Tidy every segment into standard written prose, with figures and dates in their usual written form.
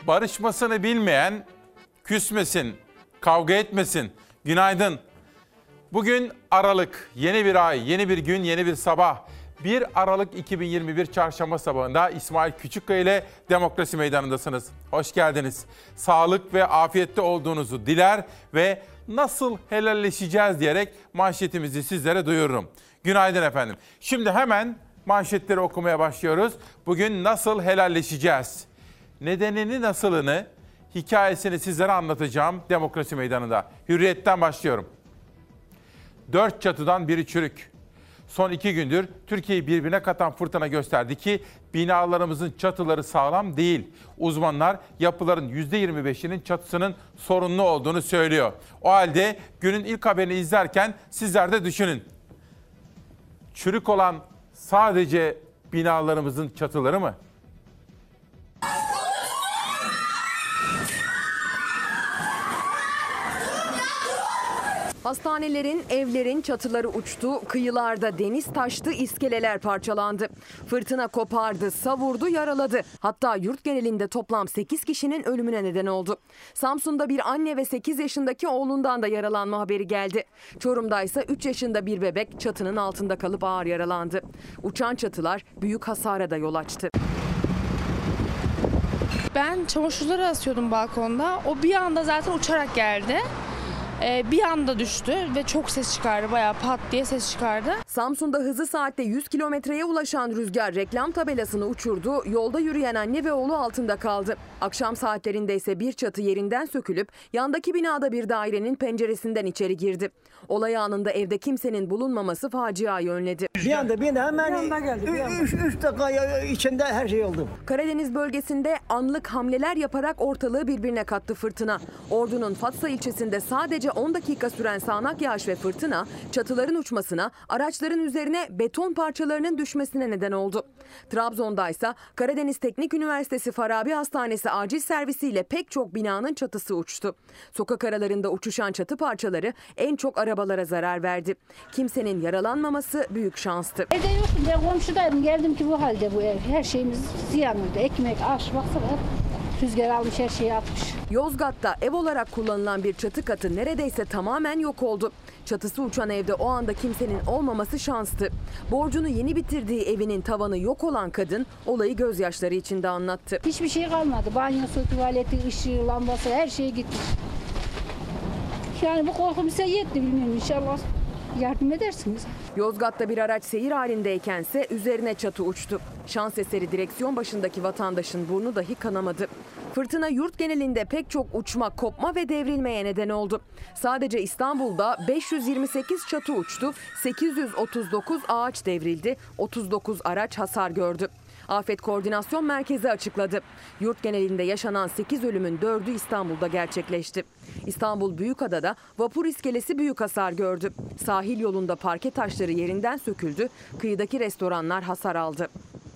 Barışmasını bilmeyen küsmesin, kavga etmesin. Günaydın. Bugün Aralık, yeni bir ay, yeni bir gün, yeni bir sabah. 1 Aralık 2021 Çarşamba sabahında İsmail Küçükkaya ile Demokrasi Meydanı'ndasınız. Hoş geldiniz. Sağlık ve afiyette olduğunuzu diler ve nasıl helalleşeceğiz diyerek manşetimizi sizlere duyururum. Günaydın efendim. Şimdi hemen manşetleri okumaya başlıyoruz. Bugün nasıl helalleşeceğiz? Nedenini, nasılını, hikayesini sizlere anlatacağım Demokrasi Meydanı'nda. Hürriyet'ten başlıyorum. 4 çatıdan biri çürük. Son 2 gündür Türkiye'yi birbirine katan fırtına gösterdi ki binalarımızın çatıları sağlam değil. Uzmanlar yapıların %25'inin çatısının sorunlu olduğunu söylüyor. O halde günün ilk haberini izlerken sizler de düşünün. Çürük olan sadece binalarımızın çatıları mı? Hastanelerin, evlerin çatıları uçtu, kıyılarda deniz taştı, iskeleler parçalandı. Fırtına kopardı, savurdu, yaraladı. Hatta yurt genelinde toplam 8 kişinin ölümüne neden oldu. Samsun'da bir anne ve 8 yaşındaki oğlundan da yaralanma haberi geldi. Çorum'da ise 3 yaşında bir bebek çatının altında kalıp ağır yaralandı. Uçan çatılar büyük hasara da yol açtı. Ben çamaşırları asıyordum balkonda. O bir anda zaten uçarak geldi. Bir anda düştü ve çok ses çıkardı. Bayağı pat diye ses çıkardı. Samsun'da hızı saatte 100 kilometreye ulaşan rüzgar reklam tabelasını uçurdu. Yolda yürüyen anne ve oğlu altında kaldı. Akşam saatlerinde ise bir çatı yerinden sökülüp yandaki binada bir dairenin penceresinden içeri girdi. Olay anında evde kimsenin bulunmaması faciayı önledi. Bir anda hemen 3 dakika içinde her şey oldu. Karadeniz bölgesinde anlık hamleler yaparak ortalığı birbirine kattı fırtına. Ordu'nun Fatsa ilçesinde sadece 10 dakika süren sağanak yağış ve fırtına çatıların uçmasına, araçların üzerine beton parçalarının düşmesine neden oldu. Trabzon'da ise Karadeniz Teknik Üniversitesi Farabi Hastanesi acil servisiyle pek çok binanın çatısı uçtu. Sokak aralarında uçuşan çatı parçaları en çok arabalara zarar verdi. Kimsenin yaralanmaması büyük şanstı. Evde yoktum, ben komşudaydım, geldim ki bu halde bu ev. Her şeyimiz ziyan oldu. Ekmek, aş, baksana. Rüzgar almış, her şeyi atmış. Yozgat'ta ev olarak kullanılan bir çatı katı neredeyse tamamen yok oldu. Çatısı uçan evde o anda kimsenin olmaması şanstı. Borcunu yeni bitirdiği evinin tavanı yok olan kadın olayı gözyaşları içinde anlattı. Hiçbir şey kalmadı. Banyosu, tuvaleti, ışığı, lambası her şey gitti. Yani bu korkum size yetti, bilmiyorum, inşallah yardım edersiniz. Yozgat'ta bir araç seyir halindeykense üzerine çatı uçtu. Şans eseri direksiyon başındaki vatandaşın burnu dahi kanamadı. Fırtına yurt genelinde pek çok uçma, kopma ve devrilmeye neden oldu. Sadece İstanbul'da 528 çatı uçtu, 839 ağaç devrildi, 39 araç hasar gördü. Afet Koordinasyon Merkezi açıkladı. Yurt genelinde yaşanan 8 ölümün 4'ü İstanbul'da gerçekleşti. İstanbul Büyükada'da vapur iskelesi büyük hasar gördü. Sahil yolunda parke taşları yerinden söküldü. Kıyıdaki restoranlar hasar aldı.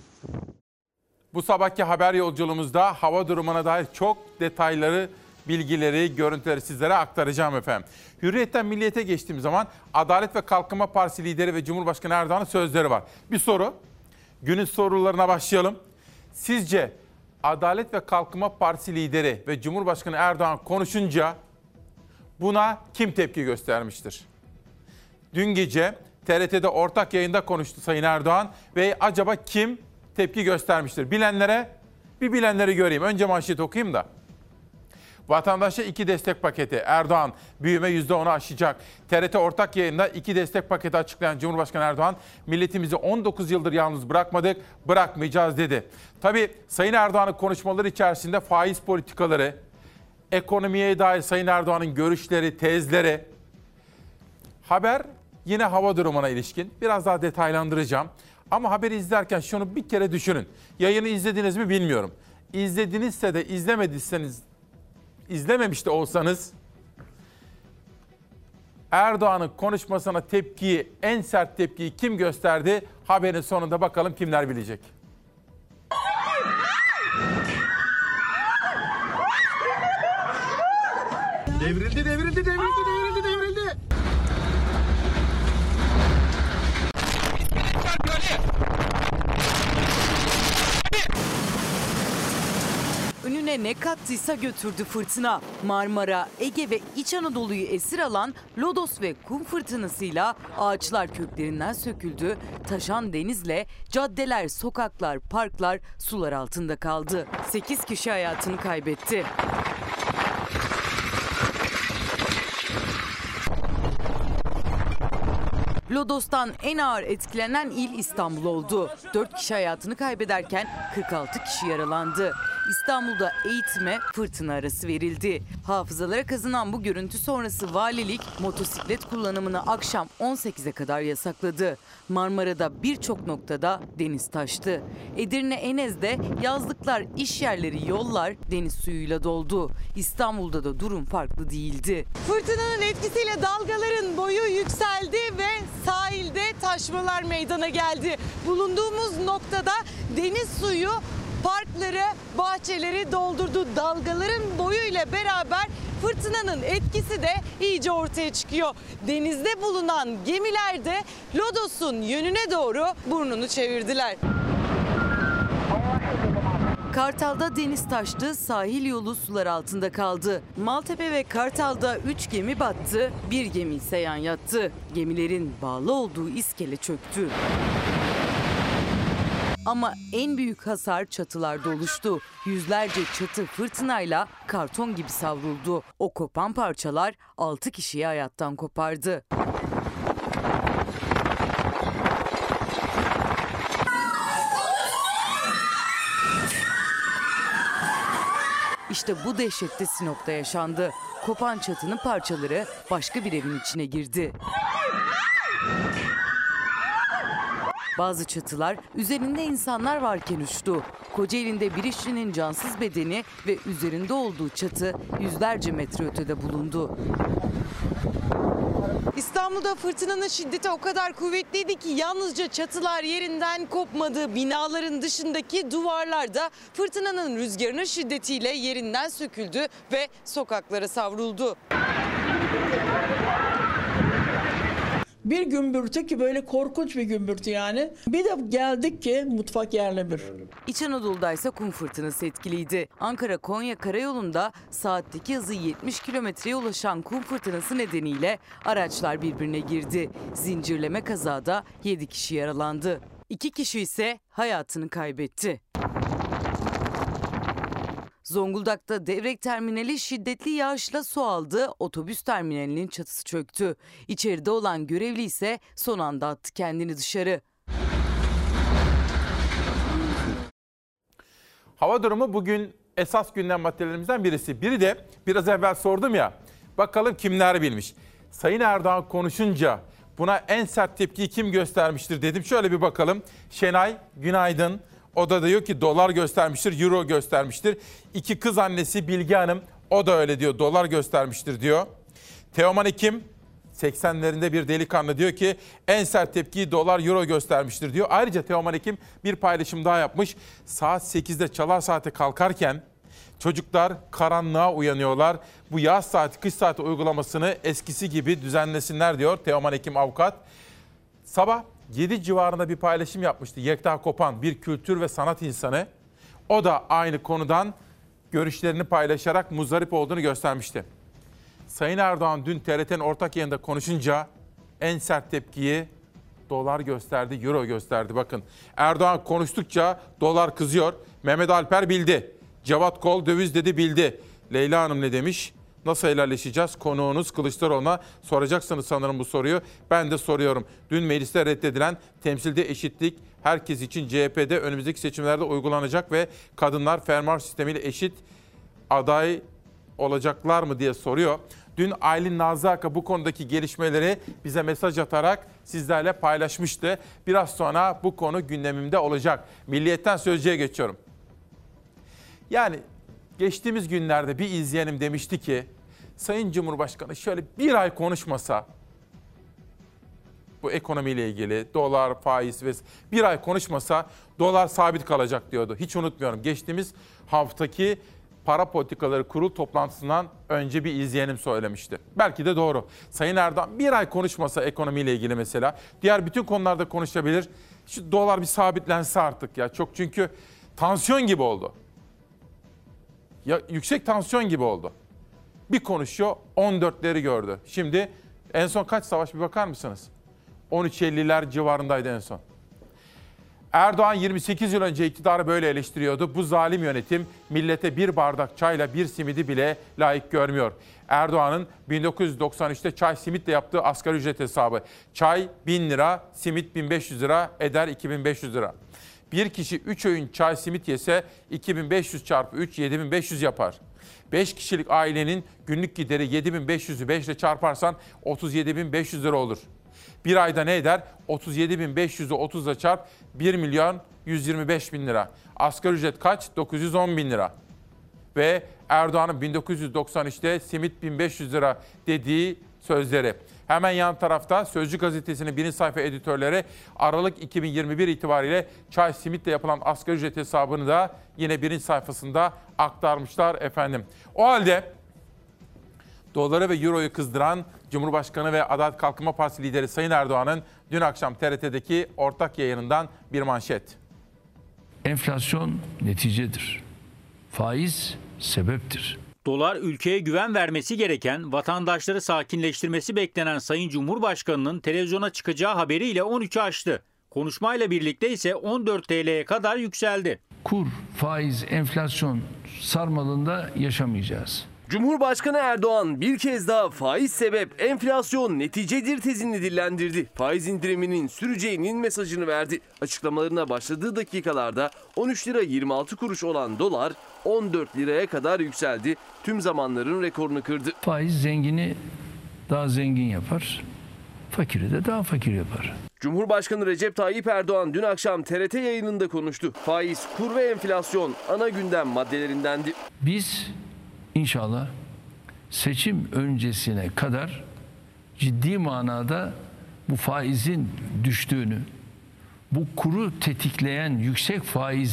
Bu sabahki haber yolculuğumuzda hava durumuna dair çok detayları, bilgileri, görüntüleri sizlere aktaracağım efendim. Hürriyet'ten Milliyet'e geçtiğim zaman Adalet ve Kalkınma Partisi lideri ve Cumhurbaşkanı Erdoğan'ın sözleri var. Bir soru, günün sorularına başlayalım. Sizce Adalet ve Kalkınma Partisi lideri ve Cumhurbaşkanı Erdoğan konuşunca buna kim tepki göstermiştir? Dün gece TRT'de ortak yayında konuştu Sayın Erdoğan ve acaba kim tepki göstermiştir? Bilenleri göreyim. Önce manşeti okuyayım da. Vatandaşa 2 destek paketi. Erdoğan büyüme %10'u aşacak. TRT ortak yayında 2 destek paketi açıklayan Cumhurbaşkanı Erdoğan, milletimizi 19 yıldır yalnız bırakmadık, bırakmayacağız dedi. Tabii Sayın Erdoğan'ın konuşmaları içerisinde faiz politikaları, ekonomiye dair Sayın Erdoğan'ın görüşleri, tezleri. Haber yine hava durumuna ilişkin. Biraz daha detaylandıracağım. Ama haberi izlerken şunu bir kere düşünün. Yayını izlediniz mi bilmiyorum. İzledinizse de izlememiş de olsanız Erdoğan'ın konuşmasına en sert tepkiyi kim gösterdi? Haberin sonunda bakalım kimler bilecek. Devrildi. Önüne eline ne kattıysa götürdü fırtına. Marmara, Ege ve İç Anadolu'yu esir alan lodos ve kum fırtınasıyla ağaçlar köklerinden söküldü. Taşan denizle caddeler, sokaklar, parklar sular altında kaldı. 8 kişi hayatını kaybetti. Lodos'tan en ağır etkilenen il İstanbul oldu. 4 kişi hayatını kaybederken 46 kişi yaralandı. İstanbul'da eğitime fırtına arası verildi. Hafızalara kazınan bu görüntü sonrası valilik motosiklet kullanımını akşam 18'e kadar yasakladı. Marmara'da birçok noktada deniz taştı. Edirne Enez'de yazlıklar, iş yerleri, yollar deniz suyuyla doldu. İstanbul'da da durum farklı değildi. Fırtınanın etkisiyle dalgaların boyu yükseldi ve sahilde taşmalar meydana geldi. Bulunduğumuz noktada deniz suyu parkları, bahçeleri doldurdu. Dalgaların boyuyla beraber fırtınanın etkisi de iyice ortaya çıkıyor. Denizde bulunan gemiler de Lodos'un yönüne doğru burnunu çevirdiler. Kartal'da deniz taştı, sahil yolu sular altında kaldı. Maltepe ve Kartal'da 3 gemi battı, bir gemi ise yan yattı. Gemilerin bağlı olduğu iskele çöktü. Ama en büyük hasar çatılarda oluştu. Yüzlerce çatı fırtınayla karton gibi savruldu. O kopan parçalar 6 kişiyi hayattan kopardı. İşte bu dehşette Sinop'ta yaşandı. Kopan çatının parçaları başka bir evin içine girdi. Bazı çatılar üzerinde insanlar varken uçtu. Kocaeli'nde bir işçinin cansız bedeni ve üzerinde olduğu çatı yüzlerce metre ötede bulundu. İstanbul'da fırtınanın şiddeti o kadar kuvvetliydi ki yalnızca çatılar yerinden kopmadı. Binaların dışındaki duvarlar da fırtınanın rüzgarının şiddetiyle yerinden söküldü ve sokaklara savruldu. Bir gümbürtü ki böyle korkunç bir gümbürtü yani. Bir de geldik ki mutfak yerle bir. İç Anadolu'da ise kum fırtınası etkiliydi. Ankara-Konya karayolunda saatteki hızı 70 kilometreye ulaşan kum fırtınası nedeniyle araçlar birbirine girdi. Zincirleme kazada 7 kişi yaralandı. 2 kişi ise hayatını kaybetti. Zonguldak'ta Devrek Terminali şiddetli yağışla su aldı. Otobüs terminalinin çatısı çöktü. İçeride olan görevli ise son anda attı kendini dışarı. Hava durumu bugün esas gündem maddelerimizden birisi. Biri de biraz evvel sordum ya, bakalım kimler bilmiş. Sayın Erdoğan konuşunca buna en sert tepkiyi kim göstermiştir dedim. Şöyle bir bakalım. Şenay, günaydın. O da diyor ki dolar göstermiştir, euro göstermiştir. 2 kız annesi Bilge Hanım, o da öyle diyor, dolar göstermiştir diyor. Teoman Ekim, 80'lerinde bir delikanlı diyor ki en sert tepkiyi dolar, euro göstermiştir diyor. Ayrıca Teoman Ekim bir paylaşım daha yapmış. Saat 8'de Çalar Saat'e kalkarken çocuklar karanlığa uyanıyorlar. Bu yaz saati, kış saati uygulamasını eskisi gibi düzenlesinler diyor Teoman Ekim avukat. Sabah 7 civarında bir paylaşım yapmıştı Yekta Kopan, bir kültür ve sanat insanı. O da aynı konudan görüşlerini paylaşarak muzdarip olduğunu göstermişti. Sayın Erdoğan dün TRT'nin ortak yayında konuşunca en sert tepkiyi dolar gösterdi, euro gösterdi. Bakın Erdoğan konuştukça dolar kızıyor. Mehmet Alper bildi. Cevat Kol döviz dedi, bildi. Leyla Hanım ne demiş? Nasıl helalleşeceğiz? Konuğunuz Kılıçdaroğlu'na soracaksınız sanırım bu soruyu. Ben de soruyorum. Dün mecliste reddedilen temsilde eşitlik herkes için CHP'de önümüzdeki seçimlerde uygulanacak ve kadınlar fermuar sistemiyle eşit aday olacaklar mı diye soruyor. Dün Aylin Nazlı Aka bu konudaki gelişmeleri bize mesaj atarak sizlerle paylaşmıştı. Biraz sonra bu konu gündemimde olacak. Milliyet'ten Sözcü'ye geçiyorum. Yani geçtiğimiz günlerde bir izleyenim demişti ki Sayın Cumhurbaşkanı şöyle bir ay konuşmasa bu ekonomiyle ilgili dolar, faiz ve bir ay konuşmasa dolar sabit kalacak diyordu. Hiç unutmuyorum. Geçtiğimiz haftaki para politikaları kurul toplantısından önce bir izleyenim söylemişti. Belki de doğru. Sayın Erdoğan bir ay konuşmasa ekonomiyle ilgili mesela diğer bütün konularda konuşabilir. Şu dolar bir sabitlense artık ya. Çok çünkü tansiyon gibi oldu. Ya, yüksek tansiyon gibi oldu. Bir konuşuyor 14'leri gördü. Şimdi en son kaç Savaş bir bakar mısınız? 13.50'ler civarındaydı en son. Erdoğan 28 yıl önce iktidarı böyle eleştiriyordu. Bu zalim yönetim millete bir bardak çayla bir simidi bile layık görmüyor. Erdoğan'ın 1993'te çay simitle yaptığı asgari ücret hesabı. Çay 1000 lira, simit 1500 lira eder 2500 lira. Bir kişi 3 öğün çay simit yese 2500 çarpı 3 7500 yapar. 5 kişilik ailenin günlük gideri 7500'ü 5 ile çarparsan 37.500 lira olur. Bir ayda ne eder? 37.500'ü 30 ile çarp 1.125.000 lira. Asgari ücret kaç? 910.000 lira. Ve Erdoğan'ın 1993'te simit 1500 lira dediği sözleri. Hemen yan tarafta Sözcü gazetesinin birinci sayfa editörleri Aralık 2021 itibariyle çay simitle yapılan asgari ücret hesabını da yine birinci sayfasında aktarmışlar efendim. O halde doları ve euroyu kızdıran Cumhurbaşkanı ve Adalet Kalkınma Partisi lideri Sayın Erdoğan'ın dün akşam TRT'deki ortak yayınından bir manşet. Enflasyon neticedir. Faiz sebeptir. Dolar ülkeye güven vermesi gereken, vatandaşları sakinleştirmesi beklenen Sayın Cumhurbaşkanı'nın televizyona çıkacağı haberiyle 13'ü aştı. Konuşmayla birlikte ise 14 TL'ye kadar yükseldi. Kur, faiz, enflasyon sarmalında yaşamayacağız. Cumhurbaşkanı Erdoğan bir kez daha faiz sebep, enflasyon neticedir tezini dillendirdi. Faiz indiriminin süreceğinin mesajını verdi. Açıklamalarına başladığı dakikalarda 13 lira 26 kuruş olan dolar 14 liraya kadar yükseldi. Tüm zamanların rekorunu kırdı. Faiz zengini daha zengin yapar, fakiri de daha fakir yapar. Cumhurbaşkanı Recep Tayyip Erdoğan dün akşam TRT yayınında konuştu. Faiz, kur ve enflasyon ana gündem maddelerindendi. Biz İnşallah seçim öncesine kadar ciddi manada bu faizin düştüğünü, bu kuru tetikleyen yüksek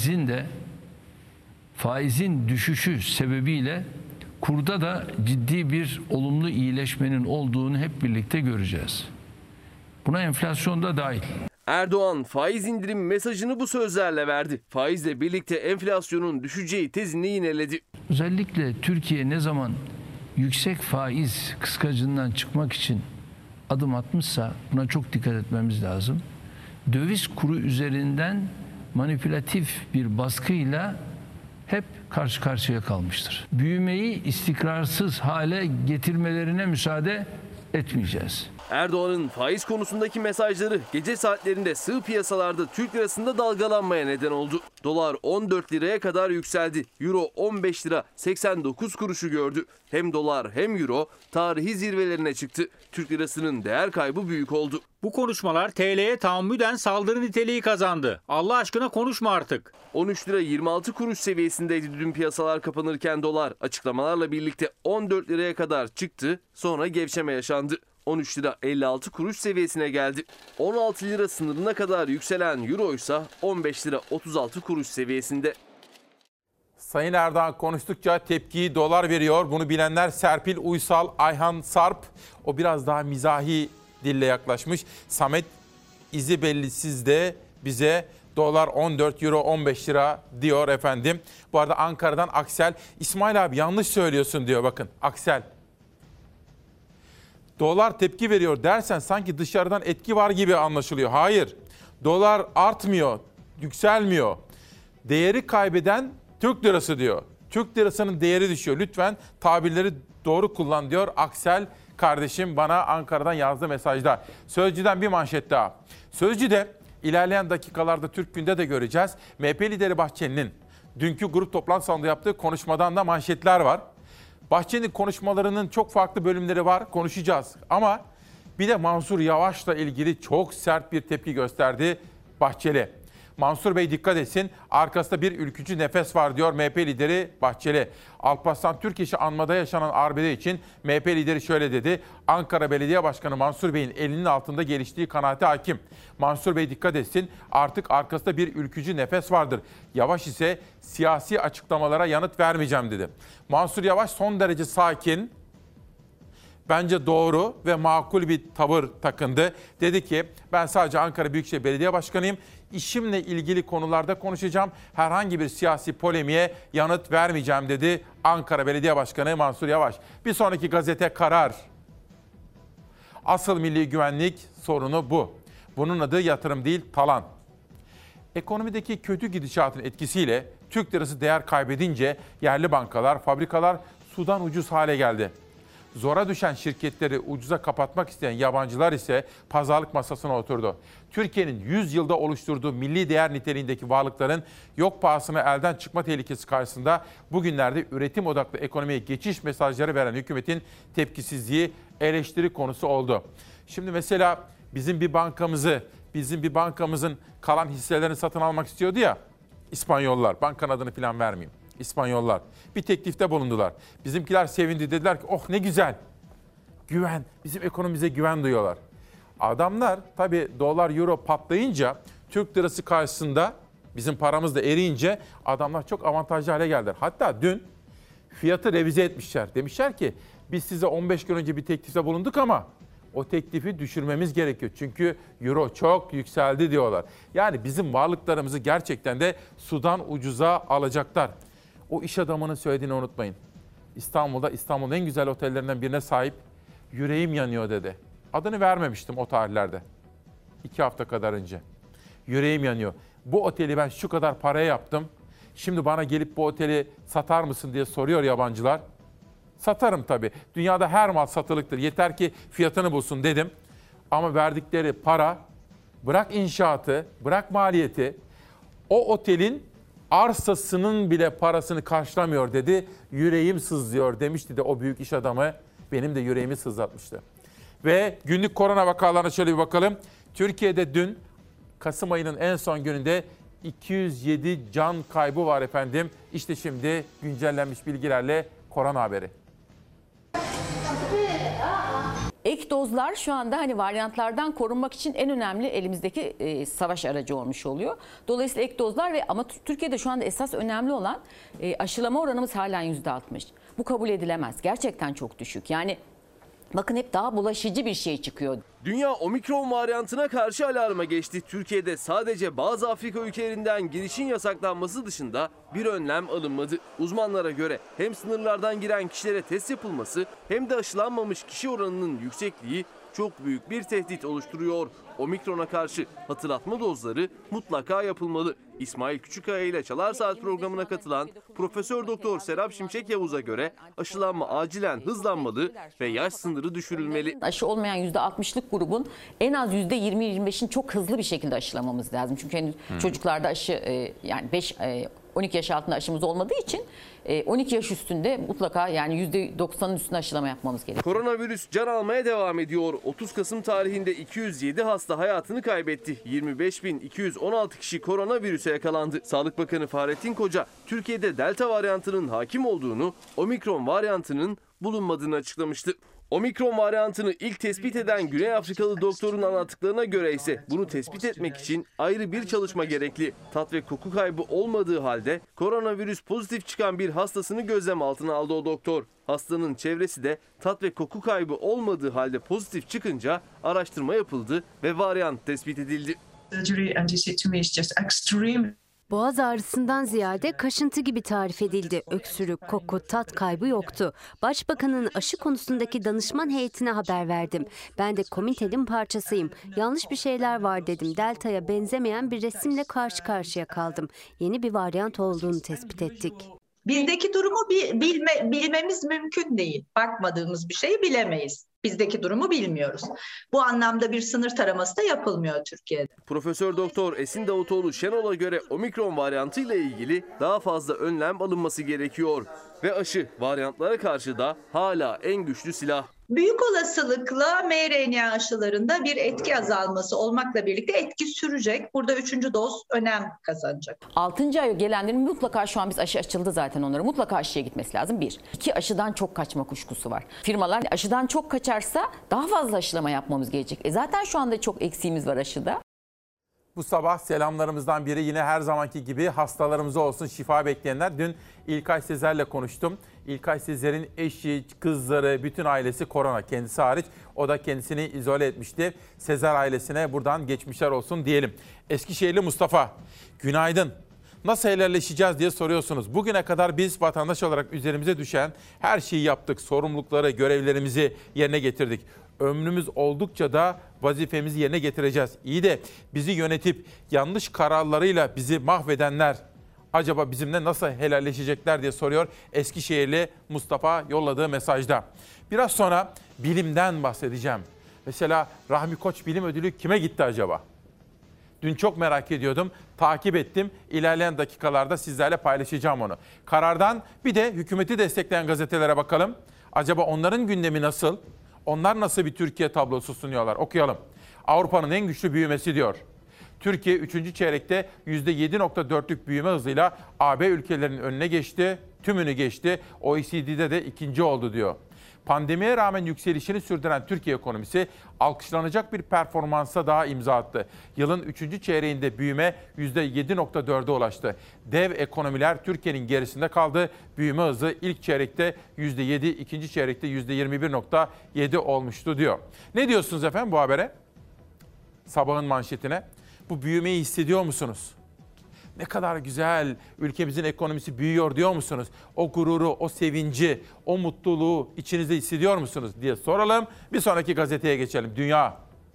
faizin düşüşü sebebiyle kurda da ciddi bir olumlu iyileşmenin olduğunu hep birlikte göreceğiz. Buna enflasyon da dahil. Erdoğan faiz indirim mesajını bu sözlerle verdi. Faizle birlikte enflasyonun düşeceği tezini yineledi. Özellikle Türkiye ne zaman yüksek faiz kıskacından çıkmak için adım atmışsa buna çok dikkat etmemiz lazım. Döviz kuru üzerinden manipülatif bir baskıyla hep karşı karşıya kalmıştır. Büyümeyi istikrarsız hale getirmelerine müsaade etmeyeceğiz. Erdoğan'ın faiz konusundaki mesajları gece saatlerinde sığ piyasalarda Türk lirasında dalgalanmaya neden oldu. Dolar 14 liraya kadar yükseldi. Euro 15 lira 89 kuruşu gördü. Hem dolar hem euro tarihi zirvelerine çıktı. Türk lirasının değer kaybı büyük oldu. Bu konuşmalar TL'ye tahammüden saldırı niteliği kazandı. Allah aşkına konuşma artık. 13 lira 26 kuruş seviyesindeydi dün piyasalar kapanırken dolar. Açıklamalarla birlikte 14 liraya kadar çıktı, sonra gevşeme yaşandı. 13 lira 56 kuruş seviyesine geldi. 16 lira sınırına kadar yükselen euro ise 15 lira 36 kuruş seviyesinde. Sayın Erdoğan konuştukça tepkiyi dolar veriyor. Bunu bilenler Serpil Uysal, Ayhan Sarp. O biraz daha mizahi dille yaklaşmış. Samet İzibellisiz de bize dolar 14, euro 15 lira diyor efendim. Bu arada Ankara'dan Aksel, İsmail abi yanlış söylüyorsun diyor bakın Aksel. Dolar tepki veriyor dersen sanki dışarıdan etki var gibi anlaşılıyor. Hayır, dolar artmıyor, yükselmiyor. Değeri kaybeden Türk lirası diyor. Türk lirasının değeri düşüyor. Lütfen tabirleri doğru kullan diyor Aksel kardeşim bana Ankara'dan yazdığı mesajda. Sözcü'den bir manşet daha. Sözcü'de ilerleyen dakikalarda Türk Gün'de de göreceğiz. MHP lideri Bahçeli'nin dünkü grup toplantısında yaptığı konuşmadan da manşetler var. Bahçeli'nin konuşmalarının çok farklı bölümleri var, konuşacağız. Ama bir de Mansur Yavaş'la ilgili çok sert bir tepki gösterdi Bahçeli. Mansur Bey dikkat etsin, arkasında bir ülkücü nefes var diyor MHP lideri Bahçeli. Alparslan Türkeş'i anmada yaşanan arbede için MHP lideri şöyle dedi. Ankara Belediye Başkanı Mansur Bey'in elinin altında geliştiği kanaate hakim. Mansur Bey dikkat etsin, artık arkasında bir ülkücü nefes vardır. Yavaş ise siyasi açıklamalara yanıt vermeyeceğim dedi. Mansur Yavaş son derece sakin, bence doğru ve makul bir tavır takındı. Dedi ki ben sadece Ankara Büyükşehir Belediye Başkanıyım. İşimle ilgili konularda konuşacağım. Herhangi bir siyasi polemiğe yanıt vermeyeceğim dedi Ankara Belediye Başkanı Mansur Yavaş. Bir sonraki gazete Karar. Asıl milli güvenlik sorunu bu. Bunun adı yatırım değil, talan. Ekonomideki kötü gidişatın etkisiyle Türk lirası değer kaybedince yerli bankalar, fabrikalar sudan ucuz hale geldi. Zora düşen şirketleri ucuza kapatmak isteyen yabancılar ise pazarlık masasına oturdu. Türkiye'nin 100 yılda oluşturduğu milli değer niteliğindeki varlıkların yok pahasına elden çıkma tehlikesi karşısında bugünlerde üretim odaklı ekonomiye geçiş mesajları veren hükümetin tepkisizliği eleştiri konusu oldu. Şimdi mesela bizim bir bankamızın kalan hisselerini satın almak istiyordu ya İspanyollar. Bankanın adını falan vermeyeyim. İspanyollar bir teklifte bulundular. Bizimkiler sevindi, dediler ki oh ne güzel. Güven, bizim ekonomimize güven duyuyorlar. Adamlar tabii dolar euro patlayınca Türk lirası karşısında bizim paramız da eriyince adamlar çok avantajlı hale geldiler. Hatta dün fiyatı revize etmişler. Demişler ki biz size 15 gün önce bir teklifte bulunduk ama o teklifi düşürmemiz gerekiyor. Çünkü euro çok yükseldi diyorlar. Yani bizim varlıklarımızı gerçekten de sudan ucuza alacaklar. O iş adamının söylediğini unutmayın. İstanbul'un en güzel otellerinden birine sahip, yüreğim yanıyor dedi. Adını vermemiştim o tarihlerde. 2 hafta kadar önce. Yüreğim yanıyor. Bu oteli ben şu kadar paraya yaptım. Şimdi bana gelip bu oteli satar mısın diye soruyor yabancılar. Satarım tabii. Dünyada her mal satılıktır. Yeter ki fiyatını bulsun dedim. Ama verdikleri para, bırak inşaatı, bırak maliyeti, o otelin arsasının bile parasını karşılamıyor dedi. Yüreğim sızlıyor demişti de o büyük iş adamı. Benim de yüreğimi sızlatmıştı. Ve günlük korona vakalarına şöyle bir bakalım. Türkiye'de dün Kasım ayının en son gününde 207 can kaybı var efendim. İşte şimdi güncellenmiş bilgilerle korona haberi. Ek dozlar şu anda hani varyantlardan korunmak için en önemli elimizdeki savaş aracı olmuş oluyor. Dolayısıyla ek dozlar ama Türkiye'de şu anda esas önemli olan aşılama oranımız halen %60. Bu kabul edilemez. Gerçekten çok düşük. Yani bakın hep daha bulaşıcı bir şey çıkıyor. Dünya omikron varyantına karşı alarma geçti. Türkiye'de sadece bazı Afrika ülkelerinden girişin yasaklanması dışında bir önlem alınmadı. Uzmanlara göre hem sınırlardan giren kişilere test yapılması hem de aşılanmamış kişi oranının yüksekliği çok büyük bir tehdit oluşturuyor. Omikrona karşı hatırlatma dozları mutlaka yapılmalı. İsmail Küçükkaya ile Çalar Saat programına katılan Profesör Doktor Serap Şimşek Yavuz'a göre aşılanma acilen hızlanmalı ve yaş sınırı düşürülmeli. Aşı olmayan %60'lık grubun en az %20-25'in çok hızlı bir şekilde aşılamamız lazım. Çünkü henüz çocuklarda aşı yani 12 yaş altında aşımız olmadığı için 12 yaş üstünde mutlaka yani %90'ın üstünde aşılama yapmamız gerekiyor. Koronavirüs can almaya devam ediyor. 30 Kasım tarihinde 207 hasta hayatını kaybetti. 25.216 kişi koronavirüse yakalandı. Sağlık Bakanı Fahrettin Koca, Türkiye'de Delta varyantının hakim olduğunu, Omikron varyantının bulunmadığını açıklamıştı. Omikron varyantını ilk tespit eden Güney Afrikalı doktorun anlattıklarına göre ise bunu tespit etmek için ayrı bir çalışma gerekli. Tat ve koku kaybı olmadığı halde koronavirüs pozitif çıkan bir hastasını gözlem altına aldı o doktor. Hastanın çevresi de tat ve koku kaybı olmadığı halde pozitif çıkınca araştırma yapıldı ve varyant tespit edildi. Boğaz ağrısından ziyade kaşıntı gibi tarif edildi. Öksürük, koku, tat kaybı yoktu. Başbakanın aşı konusundaki danışman heyetine haber verdim. Ben de komitenin parçasıyım. Yanlış bir şeyler var dedim. Delta'ya benzemeyen bir resimle karşı karşıya kaldım. Yeni bir varyant olduğunu tespit ettik. Bizdeki durumu bilmemiz mümkün değil. Bakmadığımız bir şeyi bilemeyiz. Bizdeki durumu bilmiyoruz. Bu anlamda bir sınır taraması da yapılmıyor Türkiye'de. Profesör Doktor Esin Davutoğlu Şenol'a göre omikron varyantı ile ilgili daha fazla önlem alınması gerekiyor. Ve aşı varyantlara karşı da hala en güçlü silah. Büyük olasılıkla mRNA aşılarında bir etki azalması olmakla birlikte etki sürecek. Burada 3. doz önem kazanacak. 6. aya gelenlerin mutlaka şu an biz aşı açıldı zaten onlara. Mutlaka aşıya gitmesi lazım. 1. 2. Aşıdan çok kaçma kuşkusu var. Firmalar aşıdan çok kaçarsa daha fazla aşılama yapmamız gerekecek. Zaten şu anda çok eksiğimiz var aşıda. Bu sabah selamlarımızdan biri yine her zamanki gibi hastalarımıza olsun şifa bekleyenler. Dün İlkay Sezer'le konuştum. İlkay Sezer'in eşi, kızları, bütün ailesi korona, kendisi hariç. O da kendisini izole etmişti. Sezer ailesine buradan geçmişler olsun diyelim. Eskişehirli Mustafa, günaydın. Nasıl helalleşeceğiz diye soruyorsunuz. Bugüne kadar biz vatandaş olarak üzerimize düşen her şeyi yaptık. Sorumlulukları, görevlerimizi yerine getirdik. Ömrümüz oldukça da vazifemizi yerine getireceğiz. İyi de bizi yönetip yanlış kararlarıyla bizi mahvedenler acaba bizimle nasıl helalleşecekler diye soruyor Eskişehirli Mustafa yolladığı mesajda. Biraz sonra bilimden bahsedeceğim. Mesela Rahmi Koç Bilim Ödülü kime gitti acaba? Dün çok merak ediyordum, takip ettim. İlerleyen dakikalarda sizlerle paylaşacağım onu. Karardan bir de hükümeti destekleyen gazetelere bakalım. Acaba onların gündemi nasıl? Onlar nasıl bir Türkiye tablosu sunuyorlar? Okuyalım. Avrupa'nın en güçlü büyümesi diyor. Türkiye 3. çeyrekte %7.4'lük büyüme hızıyla AB ülkelerinin önüne geçti, tümünü geçti. OECD'de de ikinci oldu diyor. Pandemiye rağmen yükselişini sürdüren Türkiye ekonomisi alkışlanacak bir performansa daha imza attı. Yılın 3. çeyreğinde büyüme %7.4'e ulaştı. Dev ekonomiler Türkiye'nin gerisinde kaldı. Büyüme hızı ilk çeyrekte %7, ikinci çeyrekte %21.7 olmuştu diyor. Ne diyorsunuz efendim bu habere? Sabahın manşetine. Bu büyümeyi hissediyor musunuz? Ne kadar güzel, ülkemizin ekonomisi büyüyor diyor musunuz? O gururu, o sevinci, o mutluluğu içinizde hissediyor musunuz diye soralım. Bir sonraki gazeteye geçelim. Dünya.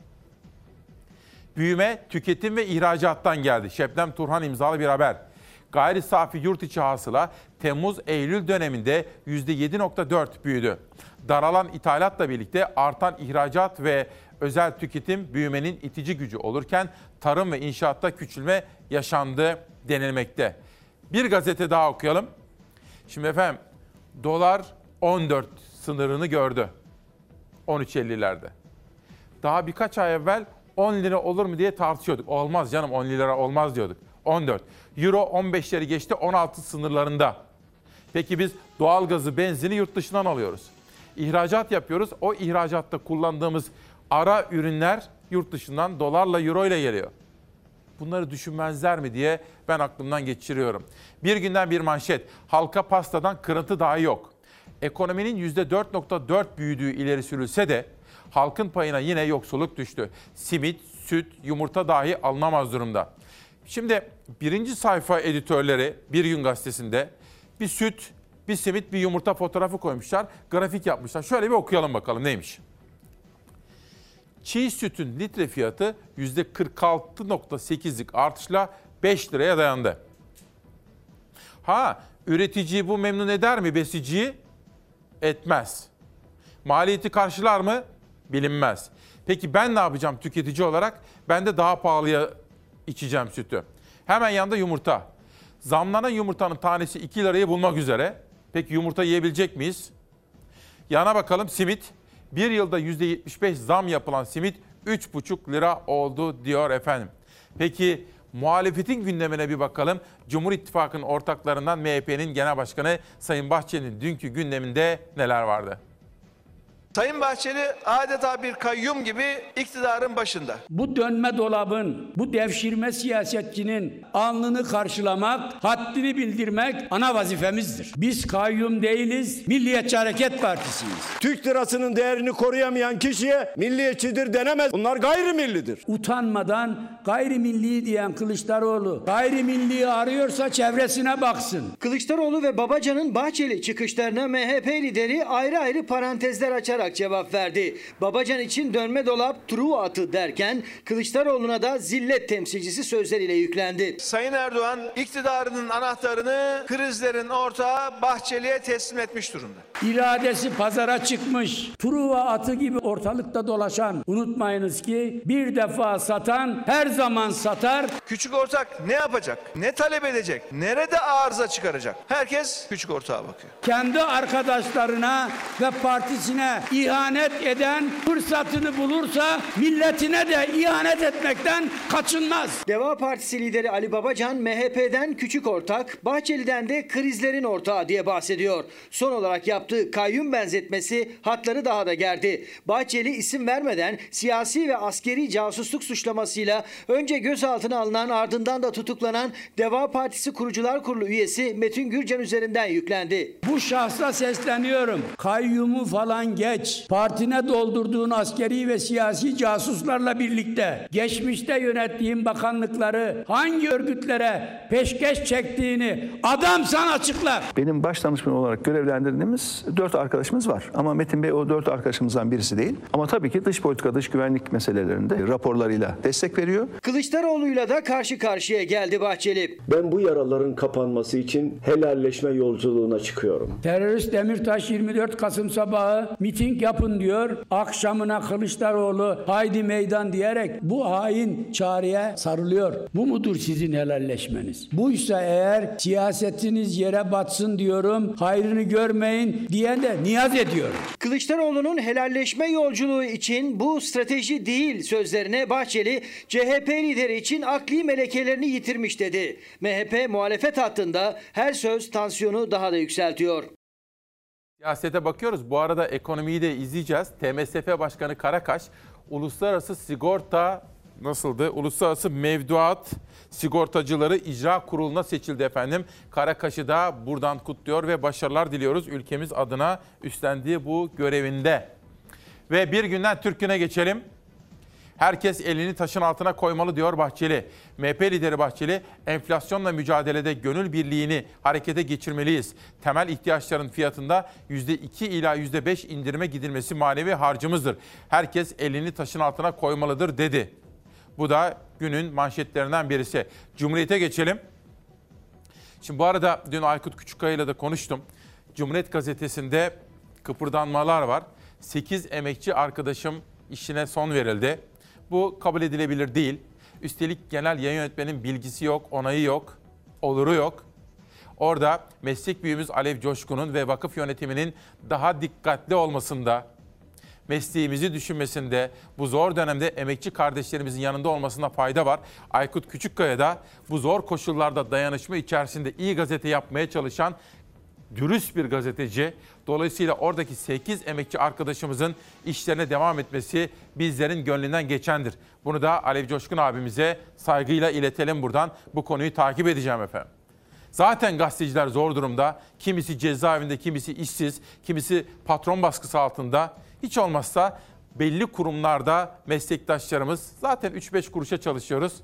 Büyüme, tüketim ve ihracattan geldi. Şebnem Turhan imzalı bir haber. Gayri safi yurt içi hasıla Temmuz-Eylül döneminde %7.4 büyüdü. Daralan ithalatla birlikte artan ihracat ve özel tüketim büyümenin itici gücü olurken tarım ve inşaatta küçülme yaşandı denilmekte. Bir gazete daha okuyalım. Şimdi efendim dolar 14 sınırını gördü. 13.50'lerde. Daha birkaç ay evvel 10 lira olur mu diye tartışıyorduk. Olmaz canım 10 lira olmaz diyorduk. 14. Euro 15'leri geçti 16 sınırlarında. Peki biz doğalgazı, benzini yurt dışından alıyoruz. İhracat yapıyoruz. O ihracatta kullandığımız ara ürünler yurt dışından dolarla, euro ile geliyor. Bunları düşünmezler mi diye ben aklımdan geçiriyorum. Bir günden bir manşet. Halka pastadan kırıntı dahi yok. Ekonominin %4.4 büyüdüğü ileri sürülse de halkın payına yine yoksulluk düştü. Simit, süt, yumurta dahi alınamaz durumda. Şimdi birinci sayfa editörleri Bir Gün Gazetesi'nde bir süt, bir simit, bir yumurta fotoğrafı koymuşlar. Grafik yapmışlar. Şöyle bir okuyalım bakalım neymiş. Çiğ sütün litre fiyatı %46.8'lik artışla 5 liraya dayandı. Üreticiyi bu memnun eder mi besiciyi? Etmez. Maliyeti karşılar mı? Bilinmez. Peki ben ne yapacağım tüketici olarak? Ben de daha pahalıya içeceğim sütü. Hemen yanında yumurta. Zamlanan yumurtanın tanesi 2 lirayı bulmak üzere. Peki yumurta yiyebilecek miyiz? Yana bakalım simit. Bir yılda %75 zam yapılan simit 3,5 lira oldu diyor efendim. Peki muhalefetin gündemine bir bakalım. Cumhur İttifakı'nın ortaklarından MHP'nin Genel Başkanı Sayın Bahçeli'nin dünkü gündeminde neler vardı? Sayın Bahçeli adeta bir kayyum gibi iktidarın başında. Bu dönme dolabın, bu devşirme siyasetçinin alnını karşılamak, haddini bildirmek ana vazifemizdir. Biz kayyum değiliz, Milliyetçi Hareket Partisi'yiz. Türk lirasının değerini koruyamayan kişiye milliyetçidir denemez. Bunlar gayrimillidir. Utanmadan gayrimilli diyen Kılıçdaroğlu, gayrimilliyi arıyorsa çevresine baksın. Kılıçdaroğlu ve Babacan'ın Bahçeli çıkışlarına MHP lideri ayrı ayrı parantezler açarak cevap verdi. Babacan için dönme dolap Truva atı derken Kılıçdaroğlu'na da zillet temsilcisi sözleriyle yüklendi. Sayın Erdoğan iktidarının anahtarını krizlerin ortağı Bahçeli'ye teslim etmiş durumda. İradesi pazara çıkmış. Truva atı gibi ortalıkta dolaşan. Unutmayınız ki bir defa satan her zaman satar. Küçük ortak ne yapacak? Ne talep edecek? Nerede arıza çıkaracak? Herkes küçük ortağa bakıyor. Kendi arkadaşlarına ve partisine ihanet eden fırsatını bulursa milletine de ihanet etmekten kaçınmaz. Deva Partisi lideri Ali Babacan MHP'den küçük ortak, Bahçeli'den de krizlerin ortağı diye bahsediyor. Son olarak yaptığı kayyum benzetmesi hatları daha da gerdi. Bahçeli isim vermeden siyasi ve askeri casusluk suçlamasıyla önce gözaltına alınan ardından da tutuklanan Deva Partisi Kurucular Kurulu üyesi Metin Gürcan üzerinden yüklendi. Bu şahsa sesleniyorum. Kayyumu falan geç. Partine doldurduğun askeri ve siyasi casuslarla birlikte geçmişte yönettiğin bakanlıkları hangi örgütlere peşkeş çektiğini adamsan açıkla. Benim baş danışman olarak görevlendirdiğimiz 4 arkadaşımız var. Ama Metin Bey o 4 arkadaşımızdan birisi değil. Ama tabii ki dış politika, dış güvenlik meselelerinde raporlarıyla destek veriyor. Kılıçdaroğlu'yla da karşı karşıya geldi Bahçeli. Ben bu yaraların kapanması için helalleşme yolculuğuna çıkıyorum. Terörist Demirtaş 24 Kasım sabahı miting yapın diyor. Akşamına Kılıçdaroğlu haydi meydan diyerek bu hain çağrıya sarılıyor. Bu mudur sizin helalleşmeniz? Buysa eğer siyasetiniz yere batsın diyorum, hayrını görmeyin diye de niyaz ediyorum. Kılıçdaroğlu'nun helalleşme yolculuğu için bu strateji değil sözlerine Bahçeli, CHP lideri için akli melekelerini yitirmiş dedi. MHP muhalefet hattında her söz tansiyonu daha da yükseltiyor. Siyasete bakıyoruz. Bu arada ekonomiyi de izleyeceğiz. TMSF Başkanı Karakaş, Uluslararası Sigorta nasıldı? Uluslararası Mevduat Sigortacıları İcra Kurulu'na seçildi efendim. Karakaş'ı da buradan kutluyor ve başarılar diliyoruz ülkemiz adına üstlendiği bu görevinde. Ve bir günden Türk Günü'ne geçelim. Herkes elini taşın altına koymalı diyor Bahçeli. MHP lideri Bahçeli, enflasyonla mücadelede gönül birliğini harekete geçirmeliyiz. Temel ihtiyaçların fiyatında %2 ila %5 indirime gidilmesi manevi harcımızdır. Herkes elini taşın altına koymalıdır dedi. Bu da günün manşetlerinden birisi. Cumhuriyet'e geçelim. Şimdi bu arada dün Aykut Küçükkaya ile de konuştum. Cumhuriyet Gazetesi'nde kıpırdanmalar var. 8 emekçi arkadaşım işine son verildi. Bu kabul edilebilir değil. Üstelik genel yayın yönetmenin bilgisi yok, onayı yok, oluru yok. Orada meslek büyüğümüz Alev Coşkun'un ve vakıf yönetiminin daha dikkatli olmasında, mesleğimizi düşünmesinde, bu zor dönemde emekçi kardeşlerimizin yanında olmasına fayda var. Aykut Küçükkaya da bu zor koşullarda dayanışma içerisinde iyi gazete yapmaya çalışan dürüst bir gazeteci. Dolayısıyla oradaki 8 emekçi arkadaşımızın işlerine devam etmesi bizlerin gönlünden geçendir. Bunu da Alev Coşkun abimize saygıyla iletelim buradan. Bu konuyu takip edeceğim efendim. Zaten gazeteciler zor durumda. Kimisi cezaevinde, kimisi işsiz, kimisi patron baskısı altında. Hiç olmazsa belli kurumlarda meslektaşlarımız, zaten 3-5 kuruşa çalışıyoruz.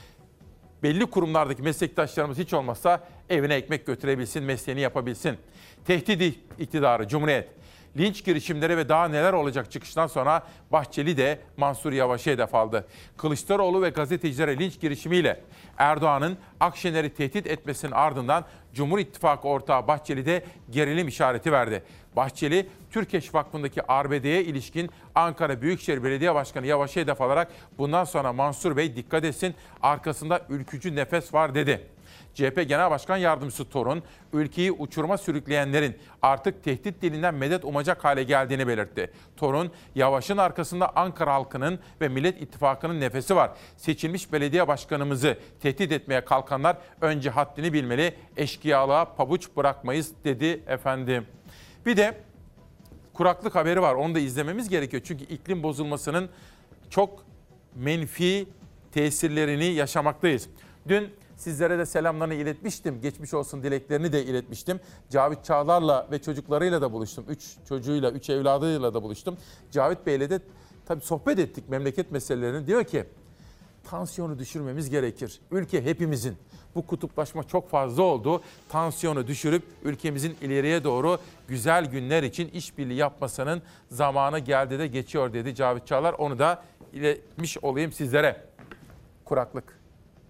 Belli kurumlardaki meslektaşlarımız hiç olmazsa evine ekmek götürebilsin, mesleğini yapabilsin. Tehdit iktidarı, Cumhuriyet. Linç girişimleri ve daha neler olacak çıkıştan sonra Bahçeli de Mansur Yavaş'a hedef aldı. Kılıçdaroğlu ve gazetecilere linç girişimiyle Erdoğan'ın Akşener'i tehdit etmesinin ardından Cumhur İttifakı ortağı Bahçeli de gerilim işareti verdi. Bahçeli, Türkeş Vakfı'ndaki arbedeye ilişkin Ankara Büyükşehir Belediye Başkanı Yavaş'a hedef alarak bundan sonra Mansur Bey dikkat etsin, arkasında ülkücü nefes var dedi. CHP Genel Başkan Yardımcısı Torun, ülkeyi uçuruma sürükleyenlerin artık tehdit dilinden medet umacak hale geldiğini belirtti. Torun, Yavaş'ın arkasında Ankara halkının ve Millet İttifakı'nın nefesi var. Seçilmiş belediye başkanımızı tehdit etmeye kalkanlar önce haddini bilmeli, eşkıyalığa pabuç bırakmayız dedi efendim. Bir de kuraklık haberi var, onu da izlememiz gerekiyor. Çünkü iklim bozulmasının çok menfi tesirlerini yaşamaktayız. Dün sizlere de selamlarını iletmiştim. Geçmiş olsun dileklerini de iletmiştim. Cavit Çağlar'la ve çocuklarıyla da buluştum. 3 çocuğuyla, 3 evladıyla da buluştum. Cavit Bey'le de tabii sohbet ettik memleket meselelerini. Diyor ki tansiyonu düşürmemiz gerekir. Ülke hepimizin. Bu kutuplaşma çok fazla oldu. Tansiyonu düşürüp ülkemizin ileriye doğru güzel günler için işbirliği yapmasının zamanı geldi de geçiyor dedi Cavit Çağlar. Onu da iletmiş olayım sizlere. Kuraklık.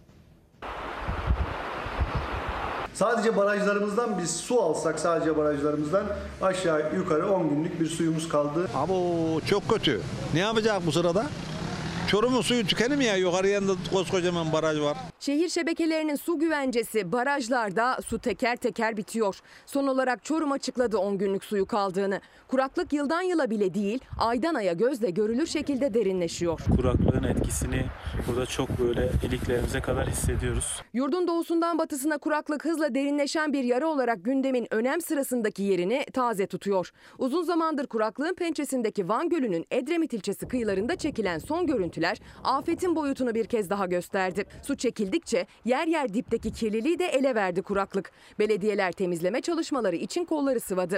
Sadece barajlarımızdan biz su alsak sadece barajlarımızdan aşağı yukarı 10 günlük bir suyumuz kaldı. Ama çok kötü. Ne yapacak bu sırada? Çorum'un suyu tükenmiyor ya, yukarı yanında koskocaman baraj var. Şehir şebekelerinin su güvencesi barajlarda su teker teker bitiyor. Son olarak Çorum açıkladı 10 günlük suyu kaldığını. Kuraklık yıldan yıla bile değil, aydan aya gözle görülür şekilde derinleşiyor. Kuraklığın etkisini burada çok böyle iliklerimize kadar hissediyoruz. Yurdun doğusundan batısına kuraklık hızla derinleşen bir yara olarak gündemin önem sırasındaki yerini taze tutuyor. Uzun zamandır kuraklığın pençesindeki Van Gölü'nün Edremit ilçesi kıyılarında çekilen son görüntüler afetin boyutunu bir kez daha gösterdi. Su çekildikçe yer yer dipteki kirliliği de ele verdi kuraklık. Belediyeler temizleme çalışmaları için kolları sıvadı.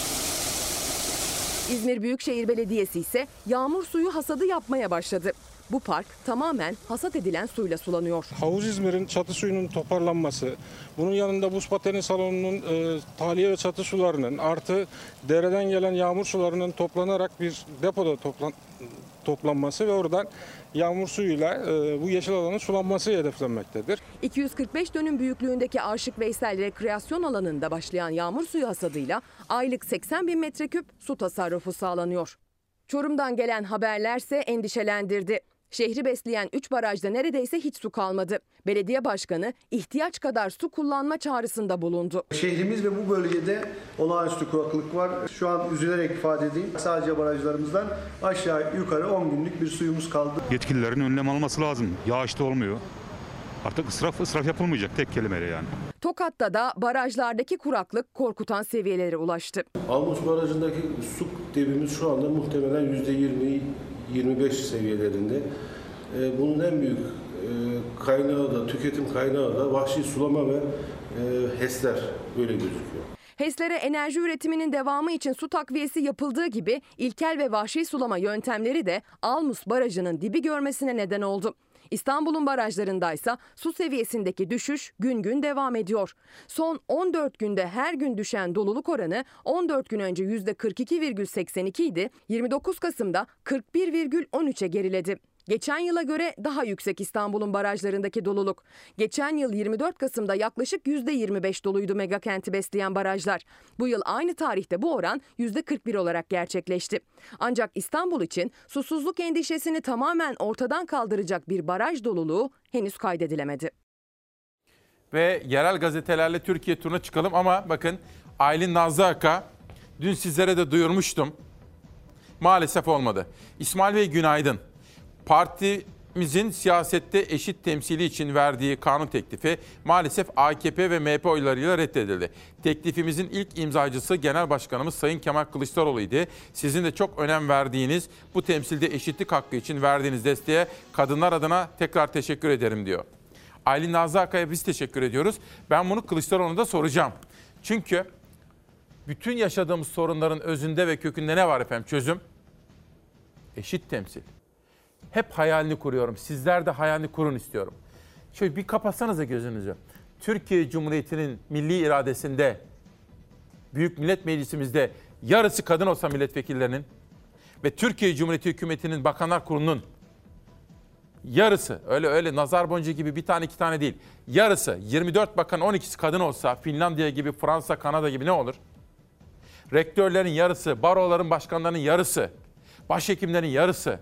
İzmir Büyükşehir Belediyesi ise yağmur suyu hasadı yapmaya başladı. Bu park tamamen hasat edilen suyla sulanıyor. Havuz İzmir'in çatı suyunun toparlanması, bunun yanında buz pateni salonunun tahliye ve çatı sularının artı dereden gelen yağmur sularının toplanarak bir depoda toplanması ve oradan yağmur suyuyla bu yeşil alanın sulanması hedeflenmektedir. 245 dönüm büyüklüğündeki Aşık Veysel rekreasyon alanında başlayan yağmur suyu hasadıyla aylık 80 bin metreküp su tasarrufu sağlanıyor. Çorum'dan gelen haberlerse endişelendirdi. Şehri besleyen 3 barajda neredeyse hiç su kalmadı. Belediye başkanı ihtiyaç kadar su kullanma çağrısında bulundu. Şehrimiz ve bu bölgede olağanüstü kuraklık var. Şu an üzülerek ifade edeyim. Sadece barajlarımızdan aşağı yukarı 10 günlük bir suyumuz kaldı. Yetkililerin önlem alması lazım. Yağış da olmuyor. Artık israf yapılmayacak, tek kelimeyle yani. Tokat'ta da barajlardaki kuraklık korkutan seviyelere ulaştı. Almus Barajı'ndaki su debimiz şu anda muhtemelen %20-25 seviyelerinde. Bunun en büyük kaynağı da, tüketim kaynağı da vahşi sulama ve HES'ler, böyle gözüküyor. HES'lere enerji üretiminin devamı için su takviyesi yapıldığı gibi ilkel ve vahşi sulama yöntemleri de Almus Barajı'nın dibi görmesine neden oldu. İstanbul'un barajlarındaysa su seviyesindeki düşüş gün gün devam ediyor. Son 14 günde her gün düşen doluluk oranı 14 gün önce %42,82 idi, 29 Kasım'da 41,13'e geriledi. Geçen yıla göre daha yüksek İstanbul'un barajlarındaki doluluk. Geçen yıl 24 Kasım'da yaklaşık %25 doluydu megakenti besleyen barajlar. Bu yıl aynı tarihte bu oran %41 olarak gerçekleşti. Ancak İstanbul için susuzluk endişesini tamamen ortadan kaldıracak bir baraj doluluğu henüz kaydedilemedi. Ve yerel gazetelerle Türkiye turuna çıkalım ama bakın Aylin Nazlı Aka, dün sizlere de duyurmuştum. Maalesef olmadı. İsmail Bey günaydın. Partimizin siyasette eşit temsili için verdiği kanun teklifi maalesef AKP ve MHP oylarıyla reddedildi. Teklifimizin ilk imzacısı Genel Başkanımız Sayın Kemal Kılıçdaroğlu'ydu. Sizin de çok önem verdiğiniz bu temsilde eşitlik hakkı için verdiğiniz desteğe kadınlar adına tekrar teşekkür ederim diyor. Aylin Nazlı Akay'a biz teşekkür ediyoruz. Ben bunu Kılıçdaroğlu'na da soracağım. Çünkü bütün yaşadığımız sorunların özünde ve kökünde ne var efendim? Çözüm eşit temsil. Hep hayalini kuruyorum. Sizler de hayalini kurun istiyorum. Şöyle bir kapatsanıza gözünüzü. Türkiye Cumhuriyeti'nin milli iradesinde, Büyük Millet Meclisimizde yarısı kadın olsa milletvekillerinin ve Türkiye Cumhuriyeti Hükümeti'nin Bakanlar Kurulu'nun yarısı, öyle nazar boncuğu gibi bir tane iki tane değil, yarısı 24 bakan 12'si kadın olsa, Finlandiya gibi, Fransa, Kanada gibi ne olur? Rektörlerin yarısı, baroların başkanlarının yarısı, başhekimlerin yarısı.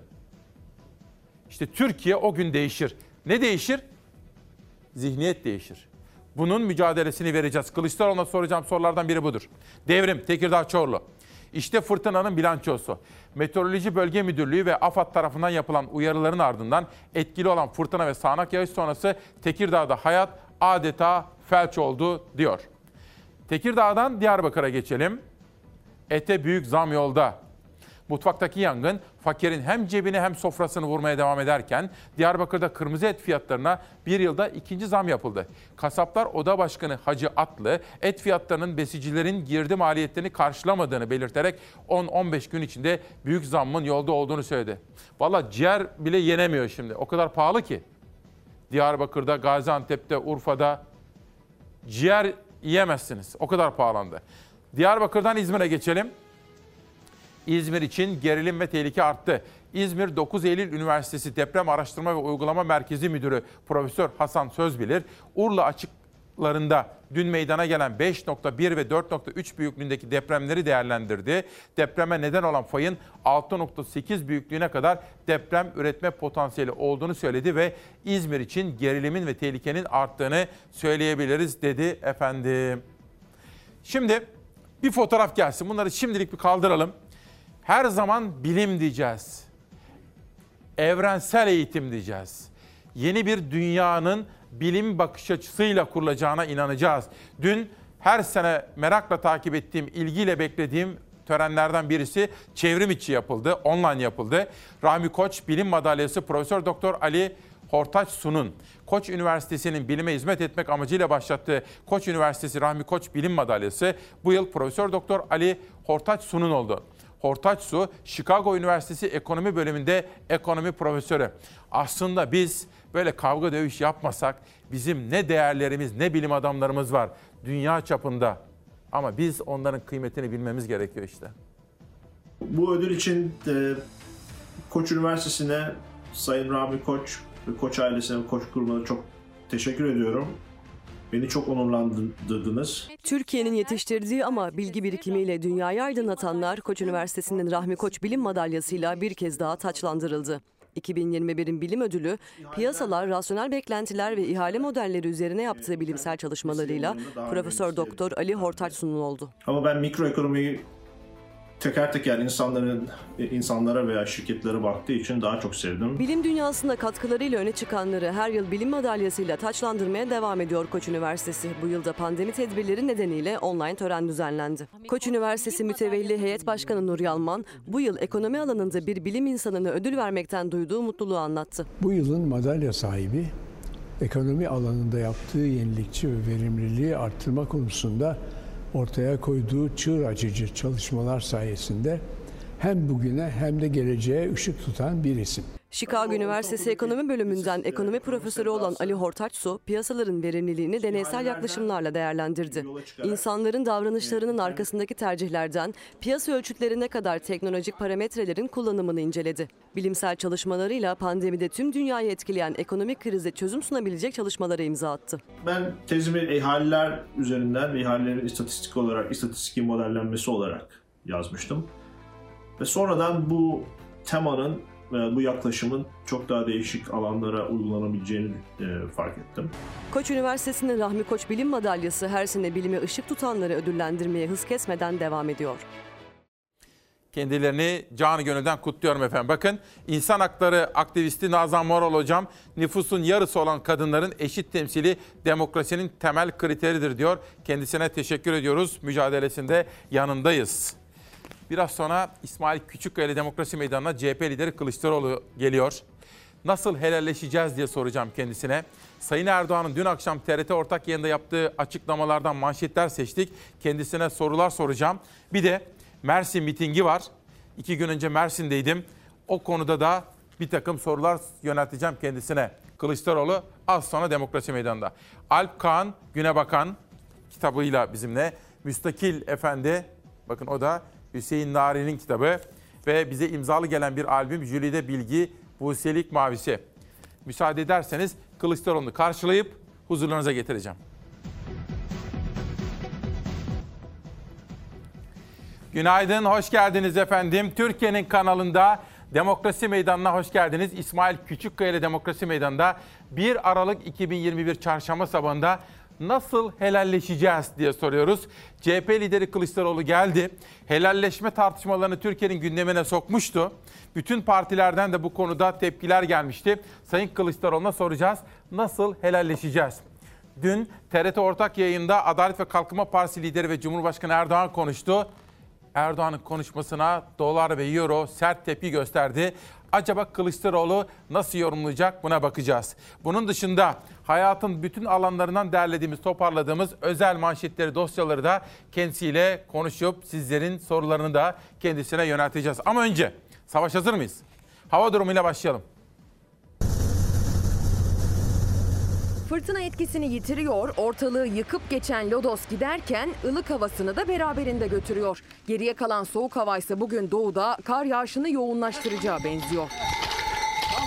İşte Türkiye o gün değişir. Ne değişir? Zihniyet değişir. Bunun mücadelesini vereceğiz. Kılıçdaroğlu'na soracağım sorulardan biri budur. Devrim, Tekirdağ, Çorlu. İşte fırtınanın bilançosu. Meteoroloji Bölge Müdürlüğü ve AFAD tarafından yapılan uyarıların ardından etkili olan fırtına ve sağanak yağış sonrası Tekirdağ'da hayat adeta felç oldu diyor. Tekirdağ'dan Diyarbakır'a geçelim. Ete büyük zam yolda. Mutfaktaki yangın fakirin hem cebine hem sofrasını vurmaya devam ederken Diyarbakır'da kırmızı et fiyatlarına bir yılda ikinci zam yapıldı. Kasaplar Oda Başkanı Hacı Atlı et fiyatlarının besicilerin girdi maliyetlerini karşılamadığını belirterek 10-15 gün içinde büyük zammın yolda olduğunu söyledi. Valla ciğer bile yenemiyor şimdi. O kadar pahalı ki. Diyarbakır'da, Gaziantep'te, Urfa'da ciğer yiyemezsiniz. O kadar pahalandı. Diyarbakır'dan İzmir'e geçelim. İzmir için gerilim ve tehlike arttı. İzmir 9 Eylül Üniversitesi Deprem Araştırma ve Uygulama Merkezi Müdürü Profesör Hasan Sözbilir, Urla Açık larında dün meydana gelen 5.1 ve 4.3 büyüklüğündeki depremleri değerlendirdi. Depreme neden olan fayın 6.8 büyüklüğüne kadar deprem üretme potansiyeli olduğunu söyledi ve İzmir için gerilimin ve tehlikenin arttığını söyleyebiliriz dedi efendim. Şimdi bir fotoğraf gelsin. Bunları şimdilik bir kaldıralım. Her zaman bilim diyeceğiz. Evrensel eğitim diyeceğiz. Yeni bir dünyanın bilim bakış açısıyla kurulacağına inanacağız. Dün her sene merakla takip ettiğim, ilgiyle beklediğim törenlerden birisi çevrim içi yapıldı, online yapıldı. Rahmi Koç Bilim Madalyası Profesör Doktor Ali Hortaç Su'nun Koç Üniversitesi'nin bilime hizmet etmek amacıyla başlattığı Koç Üniversitesi Rahmi Koç Bilim Madalyası bu yıl Profesör Doktor Ali Hortaç Su'nun oldu. Hortaç Su, Chicago Üniversitesi Ekonomi Bölümünde ekonomi profesörü. Aslında biz böyle kavga dövüş yapmasak bizim ne değerlerimiz ne bilim adamlarımız var dünya çapında. Ama biz onların kıymetini bilmemiz gerekiyor işte. Bu ödül için Koç Üniversitesi'ne, Sayın Rahmi Koç ve Koç ailesine, Koç grubuna çok teşekkür ediyorum. Beni çok onurlandırdınız. Türkiye'nin yetiştirdiği ama bilgi birikimiyle dünyayı aydınlatanlar Koç Üniversitesi'nin Rahmi Koç Bilim Madalyası'yla bir kez daha taçlandırıldı. 2021'in bilim ödülü, piyasalar, rasyonel beklentiler ve ihale modelleri üzerine yaptığı bilimsel çalışmalarıyla Profesör Doktor Ali Hortaç Su'nun oldu. Ama ben mikroekonomiyi teker teker insanlara veya şirketlere baktığı için daha çok sevdim. Bilim dünyasında katkılarıyla öne çıkanları her yıl bilim madalyasıyla taçlandırmaya devam ediyor Koç Üniversitesi. Bu yılda pandemi tedbirleri nedeniyle online tören düzenlendi. Koç Üniversitesi Mütevelli Heyet Başkanı Nur Yalman, bu yıl ekonomi alanında bir bilim insanına ödül vermekten duyduğu mutluluğu anlattı. Bu yılın madalya sahibi, ekonomi alanında yaptığı yenilikçi ve verimliliği arttırma konusunda ortaya koyduğu çığır açıcı çalışmalar sayesinde hem bugüne hem de geleceğe ışık tutan bir isim. Chicago Üniversitesi Ekonomi Bölümünden ekonomi profesörü olan Ali Hortaç Su, piyasaların verimliliğini deneysel yaklaşımlarla değerlendirdi. İnsanların davranışlarının arkasındaki tercihlerden piyasa ölçütlerine kadar teknolojik parametrelerin kullanımını inceledi. Bilimsel çalışmalarıyla pandemide tüm dünyayı etkileyen ekonomik krize çözüm sunabilecek çalışmalara imza attı. Ben tezimi ihaleler üzerinden ve ihalelerin istatistiki modellenmesi olarak yazmıştım. Ve sonradan bu temanın bu yaklaşımın çok daha değişik alanlara uygulanabileceğini fark ettim. Koç Üniversitesi'nin Rahmi Koç Bilim Madalyası her sene bilime ışık tutanları ödüllendirmeye hız kesmeden devam ediyor. Kendilerini canı gönülden kutluyorum efendim. Bakın insan hakları aktivisti Nazan Moral hocam, nüfusun yarısı olan kadınların eşit temsili demokrasinin temel kriteridir diyor. Kendisine teşekkür ediyoruz. Mücadelesinde yanındayız. Biraz sonra İsmail Küçükkaya Demokrasi Meydanı'na CHP lideri Kılıçdaroğlu geliyor. Nasıl helalleşeceğiz diye soracağım kendisine. Sayın Erdoğan'ın dün akşam TRT ortak yayında yaptığı açıklamalardan manşetler seçtik. Kendisine sorular soracağım. Bir de Mersin mitingi var. 2 gün önce Mersin'deydim. O konuda da bir takım sorular yönelteceğim kendisine. Kılıçdaroğlu az sonra Demokrasi Meydanı'nda. Alp Kağan Günebakan kitabıyla bizimle. Müstakil Efendi, bakın o da Hüseyin Nari'nin kitabı ve bize imzalı gelen bir albüm Jülide Bilgi, Buselik Mavisi. Müsaade ederseniz Kılıçdaroğlu'nu karşılayıp huzurlarınıza getireceğim. Günaydın, hoş geldiniz efendim. Türkiye'nin kanalında Demokrasi Meydanı'na hoş geldiniz. İsmail Küçükkaya ile Demokrasi Meydanı'nda 1 Aralık 2021 Çarşamba sabahında nasıl helalleşeceğiz diye soruyoruz. CHP lideri Kılıçdaroğlu geldi. Helalleşme tartışmalarını Türkiye'nin gündemine sokmuştu. Bütün partilerden de bu konuda tepkiler gelmişti. Sayın Kılıçdaroğlu'na soracağız. Nasıl helalleşeceğiz? Dün TRT ortak yayında Adalet ve Kalkınma Partisi lideri ve Cumhurbaşkanı Erdoğan konuştu. Erdoğan'ın konuşmasına dolar ve euro sert tepki gösterdi. Acaba Kılıçdaroğlu nasıl yorumlayacak, buna bakacağız. Bunun dışında hayatın bütün alanlarından derlediğimiz, toparladığımız özel manşetleri, dosyaları da kendisiyle konuşup sizlerin sorularını da kendisine yönelteceğiz. Ama önce savaş hazır mıyız? Hava durumuyla başlayalım. Fırtına etkisini yitiriyor, ortalığı yıkıp geçen lodos giderken ılık havasını da beraberinde götürüyor. Geriye kalan soğuk hava ise bugün doğuda kar yağışını yoğunlaştıracağı benziyor.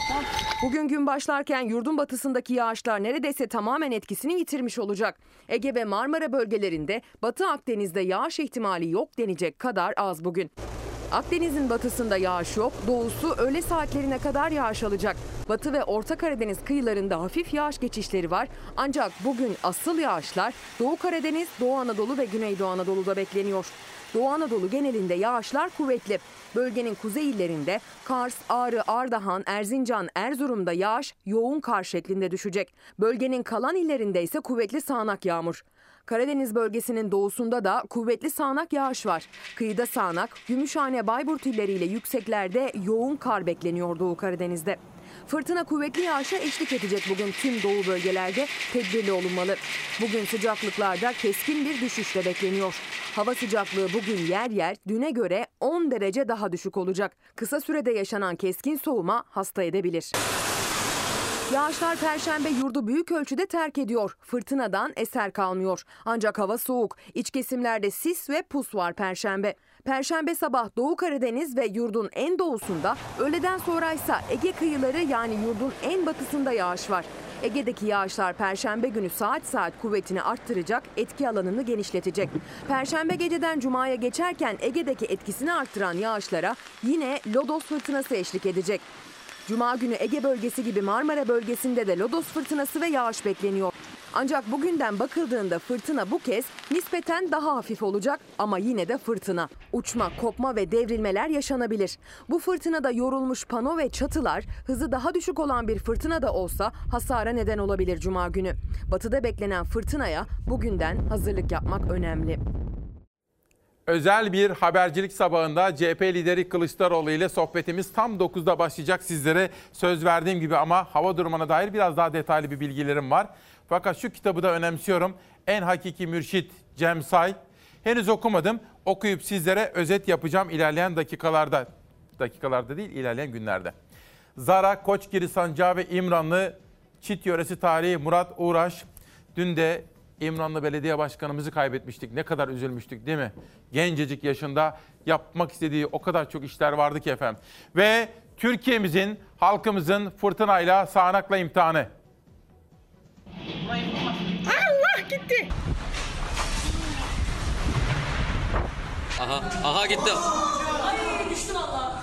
Bugün gün başlarken yurdun batısındaki yağışlar neredeyse tamamen etkisini yitirmiş olacak. Ege ve Marmara bölgelerinde, Batı Akdeniz'de yağış ihtimali yok denecek kadar az bugün. Akdeniz'in batısında yağış yok, doğusu öğle saatlerine kadar yağış alacak. Batı ve Orta Karadeniz kıyılarında hafif yağış geçişleri var. Ancak bugün asıl yağışlar Doğu Karadeniz, Doğu Anadolu ve Güneydoğu Anadolu'da bekleniyor. Doğu Anadolu genelinde yağışlar kuvvetli. Bölgenin kuzey illerinde Kars, Ağrı, Ardahan, Erzincan, Erzurum'da yağış yoğun kar şeklinde düşecek. Bölgenin kalan illerinde ise kuvvetli sağanak yağmur. Karadeniz bölgesinin doğusunda da kuvvetli sağanak yağış var. Kıyıda sağanak, Gümüşhane, Bayburt illeriyle yükseklerde yoğun kar bekleniyor Doğu Karadeniz'de. Fırtına kuvvetli yağışa eşlik edecek bugün tüm doğu bölgelerde, tedbirli olunmalı. Bugün sıcaklıklarda keskin bir düşüşle bekleniyor. Hava sıcaklığı bugün yer yer düne göre 10 derece daha düşük olacak. Kısa sürede yaşanan keskin soğuma hasta edebilir. Yağışlar Perşembe yurdu büyük ölçüde terk ediyor. Fırtınadan eser kalmıyor. Ancak hava soğuk. İç kesimlerde sis ve pus var Perşembe. Perşembe sabah Doğu Karadeniz ve yurdun en doğusunda, öğleden sonraysa Ege kıyıları yani yurdun en batısında yağış var. Ege'deki yağışlar Perşembe günü saat kuvvetini arttıracak, etki alanını genişletecek. Perşembe geceden Cuma'ya geçerken Ege'deki etkisini arttıran yağışlara yine lodos fırtınası eşlik edecek. Cuma günü Ege bölgesi gibi Marmara bölgesinde de lodos fırtınası ve yağış bekleniyor. Ancak bugünden bakıldığında fırtına bu kez nispeten daha hafif olacak ama yine de fırtına. Uçma, kopma ve devrilmeler yaşanabilir. Bu fırtınada yorulmuş pano ve çatılar hızı daha düşük olan bir fırtına da olsa hasara neden olabilir Cuma günü. Batıda beklenen fırtınaya bugünden hazırlık yapmak önemli. Özel bir habercilik sabahında CHP lideri Kılıçdaroğlu ile sohbetimiz tam 9'da başlayacak. Sizlere söz verdiğim gibi ama hava durumuna dair biraz daha detaylı bir bilgilerim var. Fakat şu kitabı da önemsiyorum. En Hakiki Mürşit Cem Say. Henüz okumadım. Okuyup sizlere özet yapacağım ilerleyen dakikalarda. Dakikalarda değil, ilerleyen günlerde. Zara, Koçgiri Sancağı ve İmranlı Çit Yöresi Tarihi Murat Uğraş. Dün de İmranlı Belediye Başkanımızı kaybetmiştik. Ne kadar üzülmüştük değil mi? Gencecik yaşında yapmak istediği o kadar çok işler vardı ki efendim. Ve Türkiye'mizin, halkımızın fırtınayla, sağanakla imtihanı. Allah gitti. Aha gitti. Ay düştü valla.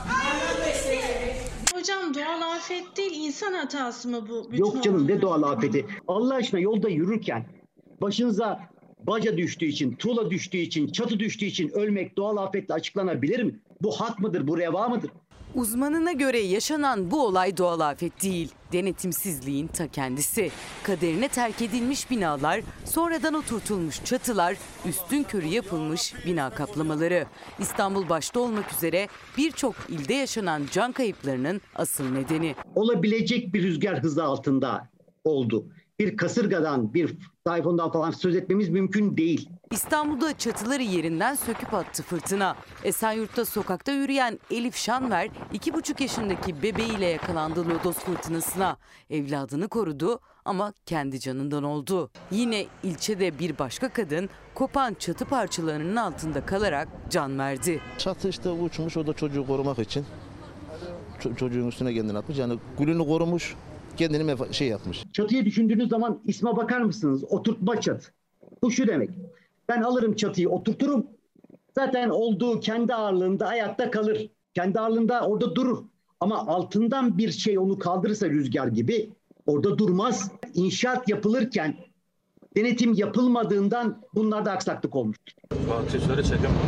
Hocam doğal afet değil, insan hatası mı bu? Yok canım, ne doğal afeti. Allah aşkına yolda yürürken başınıza baca düştüğü için, tuğla düştüğü için, çatı düştüğü için ölmek doğal afetle açıklanabilir mi? Bu hak mıdır, bu reva mıdır? Uzmanına göre yaşanan bu olay doğal afet değil, denetimsizliğin ta kendisi. Kaderine terk edilmiş binalar, sonradan oturtulmuş çatılar, üstünkörü yapılmış bina kaplamaları. İstanbul başta olmak üzere birçok ilde yaşanan can kayıplarının asıl nedeni. Olabilecek bir rüzgar hızı altında oldu. Bir kasırgadan, bir tayfundan falan söz etmemiz mümkün değil. İstanbul'da çatıları yerinden söküp attı fırtına. Esenyurt'ta sokakta yürüyen Elif Şanver 2,5 yaşındaki bebeğiyle yakalandı lodos fırtınasına. Evladını korudu ama kendi canından oldu. Yine ilçede bir başka kadın kopan çatı parçalarının altında kalarak can verdi. Çatı işte uçmuş, o da çocuğu korumak için çocuğun üstüne kendini atmış. Yani gülünü korumuş, kendini yapmış. Çatıyı düşündüğünüz zaman isme bakar mısınız? Oturtma çatı. Bu şu demek. Ben alırım çatıyı, oturturum. Zaten olduğu kendi ağırlığında ayakta kalır. Kendi ağırlığında orada durur. Ama altından bir şey onu kaldırırsa rüzgar gibi orada durmaz. İnşaat yapılırken denetim yapılmadığından bunlarda aksaklık olmuştur. Şöyle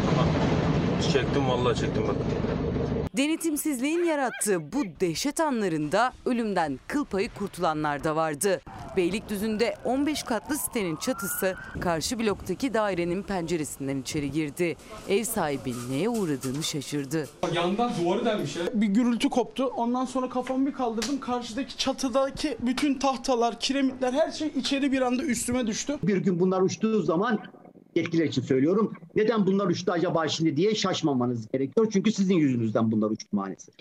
çektim vallahi çektim bak. Denetimsizliğin yarattığı bu dehşet anlarında ölümden kıl payı kurtulanlar da vardı. Beylikdüzü'nde 15 katlı sitenin çatısı karşı bloktaki dairenin penceresinden içeri girdi. Ev sahibi neye uğradığını şaşırdı. Yandan duvarı delmiş ya. Bir gürültü koptu. Ondan sonra kafamı bir kaldırdım. Karşıdaki çatıdaki bütün tahtalar, kiremitler, her şey içeri bir anda üstüme düştü. Bir gün bunlar uçtuğu zaman yetkililer için söylüyorum. Neden bunlar uçtu acaba şimdi diye şaşmamanız gerekiyor. Çünkü sizin yüzünüzden bunlar uçtu maalesef.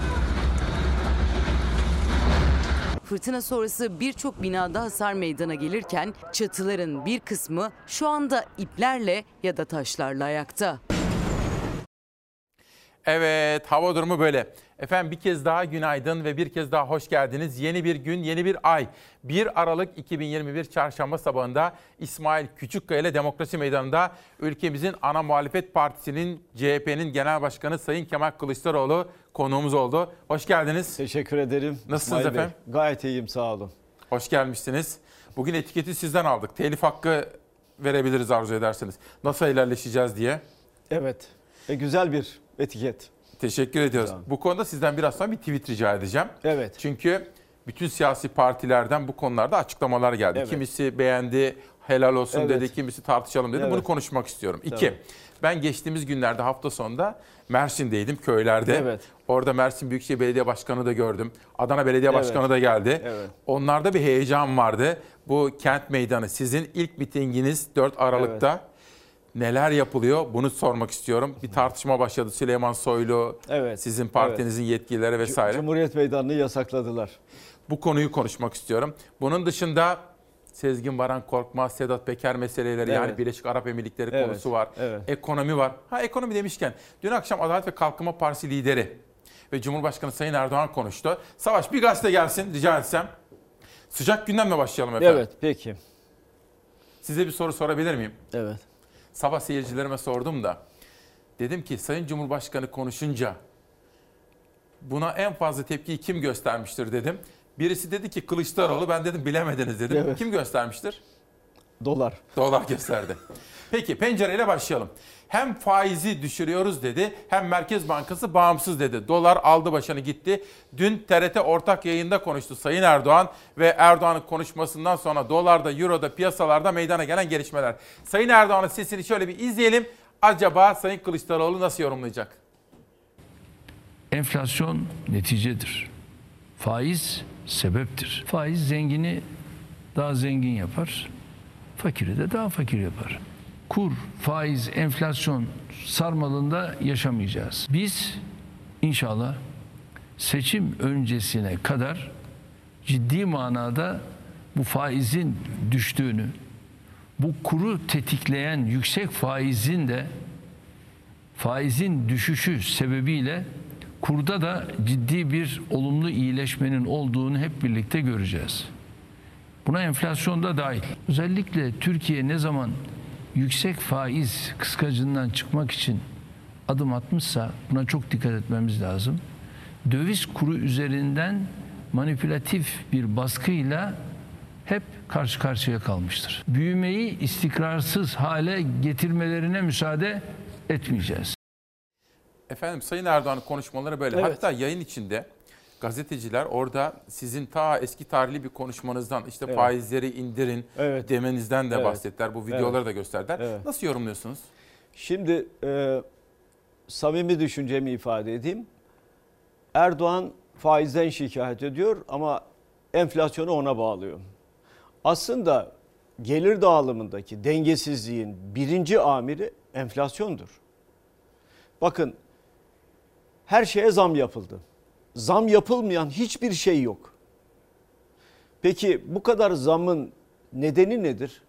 Fırtına sonrası birçok binada hasar meydana gelirken çatıların bir kısmı şu anda iplerle ya da taşlarla ayakta. Evet, hava durumu böyle. Efendim bir kez daha günaydın ve bir kez daha hoş geldiniz. Yeni bir gün, yeni bir ay. 1 Aralık 2021 Çarşamba sabahında İsmail Küçükkaya ile Demokrasi Meydanı'nda ülkemizin ana muhalefet partisinin CHP'nin Genel Başkanı Sayın Kemal Kılıçdaroğlu konuğumuz oldu. Hoş geldiniz. Teşekkür ederim. Nasılsınız İsmail Bey? efendim? Gayet iyiyim, sağ olun. Hoş gelmişsiniz. Bugün etiketi sizden aldık. Telif hakkı verebiliriz arzu ederseniz. Nasıl ilerleşeceğiz diye. Evet. Güzel bir etiket. Teşekkür ediyoruz. Tamam. Bu konuda sizden biraz sonra bir tweet rica edeceğim. Evet. Çünkü bütün siyasi partilerden bu konularda açıklamalar geldi. Evet. Kimisi beğendi, helal olsun dedi, kimisi tartışalım dedi. Bunu konuşmak istiyorum. Tamam. 2. Ben geçtiğimiz günlerde hafta sonunda Mersin'deydim, köylerde. Evet. Orada Mersin Büyükşehir Belediye Başkanı da gördüm. Adana Belediye Başkanı da geldi. Evet. Onlarda bir heyecan vardı. Bu kent meydanı sizin ilk mitinginiz 4 Aralık'ta. Evet. Neler yapılıyor bunu sormak istiyorum. Bir tartışma başladı. Süleyman Soylu, sizin partinizin yetkilileri vesaire. Cumhuriyet Meydanı'nı yasakladılar. Bu konuyu konuşmak istiyorum. Bunun dışında Sezgin Baran Korkmaz, Sedat Peker meseleleri yani Birleşik Arap Emirlikleri konusu var. Evet. Ekonomi var. Ekonomi demişken dün akşam Adalet ve Kalkınma Partisi lideri ve Cumhurbaşkanı Sayın Erdoğan konuştu. Savaş bir gazete gelsin rica etsem. Sıcak gündemle başlayalım efendim. Evet peki. Size bir soru sorabilir miyim? Evet. Sabah seyircilerime sordum da dedim ki Sayın Cumhurbaşkanı konuşunca buna en fazla tepkiyi kim göstermiştir dedim. Birisi dedi ki Kılıçdaroğlu, ben dedim bilemediniz dedim. Evet. Kim göstermiştir? Dolar. Dolar gösterdi. Peki pencereyle başlayalım. Hem faizi düşürüyoruz dedi hem Merkez Bankası bağımsız dedi. Dolar aldı başını gitti. Dün TRT ortak yayında konuştu Sayın Erdoğan ve Erdoğan'ın konuşmasından sonra dolarda, euroda, piyasalarda meydana gelen gelişmeler. Sayın Erdoğan'ın sesini şöyle bir izleyelim. Acaba Sayın Kılıçdaroğlu nasıl yorumlayacak? Enflasyon neticedir. Faiz sebeptir. Faiz zengini daha zengin yapar, fakiri de daha fakir yapar. Kur, faiz, enflasyon sarmalında yaşamayacağız. Biz inşallah seçim öncesine kadar ciddi manada bu faizin düştüğünü, bu kuru tetikleyen yüksek faizin düşüşü sebebiyle kurda da ciddi bir olumlu iyileşmenin olduğunu hep birlikte göreceğiz. Buna enflasyon da dahil. Özellikle Türkiye ne zaman yüksek faiz kıskacından çıkmak için adım atmışsa buna çok dikkat etmemiz lazım. Döviz kuru üzerinden manipülatif bir baskıyla hep karşı karşıya kalmıştır. Büyümeyi istikrarsız hale getirmelerine müsaade etmeyeceğiz. Efendim Sayın Erdoğan'ın konuşmaları böyle. Evet. Hatta yayın içinde gazeteciler orada sizin ta eski tarihli bir konuşmanızdan işte faizleri indirin demenizden de bahsettiler. Bu videoları da gösterdiler. Evet. Nasıl yorumluyorsunuz? Şimdi samimi düşüncemi ifade edeyim. Erdoğan faizden şikayet ediyor ama enflasyonu ona bağlıyor. Aslında gelir dağılımındaki dengesizliğin birinci amiri enflasyondur. Bakın her şeye zam yapıldı. Zam yapılmayan hiçbir şey yok. Peki bu kadar zamın nedeni nedir?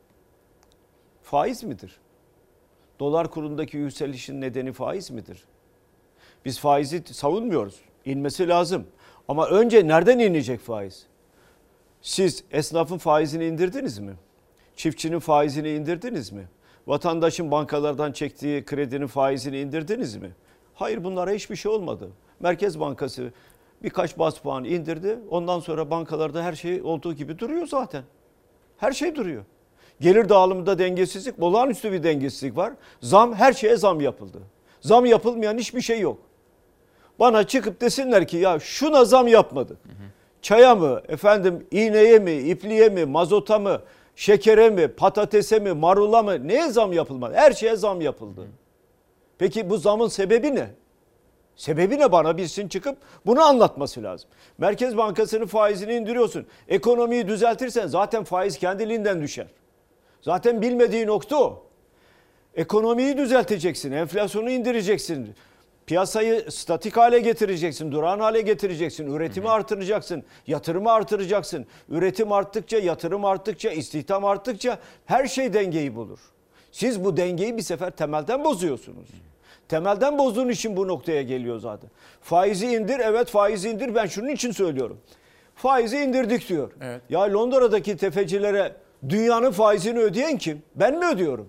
Faiz midir? Dolar kurundaki yükselişin nedeni faiz midir? Biz faizi savunmuyoruz. İnmesi lazım. Ama önce nereden inecek faiz? Siz esnafın faizini indirdiniz mi? Çiftçinin faizini indirdiniz mi? Vatandaşın bankalardan çektiği kredinin faizini indirdiniz mi? Hayır, bunlara hiçbir şey olmadı. Merkez Bankası birkaç baz puan indirdi. Ondan sonra bankalarda her şey olduğu gibi duruyor zaten. Her şey duruyor. Gelir dağılımında dengesizlik, olağanüstü bir dengesizlik var. Zam, her şeye zam yapıldı. Zam yapılmayan hiçbir şey yok. Bana çıkıp desinler ki ya şuna zam yapmadık. Çaya mı, efendim iğneye mi, ipliğe mi, mazota mı, şekere mi, patatese mi, marula mı, neye zam yapılmadı? Her şeye zam yapıldı. Peki bu zamın sebebi ne? Sebebi ne, bana birisinin çıkıp bunu anlatması lazım. Merkez Bankası'nın faizini indiriyorsun. Ekonomiyi düzeltirsen zaten faiz kendiliğinden düşer. Zaten bilmediği nokta o. Ekonomiyi düzelteceksin, enflasyonu indireceksin. Piyasayı statik hale getireceksin, durağan hale getireceksin, üretimi artıracaksın, yatırımı artıracaksın. Üretim arttıkça, yatırım arttıkça, istihdam arttıkça her şey dengeyi bulur. Siz bu dengeyi bir sefer temelden bozuyorsunuz. Temelden bozduğun için bu noktaya geliyor zaten. Faizi indir, evet faizi indir, ben şunun için söylüyorum. Faizi indirdik diyor. Evet. Ya Londra'daki tefecilere dünyanın faizini ödeyen kim? Ben mi ödüyorum?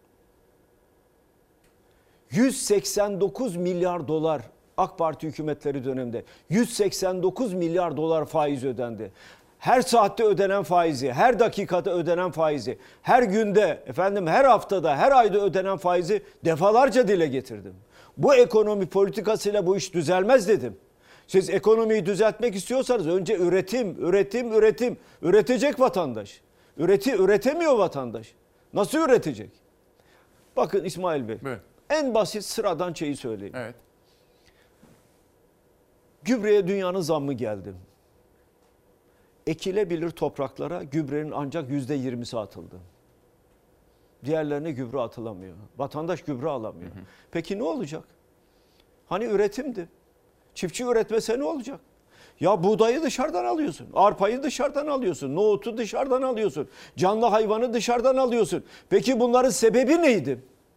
189 milyar dolar AK Parti hükümetleri döneminde 189 milyar dolar faiz ödendi. Her saatte ödenen faizi, her dakikada ödenen faizi, her günde, her haftada, her ayda ödenen faizi defalarca dile getirdim. Bu ekonomi politikasıyla bu iş düzelmez dedim. Siz ekonomiyi düzeltmek istiyorsanız önce üretim. Üretecek vatandaş. Üretemiyor vatandaş. Nasıl üretecek? Bakın İsmail Bey. Evet. En basit sıradan şeyi söyleyeyim. Evet. Gübreye dünyanın zammı geldi. Ekilebilir topraklara gübrenin ancak %20'si atıldı. Diğerlerine gübre atılamıyor. Vatandaş gübre alamıyor. Peki ne olacak? Hani üretimdi. Çiftçi üretmese ne olacak? Ya buğdayı dışarıdan alıyorsun. Arpayı dışarıdan alıyorsun. Nohutu dışarıdan alıyorsun. Canlı hayvanı dışarıdan alıyorsun. Peki bunların sebebi neydi?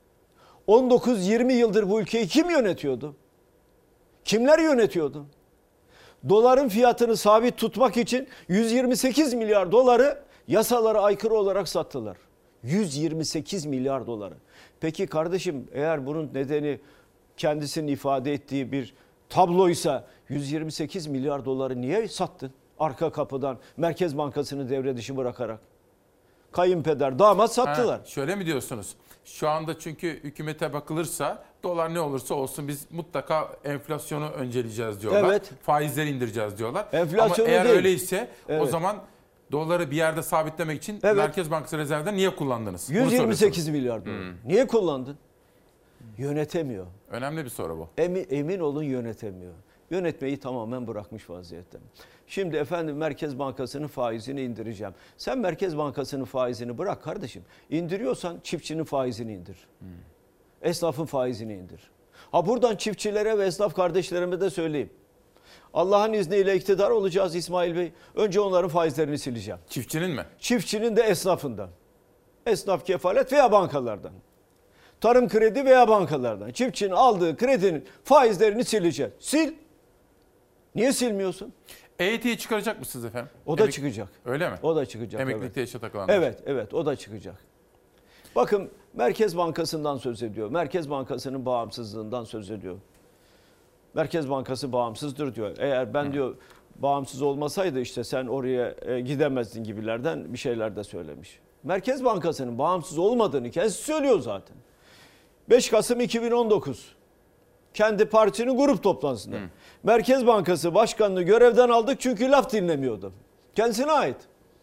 19-20 yıldır bu ülkeyi kim yönetiyordu? Kimler yönetiyordu? Doların fiyatını sabit tutmak için 128 milyar doları yasalara aykırı olarak sattılar. 128 milyar doları. Peki kardeşim eğer bunun nedeni kendisinin ifade ettiği bir tabloysa 128 milyar doları niye sattın? Arka kapıdan Merkez Bankası'nı devre dışı bırakarak. Kayınpeder, damat sattılar. Şöyle mi diyorsunuz? Şu anda çünkü hükümete bakılırsa dolar ne olursa olsun biz mutlaka enflasyonu önceleyeceğiz diyorlar. Evet. Faizleri indireceğiz diyorlar. Enflasyonu ama eğer değil. öyleyse Evet. o zaman doları bir yerde sabitlemek için Merkez Bankası rezervden niye kullandınız? 128 milyar dolar. Niye kullandın? Yönetemiyor. Önemli bir soru bu. Emin olun yönetemiyor. Yönetmeyi tamamen bırakmış vaziyette. Şimdi Merkez Bankası'nın faizini indireceğim. Sen Merkez Bankası'nın faizini bırak kardeşim. İndiriyorsan çiftçinin faizini indir. Esnafın faizini indir. Buradan çiftçilere ve esnaf kardeşlerime de söyleyeyim. Allah'ın izniyle iktidar olacağız İsmail Bey. Önce onların faizlerini sileceğim. Çiftçinin mi? Çiftçinin de esnafından. Esnaf kefalet veya bankalardan. Tarım kredi veya bankalardan. Çiftçinin aldığı kredinin faizlerini sileceğiz. Sil. Niye silmiyorsun? EYT'yi çıkaracak mısınız efendim? O da çıkacak. Öyle mi? O da çıkacak. Emeklilikte yaşa takılanlar. Evet o da çıkacak. Bakın Merkez Bankası'ndan söz ediyor. Merkez Bankası'nın bağımsızlığından söz ediyor. Merkez Bankası bağımsızdır diyor. Eğer ben diyor bağımsız olmasaydı işte sen oraya gidemezdin gibilerden bir şeyler de söylemiş. Merkez Bankası'nın bağımsız olmadığını kendisi söylüyor zaten. 5 Kasım 2019 kendi partinin grup toplantısında. Merkez Bankası Başkanı'nı görevden aldık çünkü laf dinlemiyordu. Kendisine ait.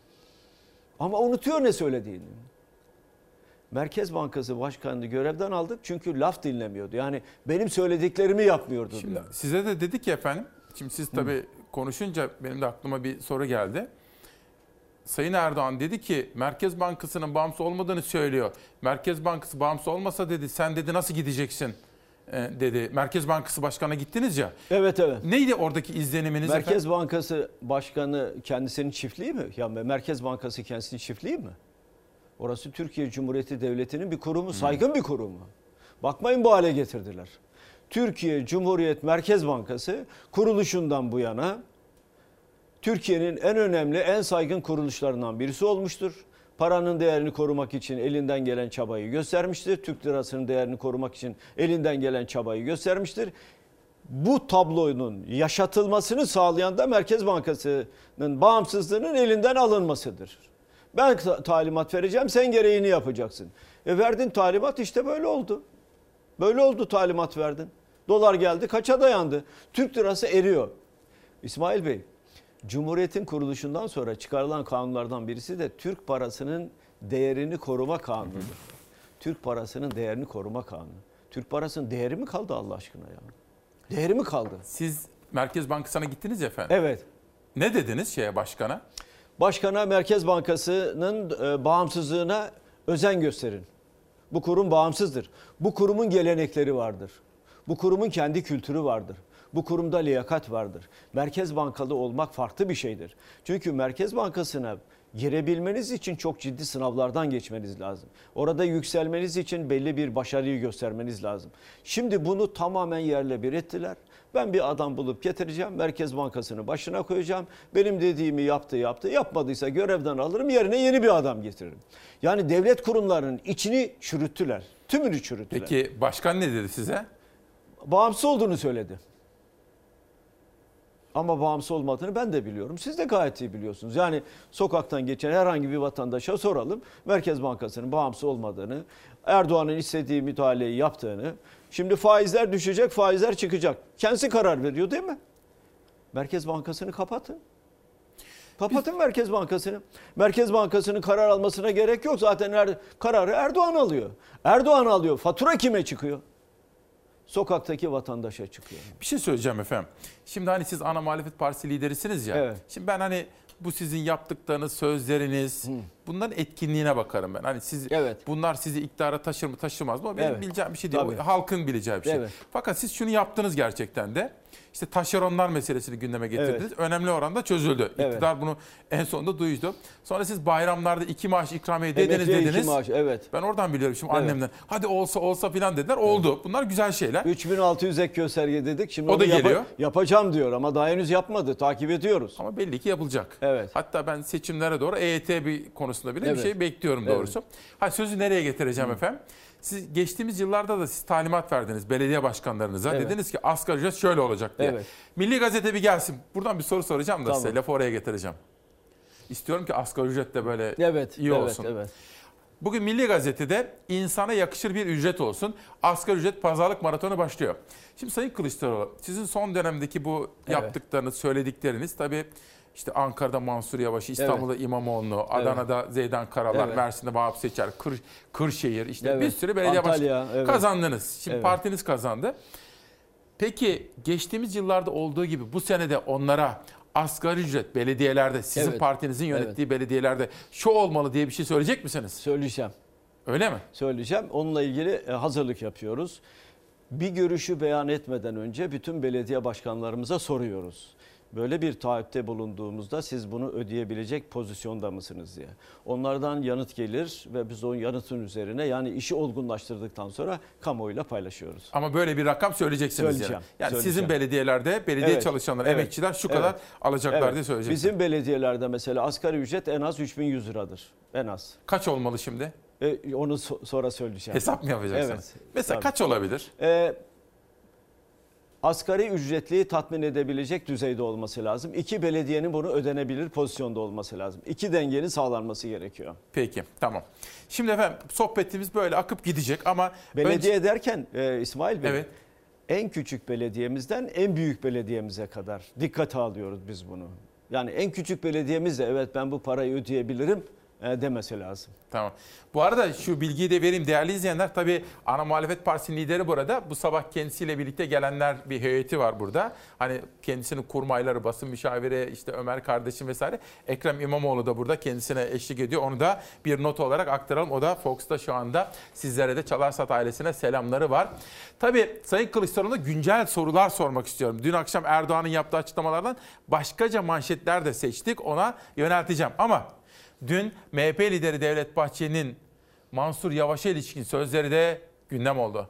Ama unutuyor ne söylediğini. Merkez Bankası Başkanı'nı görevden aldık çünkü laf dinlemiyordu. Yani benim söylediklerimi yapmıyordu. Şimdi size de dedik ya efendim. Şimdi siz tabii konuşunca benim de aklıma bir soru geldi. Sayın Erdoğan dedi ki Merkez Bankası'nın bağımsız olmadığını söylüyor. Merkez Bankası bağımsız olmasa dedi sen dedi nasıl gideceksin dedi. Merkez Bankası Başkanı'na gittiniz ya. Evet. Neydi oradaki izleniminiz Merkez Bankası Başkanı kendisinin çiftliği mi? Ya Merkez Bankası kendisinin çiftliği mi? Orası Türkiye Cumhuriyeti Devleti'nin bir kurumu, saygın bir kurumu. Bakmayın bu hale getirdiler. Türkiye Cumhuriyet Merkez Bankası kuruluşundan bu yana Türkiye'nin en önemli, en saygın kuruluşlarından birisi olmuştur. Paranın değerini korumak için elinden gelen çabayı göstermiştir. Türk lirasının değerini korumak için elinden gelen çabayı göstermiştir. Bu tablonun yaşatılmasını sağlayan da Merkez Bankası'nın bağımsızlığının elinden alınmasıdır. Ben talimat vereceğim, sen gereğini yapacaksın. Verdin talimat işte böyle oldu. Böyle oldu talimat verdin. Dolar geldi kaça dayandı? Türk lirası eriyor. İsmail Bey, Cumhuriyet'in kuruluşundan sonra çıkarılan kanunlardan birisi de Türk parasının değerini koruma kanunudur. Türk parasının değerini koruma kanunu. Türk parasının değeri mi kaldı Allah aşkına ya? Değeri mi kaldı? Siz Merkez Bankası'na gittiniz ya efendim. Evet. Ne dediniz başkana? Başkana Merkez Bankası'nın bağımsızlığına özen gösterin. Bu kurum bağımsızdır. Bu kurumun gelenekleri vardır. Bu kurumun kendi kültürü vardır. Bu kurumda liyakat vardır. Merkez Bankalı olmak farklı bir şeydir. Çünkü Merkez Bankası'na girebilmeniz için çok ciddi sınavlardan geçmeniz lazım. Orada yükselmeniz için belli bir başarıyı göstermeniz lazım. Şimdi bunu tamamen yerle bir ettiler. Ben bir adam bulup getireceğim, Merkez Bankası'nı başına koyacağım. Benim dediğimi yaptı, yapmadıysa görevden alırım, yerine yeni bir adam getiririm. Yani devlet kurumlarının içini çürüttüler, tümünü çürüttüler. Peki başkan ne dedi size? Bağımsız olduğunu söyledi. Ama bağımsız olmadığını ben de biliyorum. Siz de gayet iyi biliyorsunuz. Yani sokaktan geçen herhangi bir vatandaşa soralım. Merkez Bankası'nın bağımsız olmadığını, Erdoğan'ın istediği müdahaleyi yaptığını. Şimdi faizler düşecek, faizler çıkacak. Kendisi karar veriyor değil mi? Merkez Bankası'nı kapatın. Kapatın Merkez Bankası'nı. Merkez Bankası'nın karar almasına gerek yok. Zaten kararı Erdoğan alıyor. Erdoğan alıyor. Fatura kime çıkıyor? Sokaktaki vatandaşa çıkıyor. Bir şey söyleyeceğim efendim. Şimdi hani siz ana muhalefet partisi liderisiniz ya. Evet. Şimdi ben hani bu sizin yaptıklarınız, sözleriniz, bunların etkinliğine bakarım ben. Hani siz bunlar sizi iktidara taşır mı taşımaz mı? Benim bileceğim bir şey değil. Halkın bileceği bir şey. Evet. Fakat siz şunu yaptınız gerçekten de. İşte taşeronlar meselesini gündeme getirdiniz. Evet. Önemli oranda çözüldü. İktidar bunu en sonunda duydu. Sonra siz bayramlarda 2 maaş ikramiye ediniz dediniz. 2 maaş, evet. Ben oradan biliyorum şimdi annemden. Hadi olsa filan dediler. Oldu. Bunlar güzel şeyler. 3600 ek gösterge dedik. Şimdi o da geliyor. Yapacağım diyor ama daha henüz yapmadı. Takip ediyoruz. Ama belli ki yapılacak. Evet. Hatta ben seçimlere doğru EYT bir konusunda bile bir şey bekliyorum doğrusu. Sözü nereye getireceğim efendim? Siz geçtiğimiz yıllarda da siz talimat verdiniz belediye başkanlarınıza. Evet. Dediniz ki asgari ücret şöyle olacak diye. Evet. Milli Gazete bir gelsin. Buradan bir soru soracağım da size. Lafı oraya getireceğim. İstiyorum ki asgari ücret de böyle iyi olsun. Evet. Bugün Milli Gazete'de insana yakışır bir ücret olsun. Asgari ücret pazarlık maratonu başlıyor. Şimdi Sayın Kılıçdaroğlu, sizin son dönemdeki bu yaptıklarınız, söyledikleriniz tabii İşte Ankara'da Mansur Yavaş, İstanbul'da İmamoğlu, Adana'da Zeydan Karalar, Mersin'de Vahap Seçer, Kırşehir, işte bir sürü belediye başkanı kazandınız. Şimdi partiniz kazandı. Peki geçtiğimiz yıllarda olduğu gibi bu senede onlara asgari ücret belediyelerde, sizin partinizin yönettiği belediyelerde şu olmalı diye bir şey söyleyecek misiniz? Söyleyeceğim. Öyle mi? Söyleyeceğim. Onunla ilgili hazırlık yapıyoruz. Bir görüşü beyan etmeden önce bütün belediye başkanlarımıza soruyoruz. Böyle bir taahhütte bulunduğumuzda siz bunu ödeyebilecek pozisyonda mısınız diye. Onlardan yanıt gelir ve biz o yanıtın üzerine yani işi olgunlaştırdıktan sonra kamuoyuyla paylaşıyoruz. Ama böyle bir rakam söyleyeceksiniz yani. Sizin belediyelerde belediye çalışanları, emekçiler şu kadar alacaklar diye söyleyeceksiniz. Bizim belediyelerde mesela asgari ücret en az 3100 liradır. En az. Kaç olmalı şimdi? Onu sonra söyleyeceğim. Hesap mı yapacaksınız? Mesela kaç olabilir? Asgari ücretliyi tatmin edebilecek düzeyde olması lazım. 2 belediyenin bunu ödenebilir pozisyonda olması lazım. 2 dengenin sağlanması gerekiyor. Peki, tamam. Şimdi efendim sohbetimiz böyle akıp gidecek ama... Belediye derken İsmail Bey, en küçük belediyemizden en büyük belediyemize kadar dikkate alıyoruz biz bunu. Yani en küçük belediyemiz de ben bu parayı ödeyebilirim demesi lazım. Tamam. Bu arada şu bilgiyi de vereyim değerli izleyenler. Tabii ana muhalefet partisinin lideri burada. Bu sabah kendisiyle birlikte gelenler bir heyeti var burada. Hani kendisinin kurmayları, basın müşaviri, işte Ömer kardeşim vesaire. Ekrem İmamoğlu da burada kendisine eşlik ediyor. Onu da bir not olarak aktaralım. O da Fox'ta şu anda. Sizlere de Çalarsat ailesine selamları var. Tabii Sayın Kılıçdaroğlu'na güncel sorular sormak istiyorum. Dün akşam Erdoğan'ın yaptığı açıklamalardan başkaca manşetler de seçtik. Ona yönelteceğim ama... Dün MHP lideri Devlet Bahçeli'nin Mansur Yavaş'a ilişkin sözleri de gündem oldu.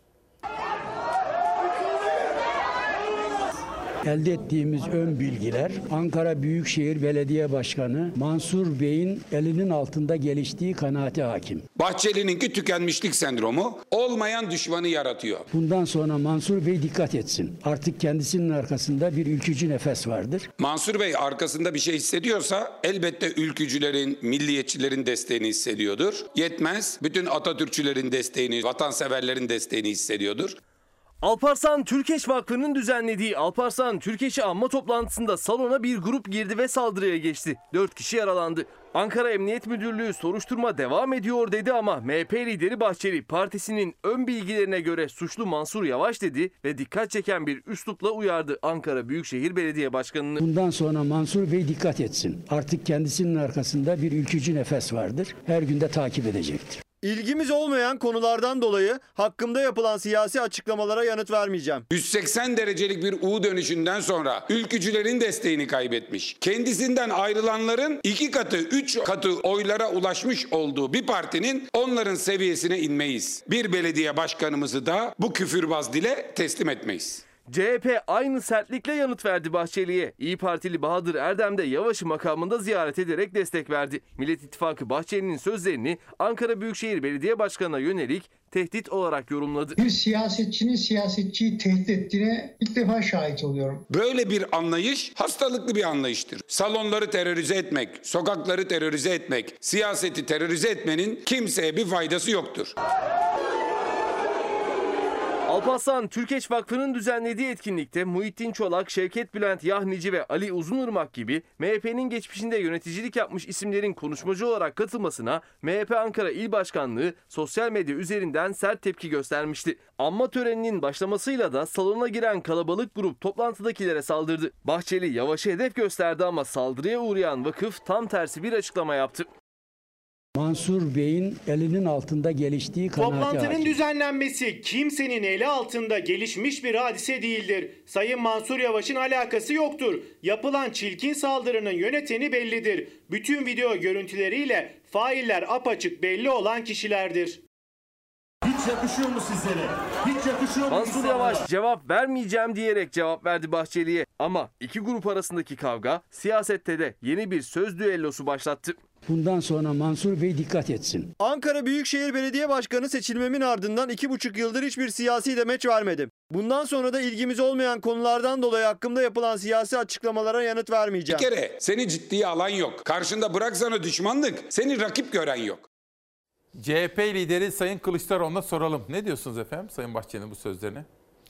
Elde ettiğimiz ön bilgiler Ankara Büyükşehir Belediye Başkanı Mansur Bey'in elinin altında geliştiği kanaati hakim. Bahçeli'ninki tükenmişlik sendromu olmayan düşmanı yaratıyor. Bundan sonra Mansur Bey dikkat etsin. Artık kendisinin arkasında bir ülkücü nefes vardır. Mansur Bey arkasında bir şey hissediyorsa elbette ülkücülerin, milliyetçilerin desteğini hissediyordur. Yetmez, bütün Atatürkçülerin desteğini, vatanseverlerin desteğini hissediyordur. Alparslan Türkeş Vakfı'nın düzenlediği Alparslan Türkeş'i anma toplantısında salona bir grup girdi ve saldırıya geçti. 4 kişi yaralandı. Ankara Emniyet Müdürlüğü soruşturma devam ediyor dedi ama MHP lideri Bahçeli partisinin ön bilgilerine göre suçlu Mansur Yavaş dedi ve dikkat çeken bir üslupla uyardı Ankara Büyükşehir Belediye Başkanı'nı. Bundan sonra Mansur Bey dikkat etsin. Artık kendisinin arkasında bir ülkücü nefes vardır. Her gün de takip edecektir. İlgimiz olmayan konulardan dolayı hakkımda yapılan siyasi açıklamalara yanıt vermeyeceğim. 180 derecelik bir U dönüşünden sonra ülkücülerin desteğini kaybetmiş. Kendisinden ayrılanların 2 katı, 3 katı oylara ulaşmış olduğu bir partinin onların seviyesine inmeyiz. Bir belediye başkanımızı da bu küfürbaz dile teslim etmeyiz. CHP aynı sertlikle yanıt verdi Bahçeli'ye. İYİ Partili Bahadır Erdem de Yavaş'ı makamında ziyaret ederek destek verdi. Millet İttifakı Bahçeli'nin sözlerini Ankara Büyükşehir Belediye Başkanı'na yönelik tehdit olarak yorumladı. Bir siyasetçinin siyasetçiyi tehdit ettiğine ilk defa şahit oluyorum. Böyle bir anlayış hastalıklı bir anlayıştır. Salonları terörize etmek, sokakları terörize etmek, siyaseti terörize etmenin kimseye bir faydası yoktur. Alparslan Türkeş Vakfı'nın düzenlediği etkinlikte Muhittin Çolak, Şevket Bülent Yahnici ve Ali Uzunırmak gibi MHP'nin geçmişinde yöneticilik yapmış isimlerin konuşmacı olarak katılmasına MHP Ankara İl Başkanlığı sosyal medya üzerinden sert tepki göstermişti. Anma töreninin başlamasıyla da salona giren kalabalık grup toplantıdakilere saldırdı. Bahçeli Yavaş'a hedef gösterdi ama saldırıya uğrayan vakıf tam tersi bir açıklama yaptı. Mansur Bey'in elinin altında geliştiği kanaati Toplantının hakim. düzenlenmesi kimsenin eli altında gelişmiş bir hadise değildir. Sayın Mansur Yavaş'ın alakası yoktur. Yapılan çirkin saldırının yöneteni bellidir. Bütün video görüntüleriyle failler apaçık belli olan kişilerdir. Hiç yakışıyor mu sizlere? Hiç yakışıyor mu? Mansur Yavaş cevap vermeyeceğim diyerek cevap verdi Bahçeli'ye. Ama iki grup arasındaki kavga siyasette de yeni bir söz düellosu başlattı. Bundan sonra Mansur Bey dikkat etsin. Ankara Büyükşehir Belediye Başkanı seçilmemin ardından 2,5 yıldır hiçbir siyasi demeç vermedim. Bundan sonra da ilgimiz olmayan konulardan dolayı hakkımda yapılan siyasi açıklamalara yanıt vermeyeceğim. Bir kere seni ciddiye alan yok. Karşında bırak sana düşmanlık, seni rakip gören yok. CHP lideri Sayın Kılıçdaroğlu'na soralım. Ne diyorsunuz efendim Sayın Bahçeli'nin bu sözlerine?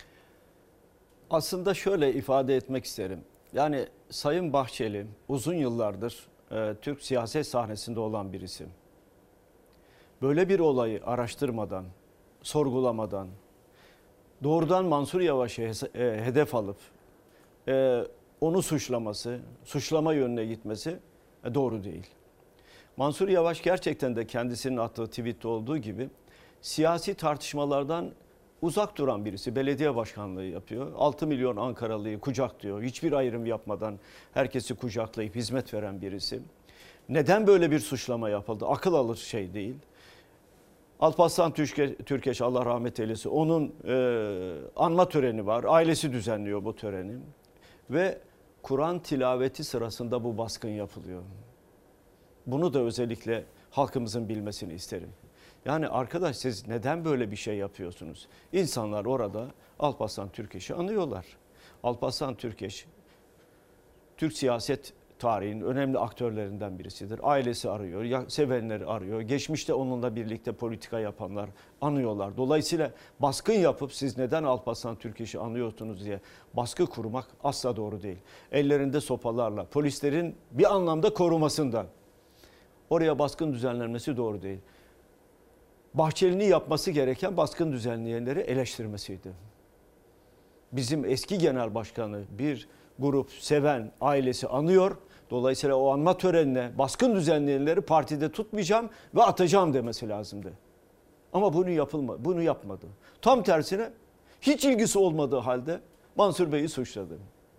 Aslında şöyle ifade etmek isterim. Yani Sayın Bahçeli uzun yıllardır Türk siyaset sahnesinde olan bir isim. Böyle bir olayı araştırmadan, sorgulamadan, doğrudan Mansur Yavaş'ı hedef alıp onu suçlaması, suçlama yönüne gitmesi doğru değil. Mansur Yavaş gerçekten de kendisinin attığı tweette olduğu gibi siyasi tartışmalardan uzak duran birisi. Belediye başkanlığı yapıyor. 6 milyon Ankaralı'yı kucaklıyor. Hiçbir ayrım yapmadan herkesi kucaklayıp hizmet veren birisi. Neden böyle bir suçlama yapıldı? Akıl alır şey değil. Alparslan Türkeş Allah rahmet eylesin. Onun anma töreni var. Ailesi düzenliyor bu töreni. Ve Kur'an tilaveti sırasında bu baskın yapılıyor. Bunu da özellikle halkımızın bilmesini isterim. Yani arkadaş siz neden böyle bir şey yapıyorsunuz? İnsanlar orada Alparslan Türkeş'i anıyorlar. Alparslan Türkeş, Türk siyaset tarihinin önemli aktörlerinden birisidir. Ailesi arıyor, sevenleri arıyor. Geçmişte onunla birlikte politika yapanlar anıyorlar. Dolayısıyla baskın yapıp siz neden Alparslan Türkeş'i anıyorsunuz diye baskı kurmak asla doğru değil. Ellerinde sopalarla, polislerin bir anlamda korumasından oraya baskın düzenlenmesi doğru değil. Bahçeli'nin yapması gereken baskın düzenleyenleri eleştirmesiydi. Bizim eski genel başkanı bir grup seven ailesi anıyor. Dolayısıyla o anma törenine baskın düzenleyenleri partide tutmayacağım ve atacağım demesi lazımdı. Ama bunu yapmadı. Tam tersine hiç ilgisi olmadığı halde Mansur Bey'i suçladı.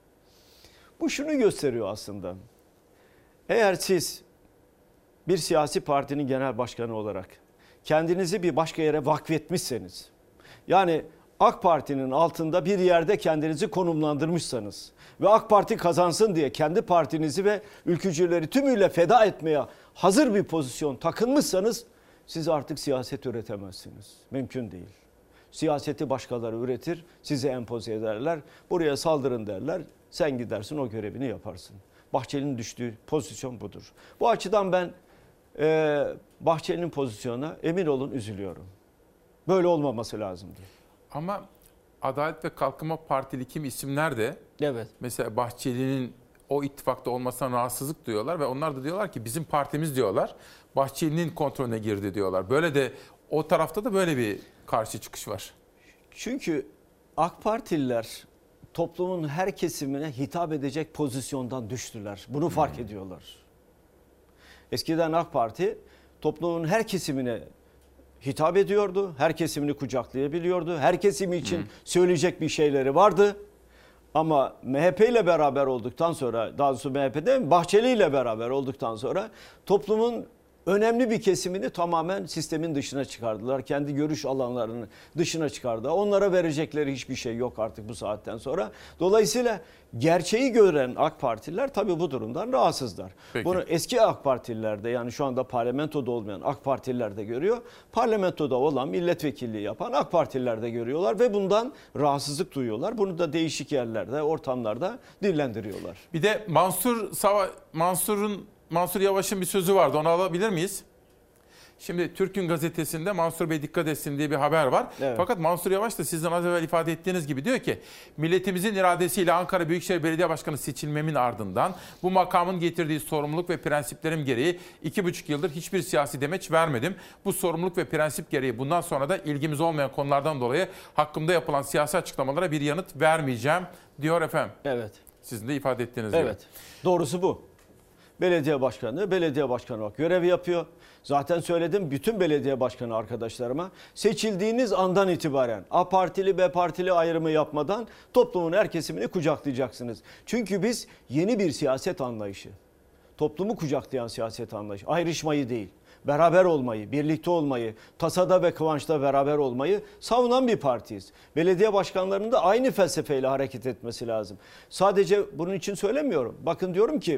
Bu şunu gösteriyor aslında. Eğer siz bir siyasi partinin genel başkanı olarak kendinizi bir başka yere vakfetmişseniz, yani AK Parti'nin altında bir yerde kendinizi konumlandırmışsanız ve AK Parti kazansın diye kendi partinizi ve ülkücüleri tümüyle feda etmeye hazır bir pozisyon takınmışsanız siz artık siyaset üretemezsiniz. Mümkün değil. Siyaseti başkaları üretir, size empoze ederler, buraya saldırın derler, sen gidersin o görevini yaparsın. Bahçeli'nin düştüğü pozisyon budur. Bu açıdan ben Bahçeli'nin pozisyonuna emin olun üzülüyorum. Böyle olmaması lazımdı. Ama Adalet ve Kalkınma Partili kim isimler de mesela Bahçeli'nin o ittifakta olmasına rahatsızlık duyuyorlar ve onlar da diyorlar ki bizim partimiz diyorlar Bahçeli'nin kontrolüne girdi diyorlar. Böyle de o tarafta da böyle bir karşı çıkış var. Çünkü AK Partililer toplumun her kesimine hitap edecek pozisyondan düştüler. Bunu fark ediyorlar. Eskiden AK Parti toplumun her kesimine hitap ediyordu. Her kesimini kucaklayabiliyordu. Her kesimi için söyleyecek bir şeyleri vardı. Ama MHP ile beraber olduktan sonra, daha doğrusu MHP'de Bahçeli ile beraber olduktan sonra toplumun önemli bir kesimini tamamen sistemin dışına çıkardılar. Kendi görüş alanlarının dışına çıkardılar. Onlara verecekleri hiçbir şey yok artık bu saatten sonra. Dolayısıyla gerçeği gören AK Partililer tabii bu durumdan rahatsızlar. Peki. Bunu eski AK Partililerde, yani şu anda parlamentoda olmayan AK Partililer de görüyor. Parlamentoda olan, milletvekilliği yapan AK Partililer de görüyorlar ve bundan rahatsızlık duyuyorlar. Bunu da değişik yerlerde, ortamlarda dillendiriyorlar. Bir de Mansur Yavaş'ın bir sözü vardı. Onu alabilir miyiz? Şimdi Türk'ün gazetesinde Mansur Bey dikkat etsin diye bir haber var. Evet. Fakat Mansur Yavaş da sizden az evvel ifade ettiğiniz gibi diyor ki milletimizin iradesiyle Ankara Büyükşehir Belediye Başkanı seçilmemin ardından bu makamın getirdiği sorumluluk ve prensiplerim gereği 2,5 yıldır hiçbir siyasi demeç vermedim. Bu sorumluluk ve prensip gereği bundan sonra da ilgimiz olmayan konulardan dolayı hakkımda yapılan siyasi açıklamalara bir yanıt vermeyeceğim diyor efendim. Evet. Sizin de ifade ettiğiniz gibi. Evet. Doğrusu bu. Belediye başkanı bak görevi yapıyor. Zaten söyledim bütün belediye başkanı arkadaşlarıma, seçildiğiniz andan itibaren A partili B partili ayrımı yapmadan toplumun her kesimini kucaklayacaksınız. Çünkü biz yeni bir siyaset anlayışı, toplumu kucaklayan siyaset anlayışı, ayrışmayı değil, beraber olmayı, birlikte olmayı, tasada ve kıvançta beraber olmayı savunan bir partiyiz. Belediye başkanlarının da aynı felsefeyle hareket etmesi lazım. Sadece bunun için söylemiyorum. Bakın diyorum ki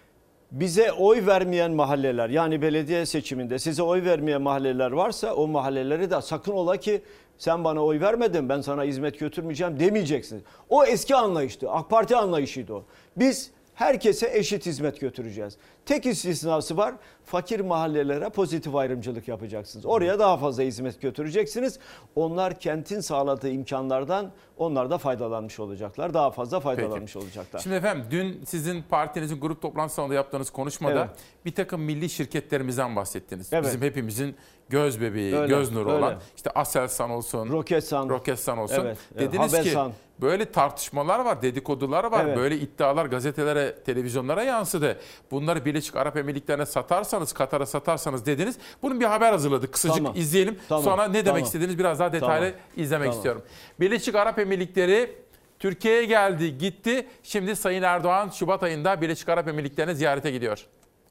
bize oy vermeyen mahalleler, yani belediye seçiminde size oy vermeyen mahalleler varsa o mahalleleri de sakın ola ki sen bana oy vermedin ben sana hizmet götürmeyeceğim demeyeceksiniz. O eski anlayıştı. AK Parti anlayışıydı o. Biz herkese eşit hizmet götüreceğiz. Tek istisnası var. Fakir mahallelere pozitif ayrımcılık yapacaksınız. Oraya daha fazla hizmet götüreceksiniz. Onlar kentin sağladığı imkanlardan onlar da faydalanmış olacaklar. Daha fazla faydalanmış olacaklar. Şimdi efendim dün sizin partinizin grup toplantı salonunda yaptığınız konuşmada bir takım milli şirketlerimizden bahsettiniz. Evet. Bizim hepimizin göz bebeği, göz nuru olan işte Aselsan olsun, Roketsan olsun. Evet. Dediniz Havelsan. ki böyle tartışmalar var, dedikodular var, Evet. böyle iddialar gazetelere, televizyonlara yansıdı. Bunları Birleşik Arap Emirlikleri'ne satarsanız, Katar'a satarsanız dediniz. Bunun bir haber hazırladık. Kısacık izleyelim. Sonra ne demek istediğiniz biraz daha detaylı izlemek istiyorum. Birleşik Arap Emirlikleri Türkiye'ye geldi, gitti. Şimdi Sayın Erdoğan Şubat ayında Birleşik Arap Emirlikleri'ne ziyarete gidiyor.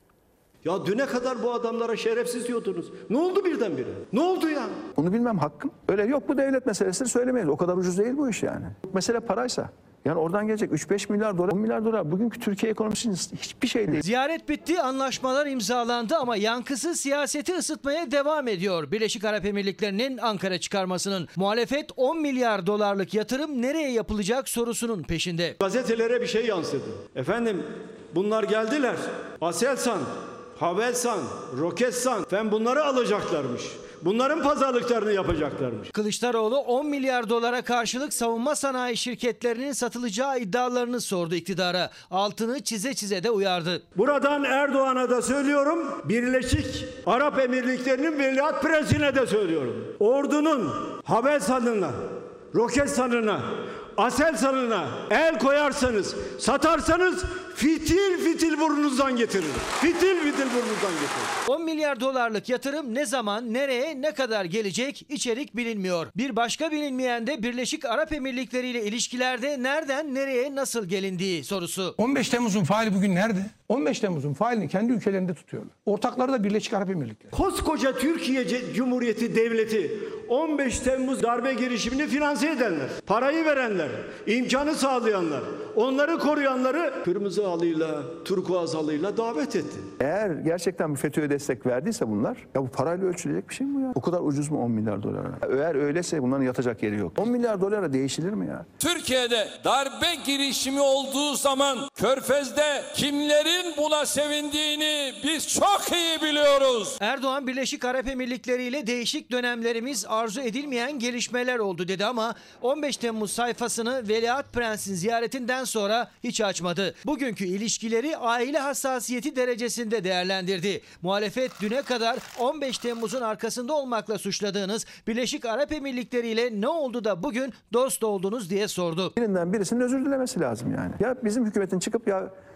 Ya düne kadar bu adamlara şerefsiz diyordunuz. Ne oldu birdenbire? Ne oldu ya? Onu bilmem hakkım. Öyle yok bu devlet meselesini söylemeyiz. O kadar ucuz değil bu iş yani. Mesele paraysa. Yani oradan gelecek 3-5 milyar dolar, 10 milyar dolar bugünkü Türkiye ekonomisinin hiçbir şey değil. Ziyaret bitti, anlaşmalar imzalandı ama yankısı siyaseti ısıtmaya devam ediyor. Birleşik Arap Emirlikleri'nin Ankara çıkarmasının. Muhalefet 10 milyar dolarlık yatırım nereye yapılacak sorusunun peşinde. Gazetelere bir şey yansıdı. Efendim bunlar geldiler. Aselsan, Havelsan, Roketsan, bunları alacaklarmış. Bunların pazarlıklarını yapacaklarmış. Kılıçdaroğlu 10 milyar dolara karşılık savunma sanayi şirketlerinin satılacağı iddialarını sordu iktidara. Altını çize çize de uyardı. Buradan Erdoğan'a da söylüyorum, Birleşik Arap Emirlikleri'nin Veliaht Prensi'ne de söylüyorum. Ordunun Havelsan'ına, Roketsan'ına, Aselsan'ına el koyarsanız, satarsanız fitil fitil burnunuzdan getirir. Fitil fitil burnunuzdan getirir. 10 milyar dolarlık yatırım ne zaman, nereye, ne kadar gelecek içerik bilinmiyor. Bir başka bilinmeyen de Birleşik Arap Emirlikleri ile ilişkilerde nereden, nereye, nasıl gelindiği sorusu. 15 Temmuz'un faili bugün nerede? 15 Temmuz'un failini kendi ülkelerinde tutuyorlar. Ortakları da Birleşik Arap Emirlikleri. Koskoca Türkiye Cumhuriyeti Devleti 15 Temmuz darbe girişimini finanse edenler, parayı verenler, imkanı sağlayanlar, onları koruyanları kırmızı halıyla, turkuaz halıyla davet etti. Eğer gerçekten bir FETÖ'ye destek verdiyse bunlar, ya bu parayla ölçülecek bir şey mi ya? O kadar ucuz mu 10 milyar dolara? Eğer öyleyse bunların yatacak yeri yok. 10 milyar dolara değişilir mi ya? Türkiye'de darbe girişimi olduğu zaman Körfez'de kimlerin buna sevindiğini biz çok iyi biliyoruz. Erdoğan Birleşik Arap Emirlikleri ile değişik dönemlerimiz arzu edilmeyen gelişmeler oldu dedi ama 15 Temmuz sayfasını Veliaht Prens'in ziyaretinden sonra hiç açmadı. Bugünkü ilişkileri aile hassasiyeti derecesinde değerlendirdi. Muhalefet düne kadar 15 Temmuz'un arkasında olmakla suçladığınız Birleşik Arap Emirlikleri ile ne oldu da bugün dost oldunuz diye sordu. Birinden birisinin özür dilemesi lazım yani. Ya bizim hükümetin çıkıp ya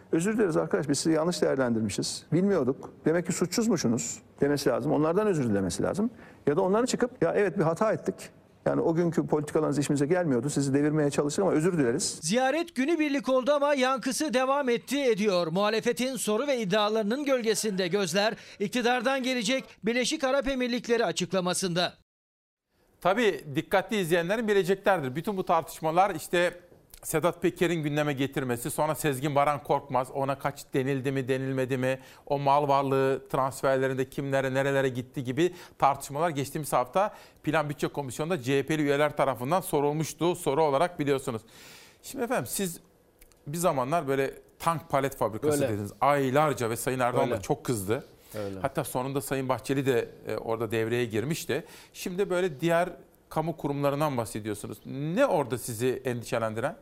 Özür dileriz arkadaş, biz sizi yanlış değerlendirmişiz. Bilmiyorduk. Demek ki suçsuzmuşsunuz demesi lazım. Onlardan özür dilemesi lazım. Ya da onların çıkıp ya evet bir hata ettik. Yani o günkü politikalarınız işimize gelmiyordu. Sizi devirmeye çalıştık ama özür dileriz. Ziyaret günübirlik oldu ama yankısı devam etti ediyor. Muhalefetin soru ve iddialarının gölgesinde gözler iktidardan gelecek Birleşik Arap Emirlikleri açıklamasında. Tabii dikkatli izleyenlerin bileceklerdir. Bütün bu tartışmalar işte Sedat Peker'in gündeme getirmesi, sonra Sezgin Baran Korkmaz, ona kaç denildi mi denilmedi mi, o mal varlığı transferlerinde kimlere nerelere gitti gibi tartışmalar geçtiğimiz hafta Plan Bütçe Komisyonu'nda CHP'li üyeler tarafından sorulmuştu soru olarak biliyorsunuz. Şimdi efendim siz bir zamanlar böyle tank palet fabrikası dediniz aylarca ve Sayın Erdoğan da çok kızdı. Öyle. Hatta sonunda Sayın Bahçeli de orada devreye girmişti. Şimdi böyle diğer kamu kurumlarından bahsediyorsunuz. Ne orada sizi endişelendiren?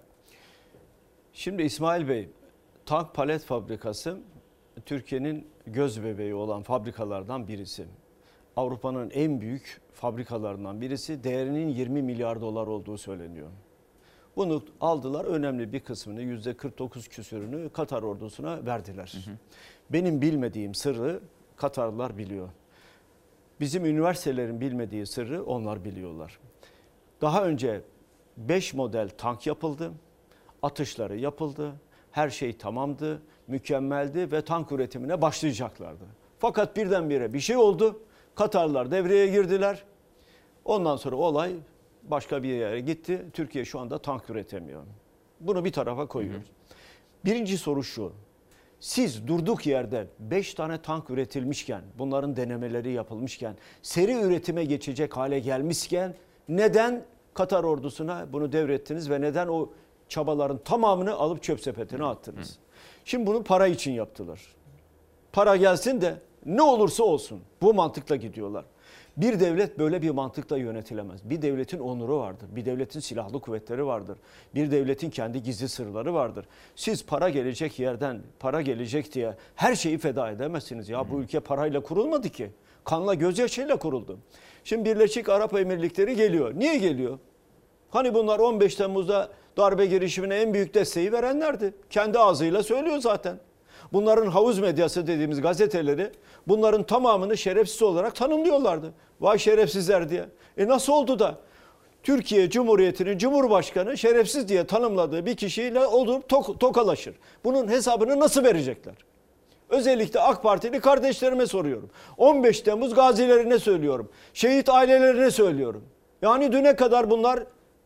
Şimdi İsmail Bey, tank palet fabrikası Türkiye'nin göz bebeği olan fabrikalardan birisi. Avrupa'nın en büyük fabrikalarından birisi. Değerinin 20 milyar dolar olduğu söyleniyor. Bunu aldılar, önemli bir kısmını %49 küsürünü Katar ordusuna verdiler. Benim bilmediğim sırrı Katarlılar biliyor. Bizim üniversitelerin bilmediği sırrı onlar biliyorlar. Daha önce 5 model tank yapıldı. Atışları yapıldı. Her şey tamamdı, mükemmeldi ve tank üretimine başlayacaklardı. Fakat birdenbire bir şey oldu. Katarlılar devreye girdiler. Ondan sonra olay başka bir yere gitti. Türkiye şu anda tank üretemiyor. Bunu bir tarafa koyuyoruz. Birinci soru şu. Siz durduk yerde 5 tane tank üretilmişken, bunların denemeleri yapılmışken, seri üretime geçecek hale gelmişken neden Katar ordusuna bunu devrettiniz ve neden o çabaların tamamını alıp çöp sepetine attınız? Şimdi bunu para için yaptılar. Para gelsin de ne olursa olsun bu mantıkla gidiyorlar. Bir devlet böyle bir mantıkla yönetilemez. Bir devletin onuru vardır. Bir devletin silahlı kuvvetleri vardır. Bir devletin kendi gizli sırları vardır. Siz para gelecek yerden para gelecek diye her şeyi feda edemezsiniz. Ya bu ülke parayla kurulmadı ki. Kanla gözyaşıyla kuruldu. Şimdi Birleşik Arap Emirlikleri geliyor. Niye geliyor? Hani bunlar 15 Temmuz'da darbe girişimine en büyük desteği verenlerdi. Kendi ağzıyla söylüyor zaten. Bunların havuz medyası dediğimiz gazeteleri bunların tamamını şerefsiz olarak tanımlıyorlardı. Vay şerefsizler diye. Nasıl oldu da Türkiye Cumhuriyeti'nin Cumhurbaşkanı şerefsiz diye tanımladığı bir kişiyle olur tokalaşır. Bunun hesabını nasıl verecekler? Özellikle AK Partili kardeşlerime soruyorum. 15 Temmuz gazilerine söylüyorum. Şehit ailelerine söylüyorum. Yani düne kadar bunlar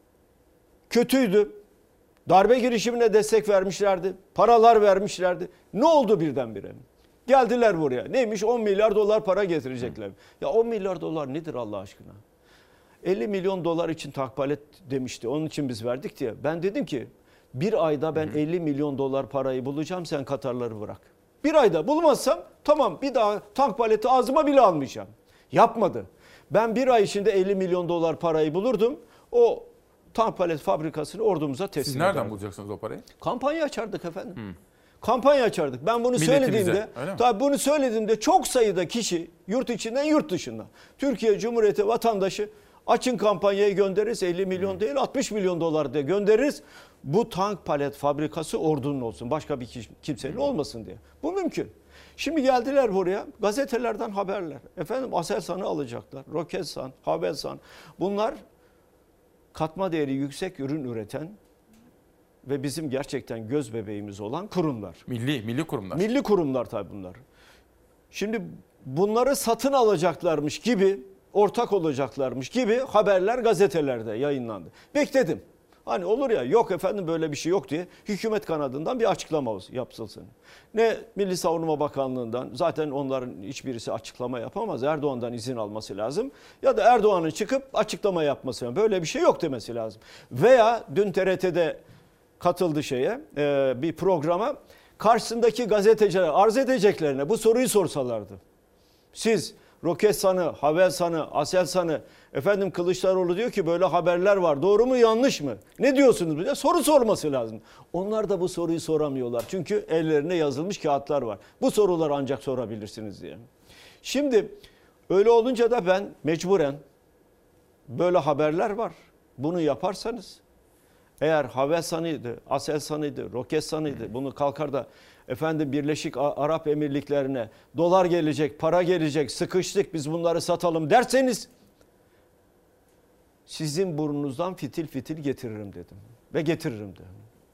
kötüydü. Darbe girişimine destek vermişlerdi. Paralar vermişlerdi. Ne oldu birdenbire? Geldiler buraya. Neymiş? 10 milyar dolar para getirecekler. Ya 10 milyar dolar nedir Allah aşkına? 50 milyon dolar için tank palet demişti. Onun için biz verdik diye. Ben dedim ki bir ayda ben 50 milyon dolar parayı bulacağım, sen Katarları bırak. Bir ayda bulmazsam tamam, bir daha tank paleti ağzıma bile almayacağım. Yapmadı. Ben bir ay içinde 50 milyon dolar parayı bulurdum. O tank palet fabrikasını ordumuza teslim ederdik. Siz nereden bulacaksınız o parayı? Kampanya açardık efendim. Kampanya açardık. Ben bunu söylediğimde, tabii bunu söylediğimde çok sayıda kişi yurt içinden yurt dışından, Türkiye Cumhuriyeti vatandaşı açın kampanyayı göndeririz. 50 milyon değil 60 milyon dolar diye göndeririz. Bu tank palet fabrikası ordunun olsun. Başka bir kimsenin olmasın diye. Bu mümkün. Şimdi geldiler buraya, gazetelerden haberler. Efendim Aselsan'ı alacaklar. Roketsan, Havelsan. Bunlar katma değeri yüksek ürün üreten ve bizim gerçekten göz bebeğimiz olan kurumlar. Milli kurumlar. Milli kurumlar tabii bunlar. Şimdi bunları satın alacaklarmış gibi, ortak olacaklarmış gibi haberler gazetelerde yayınlandı. Bekledim. Hani olur ya, yok efendim böyle bir şey yok diye hükümet kanadından bir açıklama yapılsın. Ne Milli Savunma Bakanlığı'ndan, zaten onların hiçbirisi açıklama yapamaz. Erdoğan'dan izin alması lazım. Ya da Erdoğan'ın çıkıp açıklama yapması lazım. Böyle bir şey yok demesi lazım. Veya dün TRT'de katıldı bir programa, karşısındaki gazeteciler arz edeceklerine bu soruyu sorsalardı. Siz Roketsan'ı, Havelsan'ı, Aselsan'ı, efendim Kılıçdaroğlu diyor ki böyle haberler var. Doğru mu yanlış mı? Ne diyorsunuz bize? Soru sorması lazım. Onlar da bu soruyu soramıyorlar. Çünkü ellerine yazılmış kağıtlar var. Bu soruları ancak sorabilirsiniz diye. Şimdi öyle olunca da ben mecburen böyle haberler var. Bunu yaparsanız eğer Havelsan'ıydı, Aselsan'ıydı, Roketsan'ıydı bunu kalkar da efendim Birleşik Arap Emirlikleri'ne dolar gelecek, para gelecek, sıkıştık biz bunları satalım derseniz sizin burnunuzdan fitil fitil getiririm dedim. Ve getiririm dedim.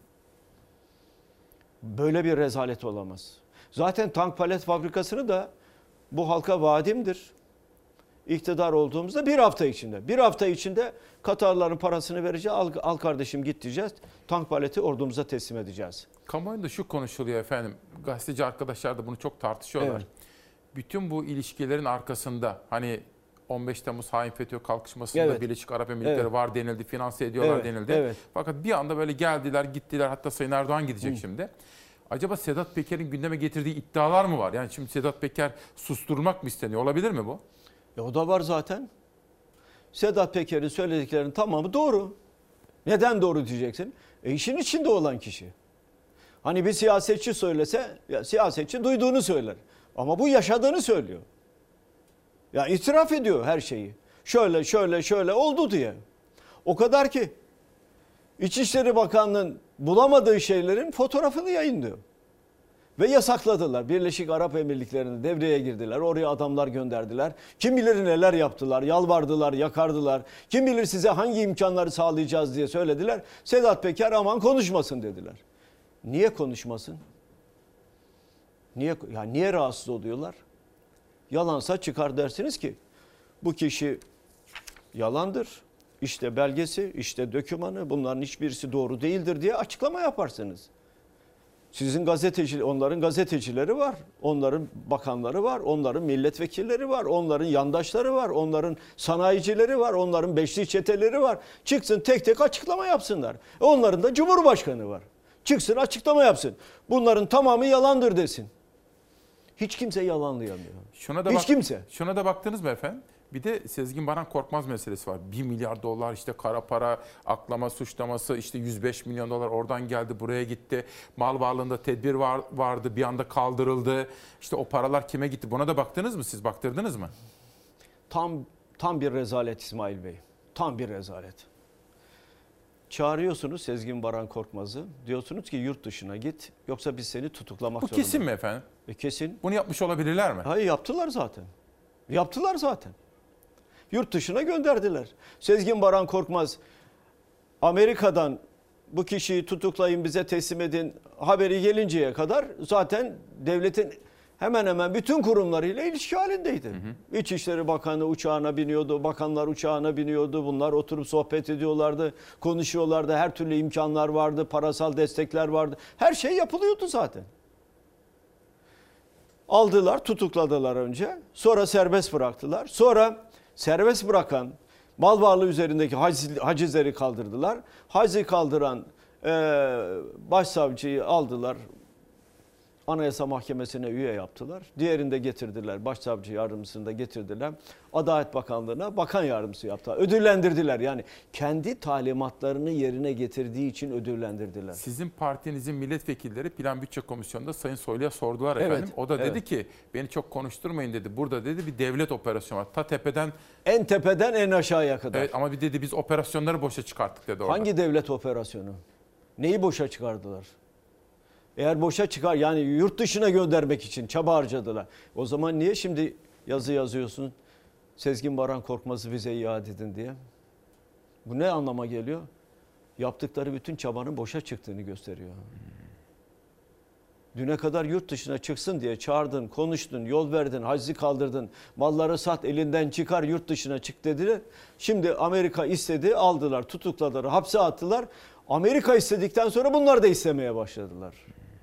Böyle bir rezalet olamaz. Zaten tank palet fabrikasını da bu halka vaadimdir. İktidar olduğumuzda bir hafta içinde Katarların parasını vereceğiz. Al kardeşim git diyeceğiz. Tank paleti ordumuza teslim edeceğiz. Kamuoyunda şu konuşuluyor efendim. Gazeteci arkadaşlar da bunu çok tartışıyorlar. Evet. Bütün bu ilişkilerin arkasında hani 15 Temmuz hain FETÖ kalkışmasında Birleşik Arap Emirlikleri var denildi, finanse ediyorlar denildi. Evet. Fakat bir anda böyle geldiler, gittiler. Hatta Sayın Erdoğan gidecek şimdi. Acaba Sedat Peker'in gündeme getirdiği iddialar mı var? Yani şimdi Sedat Peker susturmak mı isteniyor? Olabilir mi bu? O da var zaten. Sedat Peker'in söylediklerinin tamamı doğru. Neden doğru diyeceksin? İşin içinde olan kişi. Hani bir siyasetçi söylese, ya siyasetçi duyduğunu söyler. Ama bu yaşadığını söylüyor. Ya itiraf ediyor her şeyi. Şöyle oldu diye. O kadar ki İçişleri Bakanlığı'nın bulamadığı şeylerin fotoğrafını yayınlıyor. Ve yasakladılar. Birleşik Arap Emirlikleri'ne devreye girdiler. Oraya adamlar gönderdiler. Kim bilir neler yaptılar. Yalvardılar, yakardılar. Kim bilir size hangi imkanları sağlayacağız diye söylediler. Sedat Peker aman konuşmasın dediler. Niye konuşmasın? Niye rahatsız oluyorlar? Yalansa çıkar dersiniz ki bu kişi yalandır. İşte belgesi, işte dokümanı, bunların hiçbirisi doğru değildir diye açıklama yaparsınız. Sizin onların gazetecileri var, onların bakanları var, onların milletvekilleri var, onların yandaşları var, onların sanayicileri var, onların beşli çeteleri var. Çıksın tek tek açıklama yapsınlar. Onların da Cumhurbaşkanı var. Çıksın açıklama yapsın. Bunların tamamı yalandır desin. Hiç kimse yalanlayamıyor. Kimse. Şuna da baktınız mı efendim? Bir de Sezgin Baran Korkmaz meselesi var. 1 milyar dolar işte kara para aklama suçlaması, işte 105 milyon dolar oradan geldi buraya gitti. Mal varlığında tedbir vardı bir anda kaldırıldı. İşte o paralar kime gitti? Buna da baktınız mı siz? Baktırdınız mı? Tam bir rezalet İsmail Bey. Tam bir rezalet. Çağırıyorsunuz Sezgin Baran Korkmaz'ı. Diyorsunuz ki yurt dışına git yoksa biz seni tutuklamak zorundayız. Bu kesin mi efendim? Kesin. Bunu yapmış olabilirler mi? Hayır yaptılar zaten. Yurt dışına gönderdiler. Sezgin Baran Korkmaz Amerika'dan bu kişiyi tutuklayın bize teslim edin haberi gelinceye kadar zaten devletin hemen hemen bütün kurumlarıyla ilişki halindeydi. İçişleri Bakanı uçağına biniyordu, bakanlar uçağına biniyordu. Bunlar oturup sohbet ediyorlardı, konuşuyorlardı. Her türlü imkanlar vardı, parasal destekler vardı. Her şey yapılıyordu zaten. Aldılar, tutukladılar önce. Sonra serbest bıraktılar. Sonra serbest bırakan mal varlığı üzerindeki hacizleri kaldırdılar. Hacizi kaldıran başsavcıyı aldılar. Anayasa Mahkemesi'ne üye yaptılar. Diğerini de getirdiler. Başsavcı yardımcısını da getirdiler. Adalet Bakanlığı'na bakan yardımcısı yaptılar. Ödüllendirdiler. Yani kendi talimatlarını yerine getirdiği için ödüllendirdiler. Sizin partinizin milletvekilleri Plan Bütçe Komisyonu'nda Sayın Soylu'ya sordular efendim. O da dedi ki beni çok konuşturmayın dedi. Burada dedi bir devlet operasyonu var. En tepeden en aşağıya kadar. Evet ama bir dedi biz operasyonları boşa çıkarttık dedi orada. Hangi devlet operasyonu? Neyi boşa çıkardılar? Eğer boşa çıkar yani yurt dışına göndermek için çaba harcadılar. O zaman niye şimdi yazı yazıyorsun? Sezgin Baran Korkmaz'ı bize iade edin diye. Bu ne anlama geliyor? Yaptıkları bütün çabanın boşa çıktığını gösteriyor. Düne kadar yurt dışına çıksın diye çağırdın, konuştun, yol verdin, hacizi kaldırdın. Malları sat, elinden çıkar, yurt dışına çık dediler. Şimdi Amerika istedi, aldılar, tutukladılar, hapse attılar. Amerika istedikten sonra bunlar da istemeye başladılar.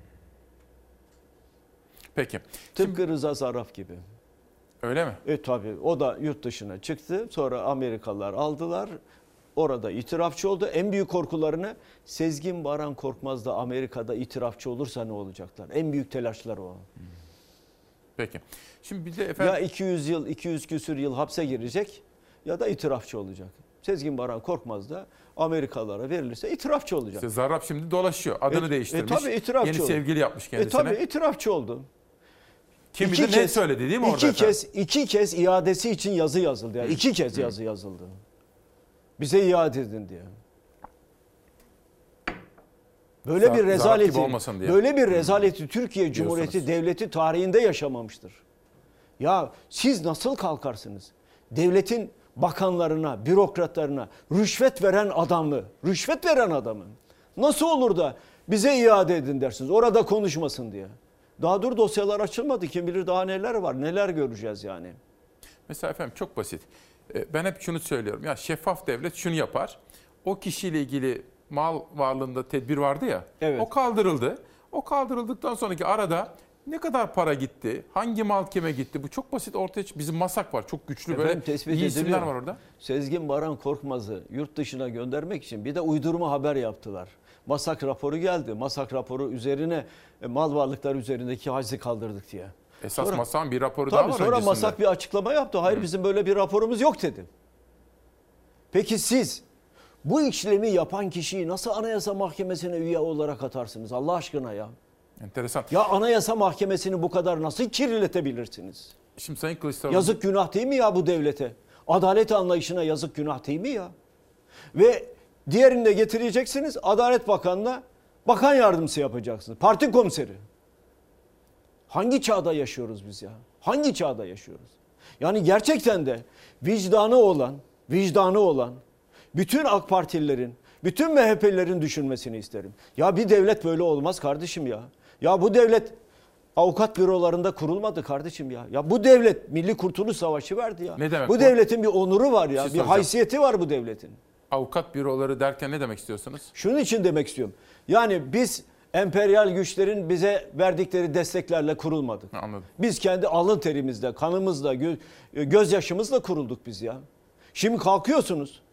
Peki. Tıpkı Rıza Zarrab gibi. Öyle mi? Tabii o da yurt dışına çıktı. Sonra Amerikalılar aldılar. Orada itirafçı oldu. En büyük korkularını Sezgin Baran Korkmaz da Amerika'da itirafçı olursa ne olacaklar? En büyük telaşlar o. Peki. Şimdi bir de efendim... Ya 200 küsür yıl hapse girecek ya da itirafçı olacak. Sezgin Baran Korkmaz da Amerikalılara verilirse itirafçı olacak. İşte Zarrab şimdi dolaşıyor. Adını değiştirmiş. Tabii itirafçı yeni oldu. Sevgili yapmış kendisine. Tabii itirafçı oldu. Kim bilir ne söyledi değil mi orada? İki kez iadesi için yazı yazıldı. Yani 2 kez yazı yazıldı. Bize iade edin diye. Böyle bir rezaleti, olmasın diye. böyle bir rezaleti Türkiye Cumhuriyeti Devleti tarihinde yaşamamıştır. Ya siz nasıl kalkarsınız? Devletin bakanlarına, bürokratlarına rüşvet veren adamı nasıl olur da bize iade edin dersiniz? Orada konuşmasın diye. Daha dur dosyalar açılmadı. Kim bilir daha neler var, neler göreceğiz yani. Mesela efendim çok basit. Ben hep şunu söylüyorum. Ya şeffaf devlet şunu yapar. O kişiyle ilgili mal varlığında tedbir vardı ya. Evet. O kaldırıldı. O kaldırıldıktan sonraki arada ne kadar para gitti? Hangi mal kime gitti? Bu çok basit ortaya çıktı. Bizim MASAK var. Çok güçlü böyle iyi isimler var orada. Sezgin Baran Korkmaz'ı yurt dışına göndermek için bir de uydurma haber yaptılar. MASAK raporu geldi. MASAK raporu üzerine mal varlıkları üzerindeki haczi kaldırdık diye. Esas MASAK'ın bir raporu daha var öncesinde. Sonra MASAK bir açıklama yaptı. Hayır bizim böyle bir raporumuz yok dedi. Peki siz bu işlemi yapan kişiyi nasıl Anayasa Mahkemesi'ne üye olarak atarsınız Allah aşkına ya? Enteresan. Ya Anayasa Mahkemesi'ni bu kadar nasıl kirletebilirsiniz? Şimdi Sayın Kılıçdaroğlu... Yazık günah değil mi ya bu devlete? Adalet anlayışına yazık günah değil mi ya? Ve diğerini de getireceksiniz Adalet Bakanı'na bakan yardımcısı yapacaksınız. Parti komiseri. Hangi çağda yaşıyoruz biz ya? Hangi çağda yaşıyoruz? Yani gerçekten de vicdanı olan bütün AK Partililerin, bütün MHP'lilerin düşünmesini isterim. Ya bir devlet böyle olmaz kardeşim ya. Ya bu devlet avukat bürolarında kurulmadı kardeşim ya. Ya bu devlet Milli Kurtuluş Savaşı verdi ya. Ne demek bu devletin bir onuru var ya, bir soracağım. haysiyeti var bu devletin. Avukat büroları derken ne demek istiyorsunuz? Şunun için demek istiyorum. Yani biz emperyal güçlerin bize verdikleri desteklerle kurulmadık. Anladım. Biz kendi alın terimizle, kanımızla, gözyaşımızla kurulduk biz ya. Şimdi kalkıyorsunuz.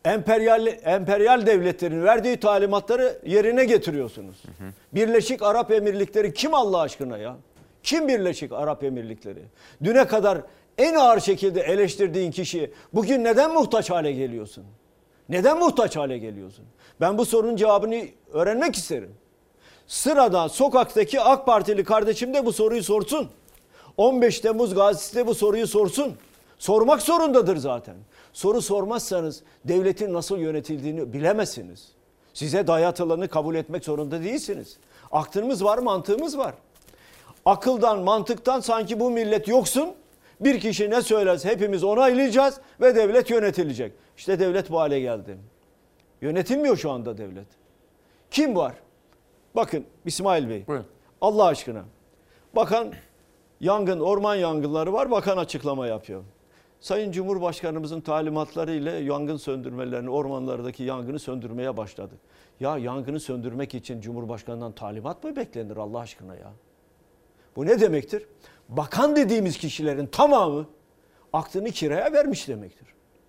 Emperyal devletlerin verdiği talimatları yerine getiriyorsunuz. Birleşik Arap Emirlikleri kim Allah aşkına ya? Kim Birleşik Arap Emirlikleri? Düne kadar en ağır şekilde eleştirdiğin kişi bugün neden muhtaç hale geliyorsun? Neden muhtaç hale geliyorsun? Ben bu sorunun cevabını öğrenmek isterim. Sıradan sokaktaki AK Partili kardeşim de bu soruyu sorsun. 15 Temmuz gazisi de bu soruyu sorsun. Sormak zorundadır zaten. Soru sormazsanız devletin nasıl yönetildiğini bilemezsiniz. Size dayatılanı kabul etmek zorunda değilsiniz. Aklımız var, mantığımız var. Akıldan, mantıktan sanki bu millet yoksun. Bir kişi ne söylerse hepimiz onaylayacağız ve devlet yönetilecek. İşte devlet bu hale geldi. Yönetilmiyor şu anda devlet. Kim var? Bakın İsmail Bey. Buyurun. Allah aşkına. Bakan orman yangınları var. Bakan açıklama yapıyor. Sayın Cumhurbaşkanımızın talimatlarıyla yangın söndürmelerini, ormanlardaki yangını söndürmeye başladı. Ya yangını söndürmek için Cumhurbaşkanı'ndan talimat mı beklenir Allah aşkına ya? Bu ne demektir? Bakan dediğimiz kişilerin tamamı aklını kiraya vermiş demektir.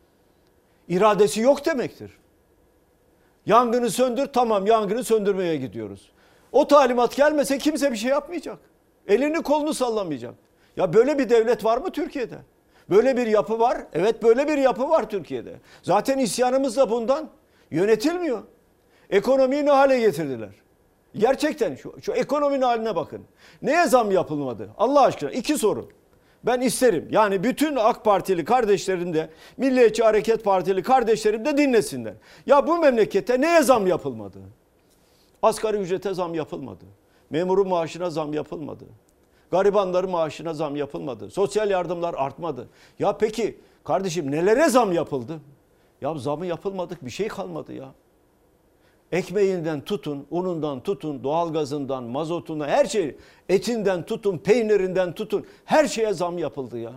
İradesi yok demektir. Yangını söndür, tamam yangını söndürmeye gidiyoruz. O talimat gelmese kimse bir şey yapmayacak. Elini kolunu sallamayacak. Ya böyle bir devlet var mı Türkiye'de? Böyle bir yapı var. Evet böyle bir yapı var Türkiye'de. Zaten isyanımız da bundan. Yönetilmiyor. Ekonomiyi ne hale getirdiler? Gerçekten şu ekonominin haline bakın. Neye zam yapılmadı? Allah aşkına 2 soru. Ben isterim. Yani bütün AK Partili kardeşlerim de, Milliyetçi Hareket Partili kardeşlerim de dinlesinler. Ya bu memlekette neye zam yapılmadı? Asgari ücrete zam yapılmadı. Memurun maaşına zam yapılmadı. Garibanların maaşına zam yapılmadı. Sosyal yardımlar artmadı. Ya peki kardeşim nelere zam yapıldı? Ya zamı yapılmadık bir şey kalmadı ya. Ekmeğinden tutun, unundan tutun, doğalgazından, mazotundan her şey, etinden tutun, peynirinden tutun her şeye zam yapıldı ya.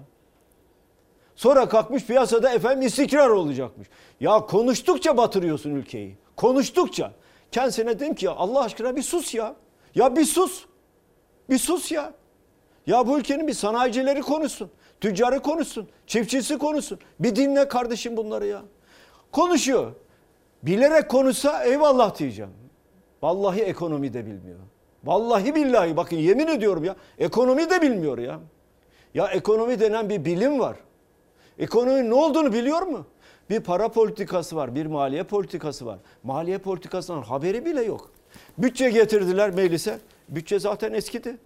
Sonra kalkmış piyasada efendim istikrar olacakmış. Ya konuştukça batırıyorsun ülkeyi. Konuştukça. Kendisine dedim ki ya Allah aşkına bir sus ya. Ya bir sus. Bir sus ya. Ya bu ülkenin bir sanayicileri konuşsun. Tüccarı konuşsun. Çiftçisi konuşsun. Bir dinle kardeşim bunları ya. Konuşuyor. Bilerek konuşsa eyvallah diyeceğim. Vallahi ekonomi de bilmiyor. Vallahi billahi bakın yemin ediyorum ya. Ekonomi de bilmiyor ya. Ya ekonomi denen bir bilim var. Ekonominin ne olduğunu biliyor mu? Bir para politikası var, bir maliye politikası var. Maliye politikasından haberi bile yok. Bütçe getirdiler meclise. Bütçe zaten eskidi.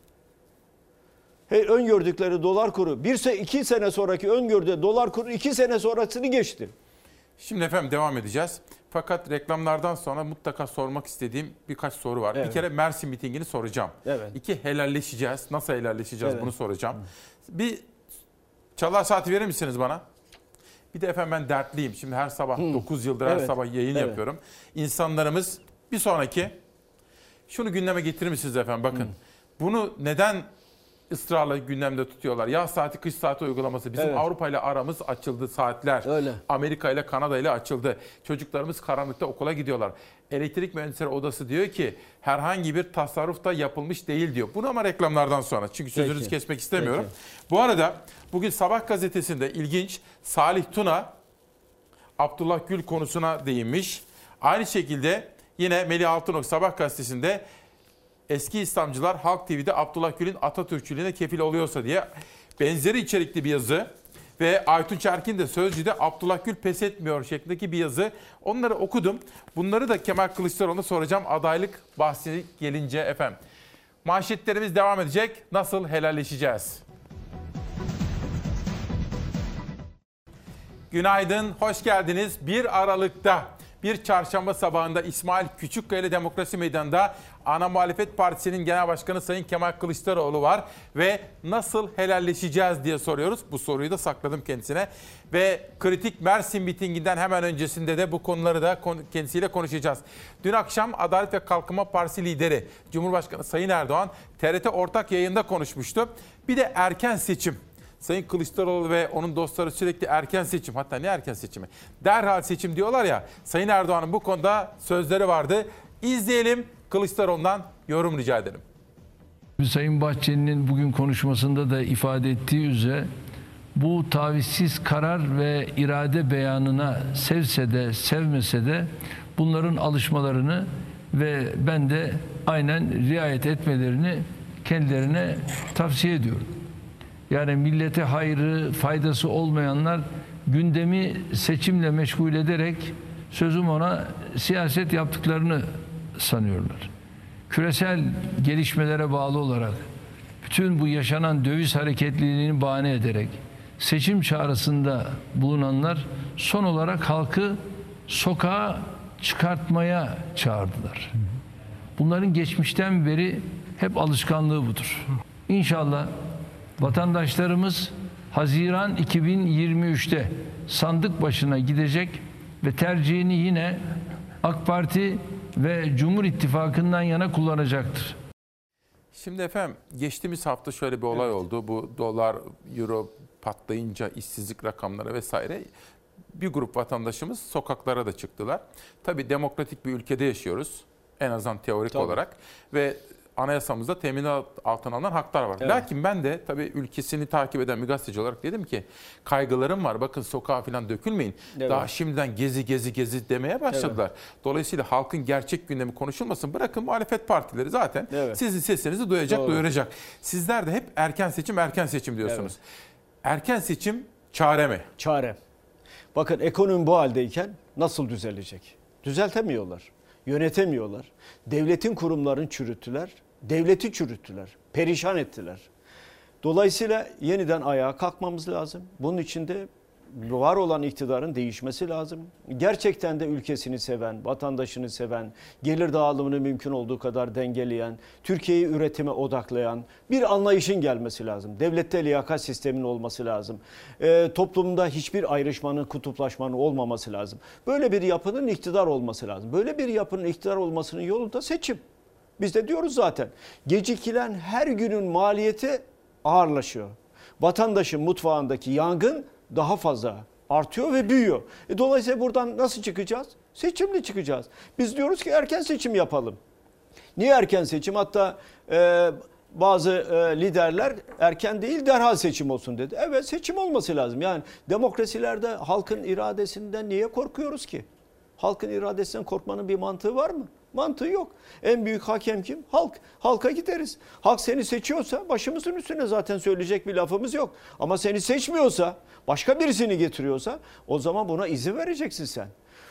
Öngördükleri dolar kuru 2 sene sonraki öngördüğü dolar kuru 2 sene sonrasını geçti. Şimdi efendim devam edeceğiz. Fakat reklamlardan sonra mutlaka sormak istediğim birkaç soru var. Evet. Bir kere Mersin mitingini soracağım. Evet. 2 helalleşeceğiz. Nasıl helalleşeceğiz Evet. bunu soracağım. Bir çalar saati verir misiniz bana? Bir de efendim ben dertliyim. Şimdi her sabah 9 yıldır her Evet. sabah yayın Evet. yapıyorum. İnsanlarımız bir sonraki şunu gündeme getirir misiniz efendim? Bakın bunu neden ısrarla gündemde tutuyorlar? Yaz saati, kış saati uygulaması. Bizim Evet. Avrupa ile aramız açıldı saatler. Öyle. Amerika ile Kanada ile açıldı. Çocuklarımız karanlıkta okula gidiyorlar. Elektrik Mühendisleri Odası diyor ki herhangi bir tasarruf da yapılmış değil diyor. Bunu ama reklamlardan sonra. Çünkü sözünüzü Peki. kesmek istemiyorum. Peki. Bu arada bugün Sabah gazetesinde ilginç Salih Tuna Abdullah Gül konusuna değinmiş. Aynı şekilde yine Melih Altınok Sabah gazetesinde eski İslamcılar Halk TV'de Abdullah Gül'ün Atatürkçülüğüne kefil oluyorsa diye benzeri içerikli bir yazı ve Aytunç Erkin de Sözcü'de Abdullah Gül pes etmiyor şeklindeki bir yazı. Onları okudum. Bunları da Kemal Kılıçdaroğlu'na soracağım adaylık bahsi gelince efendim. Manşetlerimiz devam edecek. Nasıl helalleşeceğiz? Günaydın, hoş geldiniz. 1 Aralık'ta bir çarşamba sabahında İsmail Küçükkaya ile Demokrasi Meydanı'nda Ana Muhalefet Partisi'nin Genel Başkanı Sayın Kemal Kılıçdaroğlu var. Ve nasıl helalleşeceğiz diye soruyoruz. Bu soruyu da sakladım kendisine. Ve kritik Mersin mitinginden hemen öncesinde de bu konuları da kendisiyle konuşacağız. Dün akşam Adalet ve Kalkınma Partisi lideri Cumhurbaşkanı Sayın Erdoğan TRT ortak yayında konuşmuştu. Bir de erken seçim. Sayın Kılıçdaroğlu ve onun dostları sürekli erken seçim, hatta ne erken seçimi, derhal seçim diyorlar ya. Sayın Erdoğan'ın bu konuda sözleri vardı. İzleyelim, Kılıçdaroğlu'ndan yorum rica edelim. Sayın Bahçeli'nin bugün konuşmasında da ifade ettiği üzere bu tavizsiz karar ve irade beyanına sevse de sevmese de bunların alışmalarını ve ben de aynen riayet etmelerini kendilerine tavsiye ediyorum. Yani millete hayrı, faydası olmayanlar gündemi seçimle meşgul ederek sözüm ona siyaset yaptıklarını sanıyorlar. Küresel gelişmelere bağlı olarak bütün bu yaşanan döviz hareketliliğini bahane ederek seçim çağrısında bulunanlar son olarak halkı sokağa çıkartmaya çağırdılar. Bunların geçmişten beri hep alışkanlığı budur. İnşallah vatandaşlarımız Haziran 2023'te sandık başına gidecek ve tercihini yine AK Parti ve Cumhur İttifakı'ndan yana kullanacaktır. Şimdi efendim geçtiğimiz hafta şöyle bir olay oldu. Bu dolar, euro patlayınca işsizlik rakamları vesaire bir grup vatandaşımız sokaklara da çıktılar. Tabii demokratik bir ülkede yaşıyoruz en azından teorik olarak ve anayasamızda teminat altına alınan haklar var. Evet. Lakin ben de tabii ülkesini takip eden bir gazeteci olarak dedim ki kaygılarım var. Bakın sokağa falan dökülmeyin. Evet. Daha şimdiden gezi demeye başladılar. Dolayısıyla halkın gerçek gündemi konuşulmasın. Bırakın muhalefet partileri zaten sizin sesinizi duyuracak. Sizler de hep erken seçim diyorsunuz. Evet. Erken seçim çare mi? Çare. Bakın ekonomi bu haldeyken nasıl düzelecek? Düzeltemiyorlar. Yönetemiyorlar. Devletin kurumlarını çürüttüler. Devleti çürüttüler. Perişan ettiler. Dolayısıyla yeniden ayağa kalkmamız lazım. Bunun için de var olan iktidarın değişmesi lazım. Gerçekten de ülkesini seven, vatandaşını seven, gelir dağılımını mümkün olduğu kadar dengeleyen, Türkiye'yi üretime odaklayan bir anlayışın gelmesi lazım. Devlette liyakat sisteminin olması lazım. Toplumda hiçbir ayrışmanın, kutuplaşmanın olmaması lazım. Böyle bir yapının iktidar olması lazım. Böyle bir yapının iktidar olmasının yolu da seçim. Biz de diyoruz zaten. Gecikilen her günün maliyeti ağırlaşıyor. Vatandaşın mutfağındaki yangın daha fazla artıyor ve büyüyor. Dolayısıyla buradan nasıl çıkacağız? Seçimle çıkacağız. Biz diyoruz ki erken seçim yapalım. Niye erken seçim? Hatta bazı liderler erken değil derhal seçim olsun dedi. Evet seçim olması lazım. Yani demokrasilerde halkın iradesinden niye korkuyoruz ki? Halkın iradesinden korkmanın bir mantığı var mı? Mantığı yok. En büyük hakem kim? Halk. Halka gideriz. Halk seni seçiyorsa başımızın üstüne zaten söyleyecek bir lafımız yok. Ama seni seçmiyorsa, başka birisini getiriyorsa o zaman buna izin vereceksin sen.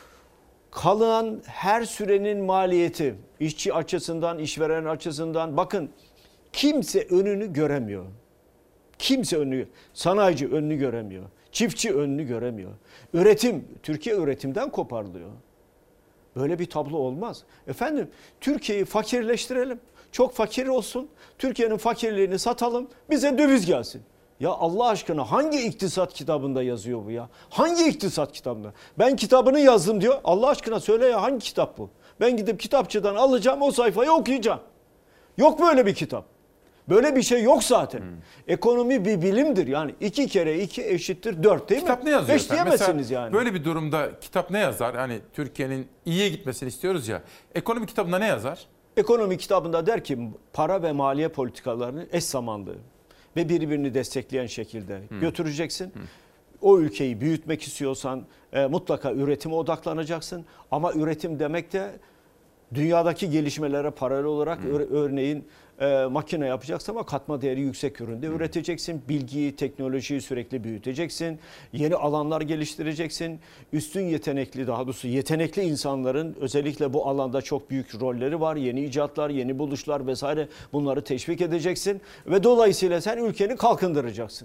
Kalan her sürenin maliyeti, işçi açısından, işveren açısından bakın kimse önünü göremiyor. Kimse sanayici önünü göremiyor. Çiftçi önünü göremiyor. Üretim, Türkiye üretimden koparılıyor. Böyle bir tablo olmaz. Efendim Türkiye'yi fakirleştirelim. Çok fakir olsun. Türkiye'nin fakirliğini satalım. Bize döviz gelsin. Ya Allah aşkına hangi iktisat kitabında yazıyor bu ya? Hangi iktisat kitabında? Ben kitabını yazdım diyor. Allah aşkına söyle ya, hangi kitap bu? Ben gidip kitapçıdan alacağım, o sayfayı okuyacağım. Yok böyle bir kitap. Böyle bir şey yok zaten. Ekonomi bir bilimdir. Yani 2 kere 2 eşittir 4 değil mi? Kitap ne yazıyor? 5 diyemezsiniz yani. Böyle bir durumda kitap ne yazar? Hani Türkiye'nin iyiye gitmesini istiyoruz ya. Ekonomi kitabında ne yazar? Ekonomi kitabında der ki para ve maliye politikalarını eş zamanlı ve birbirini destekleyen şekilde götüreceksin. O ülkeyi büyütmek istiyorsan mutlaka üretime odaklanacaksın. Ama üretim demek de dünyadaki gelişmelere paralel olarak örneğin makine yapacaksın ama katma değeri yüksek üründe üreteceksin. Bilgiyi, teknolojiyi sürekli büyüteceksin. Yeni alanlar geliştireceksin. Üstün yetenekli, daha doğrusu yetenekli insanların özellikle bu alanda çok büyük rolleri var. Yeni icatlar, yeni buluşlar vesaire, bunları teşvik edeceksin. Ve dolayısıyla sen ülkeni kalkındıracaksın.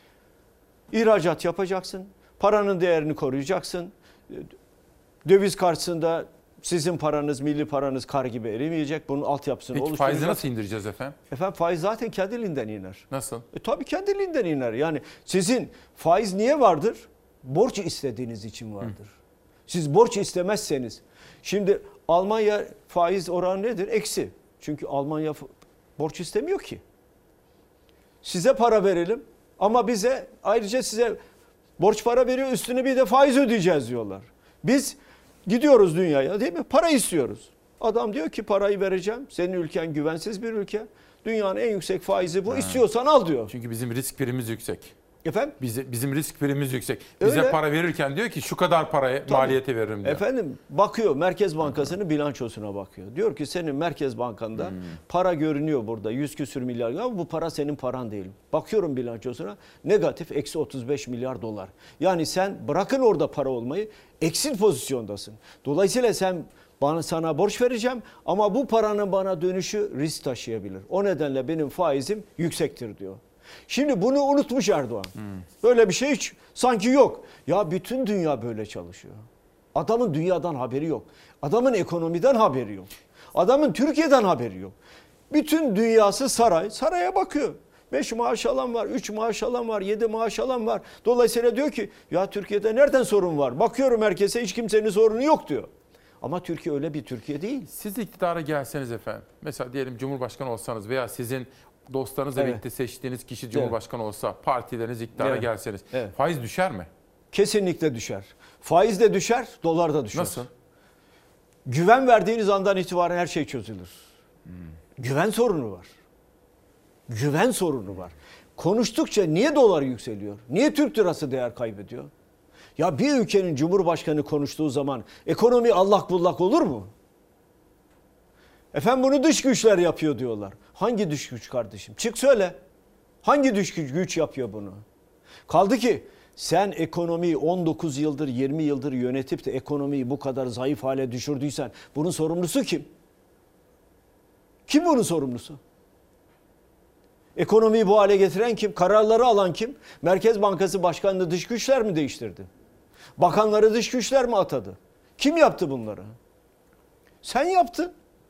İhracat yapacaksın. Paranın değerini koruyacaksın. Döviz karşısında sizin paranız, milli paranız kar gibi erimeyecek. Bunun altyapısını oluşturacaksın. Peki faizi nasıl indireceğiz efendim? Efendim faiz zaten kendiliğinden iner. Nasıl? Tabii kendiliğinden iner. Yani sizin faiz niye vardır? Borç istediğiniz için vardır. Siz borç istemezseniz. Şimdi Almanya faiz oranı nedir? Eksi. Çünkü Almanya borç istemiyor ki. Size para verelim ama bize ayrıca size borç para veriyor, üstüne bir de faiz ödeyeceğiz diyorlar. Biz gidiyoruz dünyaya değil mi? Para istiyoruz. Adam diyor ki parayı vereceğim. Senin ülken güvensiz bir ülke. Dünyanın en yüksek faizi bu. İstiyorsan al diyor. Çünkü bizim risk primimiz yüksek. Efendim? Bizim risk primimiz yüksek. Bize Öyle. para verirken diyor ki şu kadar parayı maliyete veririm diyor. Efendim bakıyor Merkez Bankası'nın bilançosuna bakıyor. Diyor ki senin Merkez Banka'nda para görünüyor burada 100 küsür milyar ama bu para senin paran değil. Bakıyorum bilançosuna negatif eksi 35 milyar dolar. Yani sen bırakın orada para olmayı eksi pozisyondasın. Dolayısıyla sana borç vereceğim ama bu paranın bana dönüşü risk taşıyabilir. O nedenle benim faizim yüksektir diyor. Şimdi bunu unutmuş Erdoğan. Böyle bir şey hiç sanki yok. Ya bütün dünya böyle çalışıyor. Adamın dünyadan haberi yok. Adamın ekonomiden haberi yok. Adamın Türkiye'den haberi yok. Bütün dünyası saray. Saraya bakıyor. 5 maaş alan var, 3 maaş alan var, 7 maaş alan var. Dolayısıyla diyor ki ya Türkiye'de nereden sorun var? Bakıyorum herkese hiç kimsenin sorunu yok diyor. Ama Türkiye öyle bir Türkiye değil. Siz iktidara gelseniz efendim. Mesela diyelim Cumhurbaşkanı olsanız veya sizin dostlarınızla birlikte seçtiğiniz kişi Cumhurbaşkanı olsa, partileriniz iktidara gelseniz faiz düşer mi? Kesinlikle düşer. Faiz de düşer, dolar da düşer. Nasıl? Güven verdiğiniz andan itibaren her şey çözülür. Güven sorunu var. Güven sorunu var. Konuştukça niye dolar yükseliyor? Niye Türk lirası değer kaybediyor? Ya bir ülkenin cumhurbaşkanı konuştuğu zaman ekonomi allak bullak olur mu? Efendim bunu dış güçler yapıyor diyorlar. Hangi dış güç kardeşim? Çık söyle. Hangi dış güç yapıyor bunu? Kaldı ki sen ekonomiyi 19 yıldır 20 yıldır yönetip de ekonomiyi bu kadar zayıf hale düşürdüysen bunun sorumlusu kim? Kim bunun sorumlusu? Ekonomiyi bu hale getiren kim? Kararları alan kim? Merkez Bankası Başkanı'nı dış güçler mi değiştirdi? Bakanları dış güçler mi atadı? Kim yaptı bunları? Sen yaptın.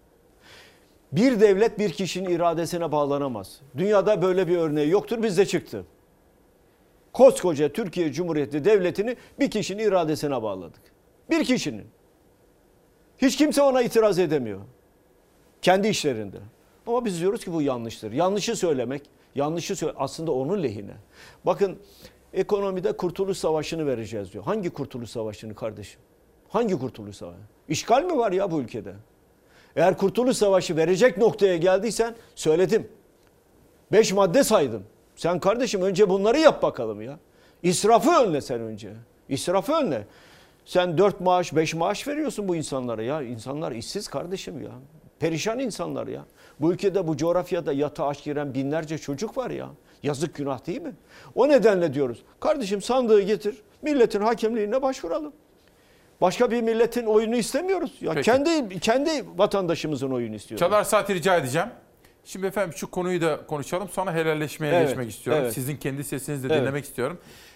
Bir devlet bir kişinin iradesine bağlanamaz. Dünyada böyle bir örneği yoktur, bizde çıktı. Koskoca Türkiye Cumhuriyeti Devleti'ni bir kişinin iradesine bağladık. Bir kişinin. Hiç kimse ona itiraz edemiyor. Kendi işlerinde. Ama biz diyoruz ki bu yanlıştır. Yanlışı söylemek, aslında onun lehine. Bakın ekonomide Kurtuluş Savaşı'nı vereceğiz diyor. Hangi Kurtuluş Savaşı'nı kardeşim? Hangi Kurtuluş Savaşı? İşgal mi var ya bu ülkede? Eğer Kurtuluş Savaşı verecek noktaya geldiysen söyledim. 5 madde saydım. Sen kardeşim önce bunları yap bakalım ya. İsrafı önle sen önce. İsrafı önle. Sen 4 maaş 5 maaş veriyorsun bu insanlara ya. İnsanlar işsiz kardeşim ya. Perişan insanlar ya. Bu ülkede bu coğrafyada yatağa aç giren binlerce çocuk var ya. Yazık günah değil mi? O nedenle diyoruz. Kardeşim sandığı getir. Milletin hakemliğine başvuralım. Başka bir milletin oyunu istemiyoruz. Ya kendi vatandaşımızın oyunu istiyoruz. Çalar Saati rica edeceğim. Şimdi efendim şu konuyu da konuşalım. Sonra helalleşmeye geçmek istiyorum. Evet. Sizin kendi sesinizi de dinlemek istiyorum.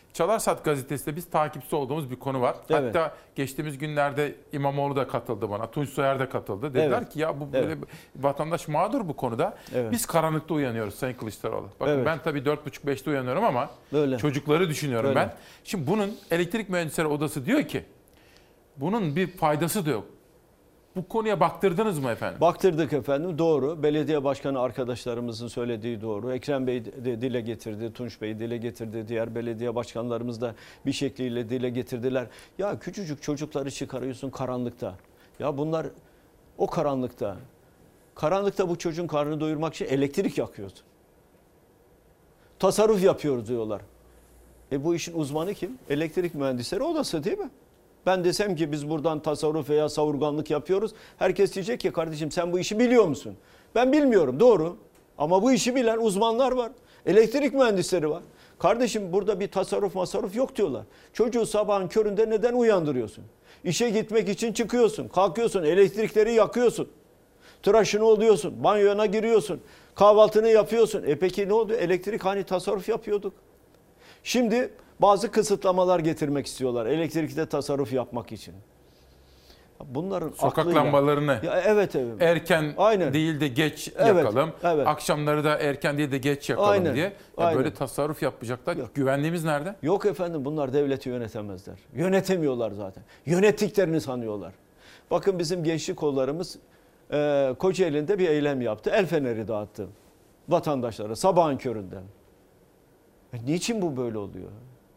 Çalarsat gazetesinde biz takipçisi olduğumuz bir konu var. Evet. Hatta geçtiğimiz günlerde İmamoğlu da katıldı bana. Tunç Soyer da katıldı. Dediler ki ya bu böyle vatandaş mağdur bu konuda. Evet. Biz karanlıkta uyanıyoruz Sayın Kılıçdaroğlu. Bakın Evet. ben tabii 4.30-5'te uyanıyorum ama çocukları düşünüyorum Öyle. ben. Şimdi bunun Elektrik Mühendisleri Odası diyor ki bunun bir faydası da yok. Bu konuya baktırdınız mı efendim? Baktırdık efendim, doğru. Belediye başkanı arkadaşlarımızın söylediği doğru. Ekrem Bey de dile getirdi, Tunç Bey dile getirdi. Diğer belediye başkanlarımız da bir şekliyle dile getirdiler. Ya küçücük çocukları çıkarıyorsun karanlıkta. Ya bunlar o karanlıkta. Karanlıkta bu çocuğun karnını doyurmak için elektrik yakıyordu. Tasarruf yapıyoruz diyorlar. Bu işin uzmanı kim? Elektrik Mühendisleri Odası değil mi? Ben desem ki biz buradan tasarruf veya savurganlık yapıyoruz. Herkes diyecek ki kardeşim sen bu işi biliyor musun? Ben bilmiyorum, doğru. Ama bu işi bilen uzmanlar var. Elektrik mühendisleri var. Kardeşim burada bir tasarruf yok diyorlar. Çocuğu sabahın köründe neden uyandırıyorsun? İşe gitmek için çıkıyorsun, kalkıyorsun, elektrikleri yakıyorsun. Tıraşını oluyorsun, banyona giriyorsun, kahvaltını yapıyorsun. Peki ne oldu? Elektrik hani tasarruf yapıyorduk. Şimdi bazı kısıtlamalar getirmek istiyorlar elektrikte tasarruf yapmak için. Bunların sokak aklıyla, lambalarını evet. erken değil de geç yakalım. Evet. Akşamları da erken değil de geç yakalım diye. Böyle tasarruf yapacaklar. Yok. Güvenliğimiz nerede? Yok efendim, bunlar devleti yönetemezler. Yönetemiyorlar zaten. Yönettiklerini sanıyorlar. Bakın bizim gençlik kollarımız Kocaeli'nde bir eylem yaptı. El feneri dağıttı vatandaşlara sabahın köründen. Niçin bu böyle oluyor?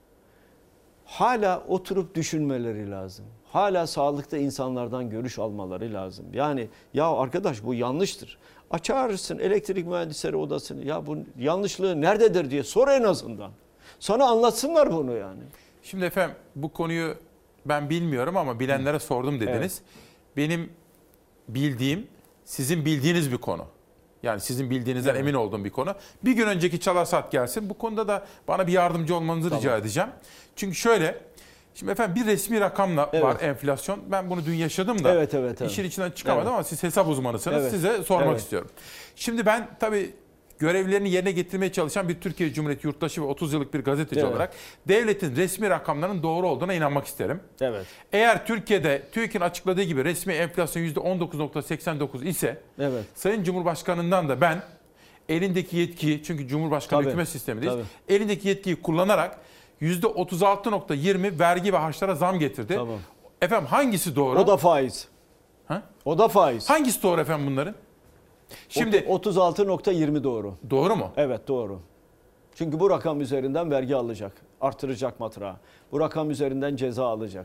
Hala oturup düşünmeleri lazım. Hala sağlıkta insanlardan görüş almaları lazım. Yani ya arkadaş bu yanlıştır. Açarsın Elektrik Mühendisleri Odası'nı. Ya bu yanlışlığı nerededir diye sor en azından. Sana anlatsınlar bunu yani. Şimdi efendim bu konuyu ben bilmiyorum ama bilenlere sordum dediniz. Evet. Benim bildiğim sizin bildiğiniz bir konu. Yani sizin bildiğinizden emin olduğum bir konu. Bir gün önceki Çalarsat gelsin. Bu konuda da bana bir yardımcı olmanızı rica edeceğim. Çünkü şöyle, şimdi efendim bir resmi rakamla var enflasyon. Ben bunu dün yaşadım da işin içinden çıkamadım ama siz hesap uzmanısınız. Size sormak istiyorum. Şimdi ben tabii görevlerini yerine getirmeye çalışan bir Türkiye Cumhuriyeti yurttaşı ve 30 yıllık bir gazeteci olarak devletin resmi rakamlarının doğru olduğuna inanmak isterim. Evet. Eğer Türkiye'de TÜİK'in açıkladığı gibi resmi enflasyon %19.89 ise Sayın Cumhurbaşkanı'ndan da ben elindeki yetkiyi, çünkü Cumhurbaşkanı hükümet sistemindeyiz, elindeki yetkiyi kullanarak %36.20 vergi ve harçlara zam getirdi. Efendim hangisi doğru? O da faiz. Ha? O da faiz. Hangisi doğru efendim bunların? Şimdi 36.20 doğru. Doğru mu? Evet, doğru. Çünkü bu rakam üzerinden vergi alacak. Artıracak matrağı. Bu rakam üzerinden ceza alacak.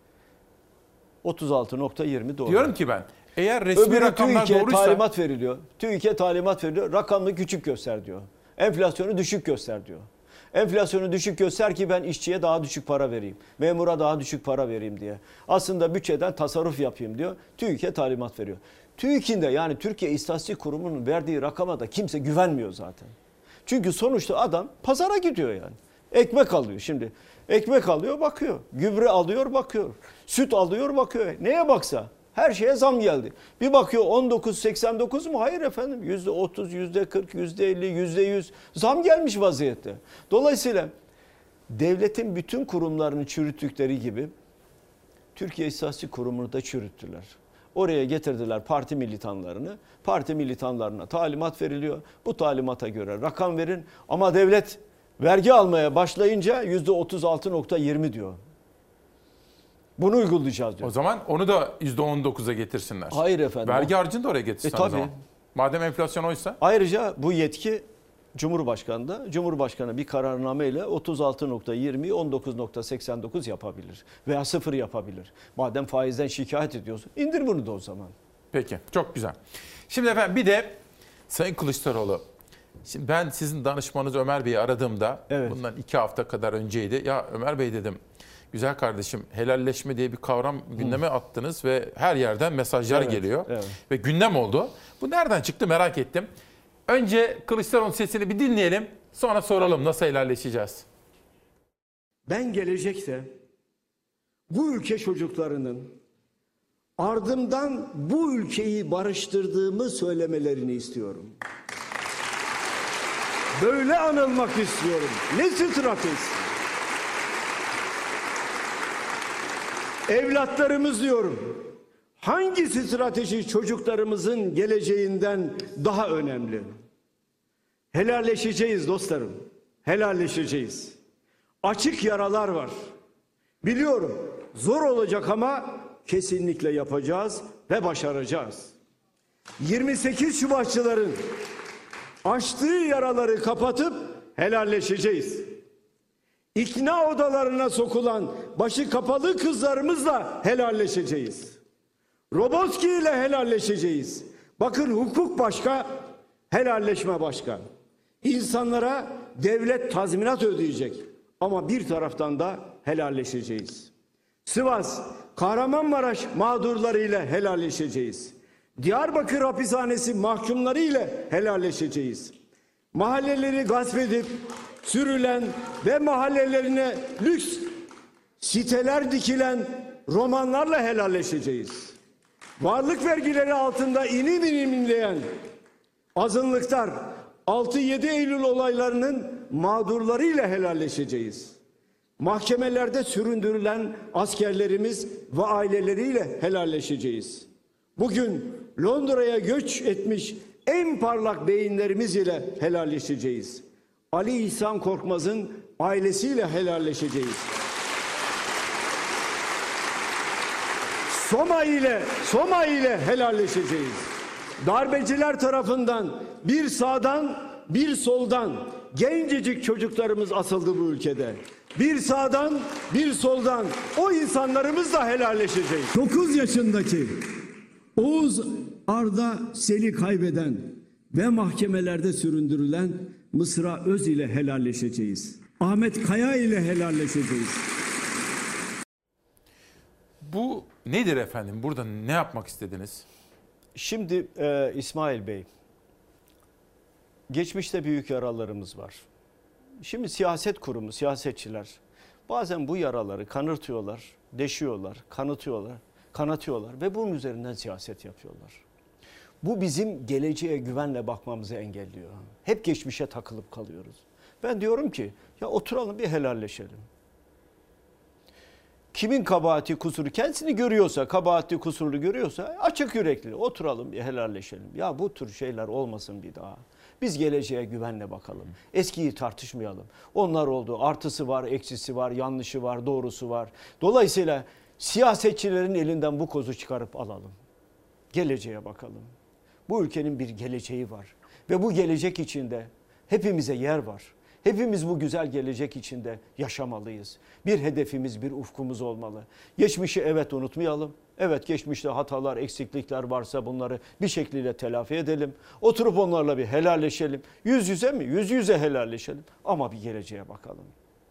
36.20 doğru. Diyorum ki ben eğer resmi rakamlar doğruysa talimat veriliyor. TÜİK'e talimat veriliyor. Rakamını küçük göster diyor. Enflasyonu düşük göster diyor. Enflasyonu düşük göster ki ben işçiye daha düşük para vereyim. Memura daha düşük para vereyim diye. Aslında bütçeden tasarruf yapayım diyor. TÜİK'e talimat veriyor. TÜİK'in de yani Türkiye İstatistik Kurumu'nun verdiği rakama da kimse güvenmiyor zaten. Çünkü sonuçta adam pazara gidiyor yani. Ekmek alıyor şimdi. Ekmek alıyor bakıyor. Gübre alıyor bakıyor. Süt alıyor bakıyor. Neye baksa her şeye zam geldi. Bir bakıyor 19.89 mu? Hayır efendim. %30, %40, %50, %100 zam gelmiş vaziyette. Dolayısıyla devletin bütün kurumlarını çürüttükleri gibi Türkiye İstatistik Kurumu'nu da çürüttüler. Oraya getirdiler parti militanlarını. Parti militanlarına talimat veriliyor. Bu talimata göre rakam verin. Ama devlet vergi almaya başlayınca %36.20 diyor. Bunu uygulayacağız diyor. O zaman onu da %19'a getirsinler. Hayır efendim. Vergi harcını da oraya getirsinler o zaman. Madem enflasyon oysa. Ayrıca bu yetki Cumhurbaşkanı'nda. Cumhurbaşkanı bir kararname ile 36.20'yi 19.89 yapabilir. Veya 0 yapabilir. Madem faizden şikayet ediyorsun, indir bunu da o zaman. Peki, çok güzel. Şimdi efendim bir de Sayın Kılıçdaroğlu. Şimdi ben sizin danışmanınız Ömer Bey'i aradığımda bundan 2 hafta kadar önceydi. Ya Ömer Bey dedim, güzel kardeşim helalleşme diye bir kavram gündeme attınız ve her yerden mesajlar geliyor. Ve gündem oldu. Bu nereden çıktı merak ettim. Önce Kılıçdaroğlu'nun sesini bir dinleyelim. Sonra soralım nasıl helalleşeceğiz. Ben gelecekte bu ülke çocuklarının ardımdan bu ülkeyi barıştırdığımı söylemelerini istiyorum. Böyle anılmak istiyorum. Ne stratejisi? Evlatlarımız diyorum. Hangi strateji çocuklarımızın geleceğinden daha önemli? Helalleşeceğiz dostlarım. Helalleşeceğiz. Açık yaralar var. Biliyorum zor olacak ama kesinlikle yapacağız ve başaracağız. 28 Şubatçıların açtığı yaraları kapatıp helalleşeceğiz. İkna odalarına sokulan başı kapalı kızlarımızla helalleşeceğiz. Roboski ile helalleşeceğiz. Bakın hukuk başka, helalleşme başka. İnsanlara devlet tazminat ödeyecek ama bir taraftan da helalleşeceğiz. Sivas, Kahramanmaraş mağdurlarıyla helalleşeceğiz. Diyarbakır hapishanesi mahkumları ile helalleşeceğiz. Mahalleleri gasp edip sürülen ve mahallelerine lüks siteler dikilen romanlarla helalleşeceğiz. Varlık vergileri altında inim inim inleyen azınlıklar 6-7 Eylül olaylarının mağdurlarıyla helalleşeceğiz. Mahkemelerde süründürülen askerlerimiz ve aileleriyle helalleşeceğiz. Bugün Londra'ya göç etmiş en parlak beyinlerimiz ile helalleşeceğiz. Ali İhsan Korkmaz'ın ailesiyle helalleşeceğiz. Soma ile helalleşeceğiz. Darbeciler tarafından bir sağdan bir soldan gencecik çocuklarımız asıldı bu ülkede. Bir sağdan bir soldan o insanlarımızla helalleşeceğiz. 9 yaşındaki Oğuz Arda Sel'i kaybeden ve mahkemelerde süründürülen Mısra Öz ile helalleşeceğiz. Ahmet Kaya ile helalleşeceğiz. Bu nedir efendim? Burada ne yapmak istediniz? Şimdi İsmail Bey, geçmişte büyük yaralarımız var. Şimdi siyaset kurumu, siyasetçiler bazen bu yaraları kanırtıyorlar, deşiyorlar, kanatıyorlar ve bunun üzerinden siyaset yapıyorlar. Bu bizim geleceğe güvenle bakmamızı engelliyor. Hep geçmişe takılıp kalıyoruz. Ben diyorum ki ya oturalım bir helalleşelim. Kimin kabahati kusuru kendisini görüyorsa, kabahati kusurlu görüyorsa açık yürekli oturalım bir helalleşelim. Ya bu tür şeyler olmasın bir daha. Biz geleceğe güvenle bakalım. Eskiyi tartışmayalım. Onlar oldu. Artısı var, eksisi var, yanlışı var, doğrusu var. Dolayısıyla siyasetçilerin elinden bu kozu çıkarıp alalım. Geleceğe bakalım. Bu ülkenin bir geleceği var. Ve bu gelecek içinde hepimize yer var. Hepimiz bu güzel gelecek içinde yaşamalıyız. Bir hedefimiz, bir ufkumuz olmalı. Geçmişi evet unutmayalım. Evet geçmişte hatalar, eksiklikler varsa bunları bir şekilde telafi edelim. Oturup onlarla bir helalleşelim. Yüz yüze mi? Yüz yüze helalleşelim. Ama bir geleceğe bakalım.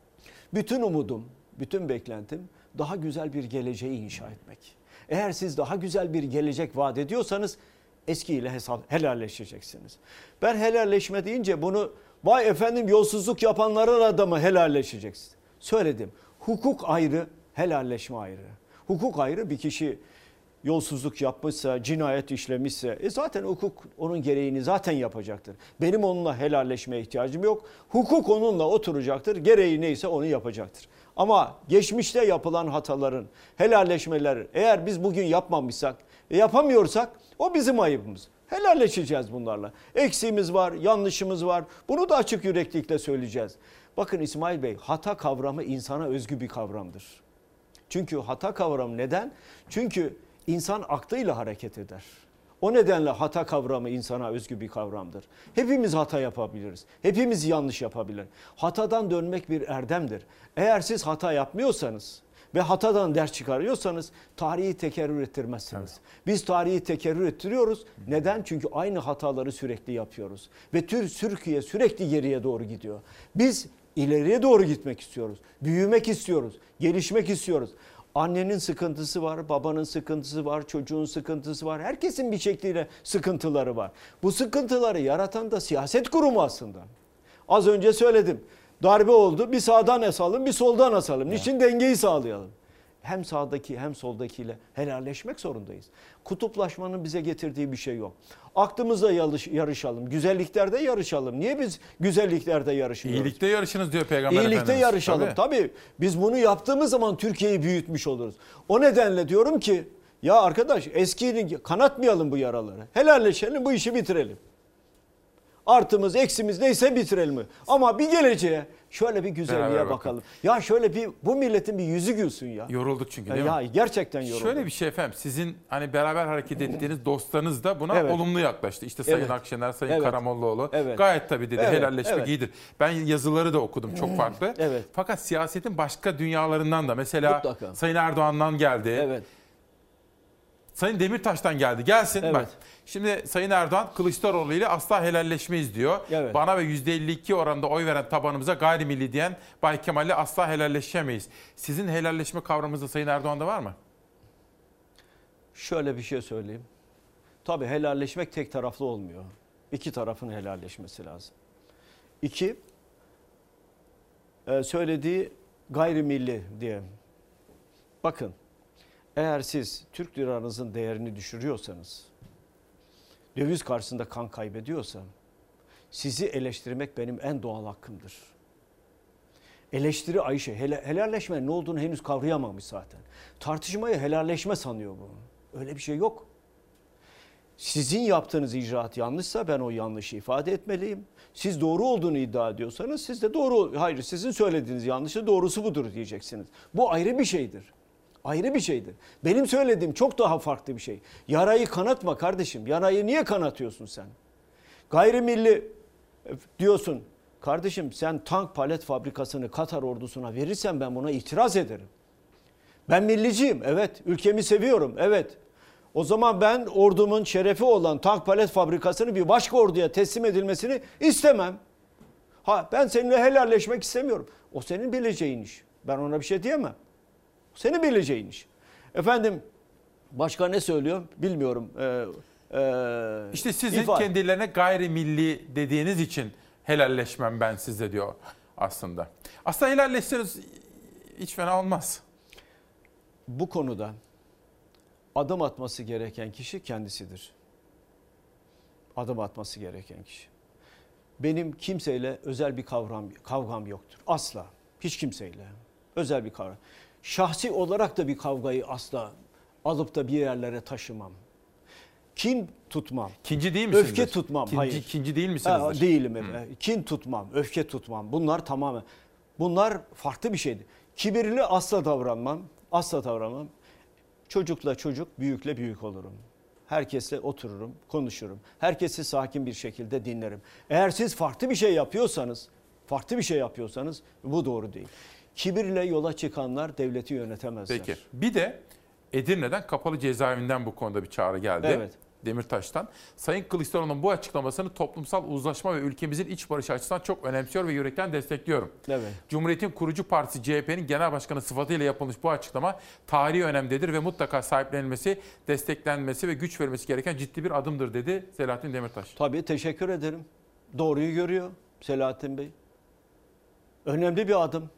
Bütün umudum, bütün beklentim daha güzel bir geleceği inşa etmek. Eğer siz daha güzel bir gelecek vaat ediyorsanız eskiyle helalleşeceksiniz. Ben helalleşme deyince bunu vay efendim yolsuzluk yapanlara da mı helalleşeceksin? Söyledim. Hukuk ayrı, helalleşme ayrı. Hukuk ayrı, bir kişi yolsuzluk yapmışsa, cinayet işlemişse zaten hukuk onun gereğini zaten yapacaktır. Benim onunla helalleşmeye ihtiyacım yok. Hukuk onunla oturacaktır. Gereği neyse onu yapacaktır. Ama geçmişte yapılan hataların, helalleşmeler eğer biz bugün yapmamışsak, yapamıyorsak o bizim ayıbımız. Helalleşeceğiz bunlarla. Eksiğimiz var, yanlışımız var. Bunu da açık yüreklilikle söyleyeceğiz. Bakın İsmail Bey, hata kavramı insana özgü bir kavramdır. Çünkü hata kavramı neden? Çünkü insan aklıyla hareket eder. O nedenle hata kavramı insana özgü bir kavramdır. Hepimiz hata yapabiliriz. Hepimiz yanlış yapabilir. Hatadan dönmek bir erdemdir. Eğer siz hata yapmıyorsanız ve hatadan ders çıkarıyorsanız tarihi tekerrür ettirmezsiniz. Evet. Biz tarihi tekerrür ettiriyoruz. Neden? Çünkü aynı hataları sürekli yapıyoruz. Ve Türkiye sürekli geriye doğru gidiyor. Biz ileriye doğru gitmek istiyoruz. Büyümek istiyoruz. Gelişmek istiyoruz. Annenin sıkıntısı var, babanın sıkıntısı var, çocuğun sıkıntısı var. Herkesin bir şekliyle sıkıntıları var. Bu sıkıntıları yaratan da siyaset kurumu aslında. Az önce söyledim. Darbe oldu. Bir sağdan asalım, bir soldan asalım. Niçin? Dengeyi sağlayalım. hem sağdaki hem soldakiyle helalleşmek zorundayız. Kutuplaşmanın bize getirdiği bir şey yok. Aklımızla yarışalım, güzelliklerde yarışalım. Niye biz güzelliklerde yarışmıyoruz? İyilikte yarışınız diyor Peygamber İyilikte Efendimiz. yarışalım. Tabii biz bunu yaptığımız zaman Türkiye'yi büyütmüş oluruz. O nedenle diyorum ki ya arkadaş eskiyi kanatmayalım bu yaraları. Helalleşelim, bu işi bitirelim. Artımız, eksimiz neyse bitirelim. Ama bir geleceğe şöyle bir güzelliğe bakalım. Ya şöyle bir bu milletin bir yüzü gülsün ya. Yorulduk çünkü değil mi? Ya gerçekten yorulduk. Şöyle bir şey efendim, sizin hani beraber hareket ettiğiniz dostlarınız da buna olumlu yaklaştı. İşte Sayın Akşener, Sayın Karamollaoğlu gayet tabii dedi helalleşmek iyidir. Ben yazıları da okudum çok farklı. Fakat siyasetin başka dünyalarından da mesela mutlaka. Sayın Erdoğan'dan geldi. Sayın Demirtaş'tan geldi. Gelsin bak. Şimdi Sayın Erdoğan Kılıçdaroğlu ile asla helalleşmeyiz diyor. Bana ve %52 oranında oy veren tabanımıza gayrimilli diyen Bay Kemal'le asla helalleşemeyiz. Sizin helalleşme kavramınızda Sayın Erdoğan'da var mı? Şöyle bir şey söyleyeyim. Tabii helalleşmek tek taraflı olmuyor. İki tarafın helalleşmesi lazım. İki, söylediği gayrimilli diye. Bakın, eğer siz Türk liranızın değerini düşürüyorsanız, döviz karşısında kan kaybediyorsam, sizi eleştirmek benim en doğal hakkımdır. Eleştiri Ayşe, helalleşmenin ne olduğunu henüz kavrayamamış zaten. Tartışmayı helalleşme sanıyor bu. Öyle bir şey yok. Sizin yaptığınız icraat yanlışsa ben o yanlışı ifade etmeliyim. Siz doğru olduğunu iddia ediyorsanız siz de doğru, hayır sizin söylediğiniz yanlışı doğrusu budur diyeceksiniz. Bu ayrı bir şeydir. Ayrı bir şeydir. Benim söylediğim çok daha farklı bir şey. Yarayı kanatma kardeşim. Yarayı niye kanatıyorsun sen? Gayrimilli diyorsun. Kardeşim sen tank palet fabrikasını Katar ordusuna verirsen ben buna itiraz ederim. Ben milliciyim. Evet. Ülkemi seviyorum. Evet. O zaman ben ordumun şerefi olan tank palet fabrikasını bir başka orduya teslim edilmesini istemem. Ben seninle helalleşmek istemiyorum. O senin bileceğin iş. Ben ona bir şey diyemem. Senin bileceğin iş. Efendim başka ne söylüyor bilmiyorum. İşte sizin kendilerine gayrimilli dediğiniz için helalleşmem ben sizle diyor aslında. Aslında helalleşseniz hiç fena olmaz. Bu konuda adım atması gereken kişi kendisidir. Adım atması gereken kişi. Benim kimseyle özel bir kavgam yoktur. Asla. Hiç kimseyle. Özel bir kavram. Şahsi olarak da bir kavgayı asla alıp da bir yerlere taşımam. Kin tutmam. Kinci değil misiniz? Öfke tutmam. Hayır. Kinci değil misiniz? Değilim. Kin tutmam, öfke tutmam. Bunlar tamamen. Bunlar farklı bir şeydir. Kibirli asla davranmam. Asla davranmam. Çocukla çocuk, büyükle büyük olurum. Herkesle otururum, konuşurum. Herkesi sakin bir şekilde dinlerim. Eğer siz farklı bir şey yapıyorsanız bu doğru değil. Kibirle yola çıkanlar devleti yönetemezler. Peki. Bir de Edirne'den kapalı cezaevinden bu konuda bir çağrı geldi. Evet. Demirtaş'tan. Sayın Kılıçdaroğlu'nun bu açıklamasını toplumsal uzlaşma ve ülkemizin iç barışı açısından çok önemsiyor ve yürekten destekliyorum. Evet. Cumhuriyet'in kurucu partisi CHP'nin genel başkanı sıfatıyla yapılmış bu açıklama tarihi önemdedir ve mutlaka sahiplenilmesi, desteklenmesi ve güç verilmesi gereken ciddi bir adımdır dedi Selahattin Demirtaş. Tabii teşekkür ederim. Doğruyu görüyor Selahattin Bey. Önemli bir adım.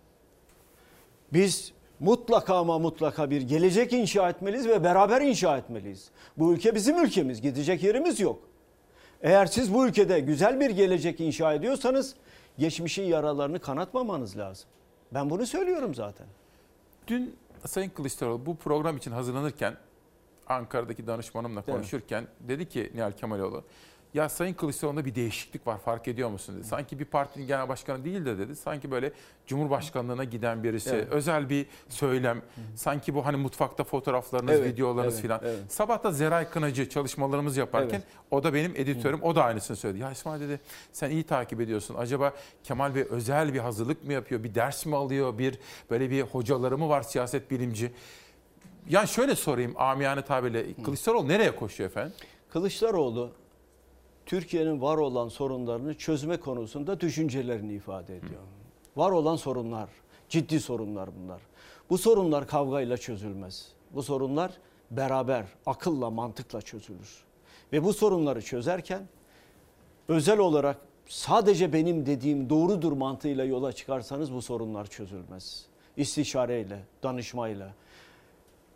Biz mutlaka ama mutlaka bir gelecek inşa etmeliyiz ve beraber inşa etmeliyiz. Bu ülke bizim ülkemiz. Gidecek yerimiz yok. Eğer siz bu ülkede güzel bir gelecek inşa ediyorsanız geçmişin yaralarını kanatmamanız lazım. Ben bunu söylüyorum zaten. Dün Sayın Kılıçdaroğlu bu program için hazırlanırken Ankara'daki danışmanımla konuşurken dedi ki Nihal Kemaloğlu, ya Sayın Kılıçdaroğlu'nda bir değişiklik var fark ediyor musun dedi. Sanki bir partinin genel başkanı değil de dedi. Sanki böyle Cumhurbaşkanlığına giden birisi. Evet. Özel bir söylem. Sanki bu hani mutfakta fotoğraflarınız, videolarınız filan. Evet. Sabah da Zeray Kınacı çalışmalarımızı yaparken o da benim editörüm. O da aynısını söyledi. Ya İsmail dedi sen iyi takip ediyorsun. Acaba Kemal Bey özel bir hazırlık mı yapıyor? Bir ders mi alıyor? Böyle bir hocaları mı var siyaset bilimci? Yani şöyle sorayım amiyane tabirle. Kılıçdaroğlu nereye koşuyor efendim? Kılıçdaroğlu Türkiye'nin var olan sorunlarını çözme konusunda düşüncelerini ifade ediyor. Var olan sorunlar, ciddi sorunlar bunlar. Bu sorunlar kavgayla çözülmez. Bu sorunlar beraber, akılla, mantıkla çözülür. Ve bu sorunları çözerken özel olarak sadece benim dediğim doğrudur mantığıyla yola çıkarsanız bu sorunlar çözülmez. İstişareyle, danışmayla,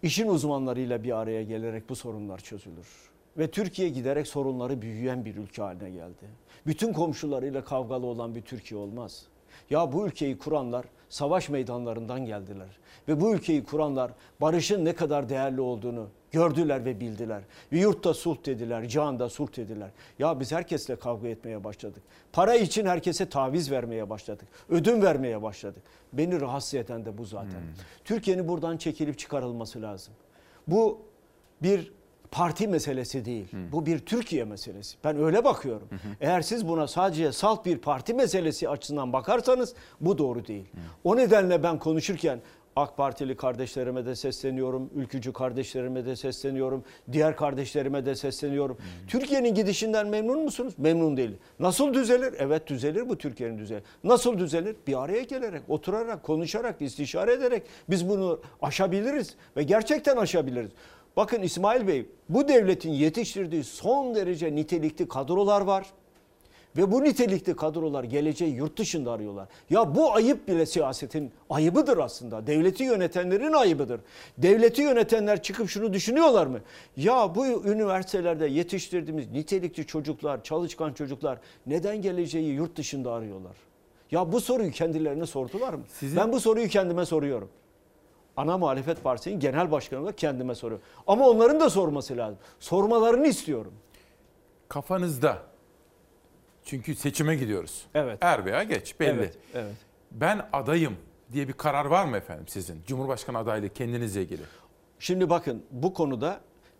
işin uzmanlarıyla bir araya gelerek bu sorunlar çözülür. Ve Türkiye giderek sorunları büyüyen bir ülke haline geldi. Bütün komşularıyla kavgalı olan bir Türkiye olmaz. Ya bu ülkeyi kuranlar savaş meydanlarından geldiler. Ve bu ülkeyi kuranlar barışın ne kadar değerli olduğunu gördüler ve bildiler. Yurtta sulh dediler, cihanda sulh dediler. Ya biz herkesle kavga etmeye başladık. Para için herkese taviz vermeye başladık. Ödün vermeye başladık. Beni rahatsız eden de bu zaten. Türkiye'nin buradan çekilip çıkarılması lazım. Bu bir parti meselesi değil. Bu bir Türkiye meselesi. Ben öyle bakıyorum. Eğer siz buna sadece salt bir parti meselesi açısından bakarsanız bu doğru değil. O nedenle ben konuşurken AK Partili kardeşlerime de sesleniyorum, ülkücü kardeşlerime de sesleniyorum, diğer kardeşlerime de sesleniyorum. Türkiye'nin gidişinden memnun musunuz? Memnun değil. Nasıl düzelir? Evet düzelir, bu Türkiye'nin düzeli. Nasıl düzelir? Bir araya gelerek, oturarak, konuşarak, istişare ederek biz bunu aşabiliriz ve gerçekten aşabiliriz. Bakın İsmail Bey, bu devletin yetiştirdiği son derece nitelikli kadrolar var. Ve bu nitelikli kadrolar geleceği yurt dışında arıyorlar. Ya bu ayıp bile siyasetin ayıbıdır aslında. Devleti yönetenlerin ayıbıdır. Devleti yönetenler çıkıp şunu düşünüyorlar mı? Ya bu üniversitelerde yetiştirdiğimiz nitelikli çocuklar, çalışkan çocuklar neden geleceği yurt dışında arıyorlar? Ya bu soruyu kendilerine sordular mı? Ben bu soruyu kendime soruyorum. Ana muhalefet partisinin genel başkanı olarak kendime soruyorum. Ama onların da sorması lazım. Sormalarını istiyorum. Kafanızda, çünkü seçime gidiyoruz. Evet. Er veya geç belli. Evet, evet. Ben adayım diye bir karar var mı efendim sizin? Cumhurbaşkanı adaylığı kendinizle ilgili. Şimdi bakın bu konuda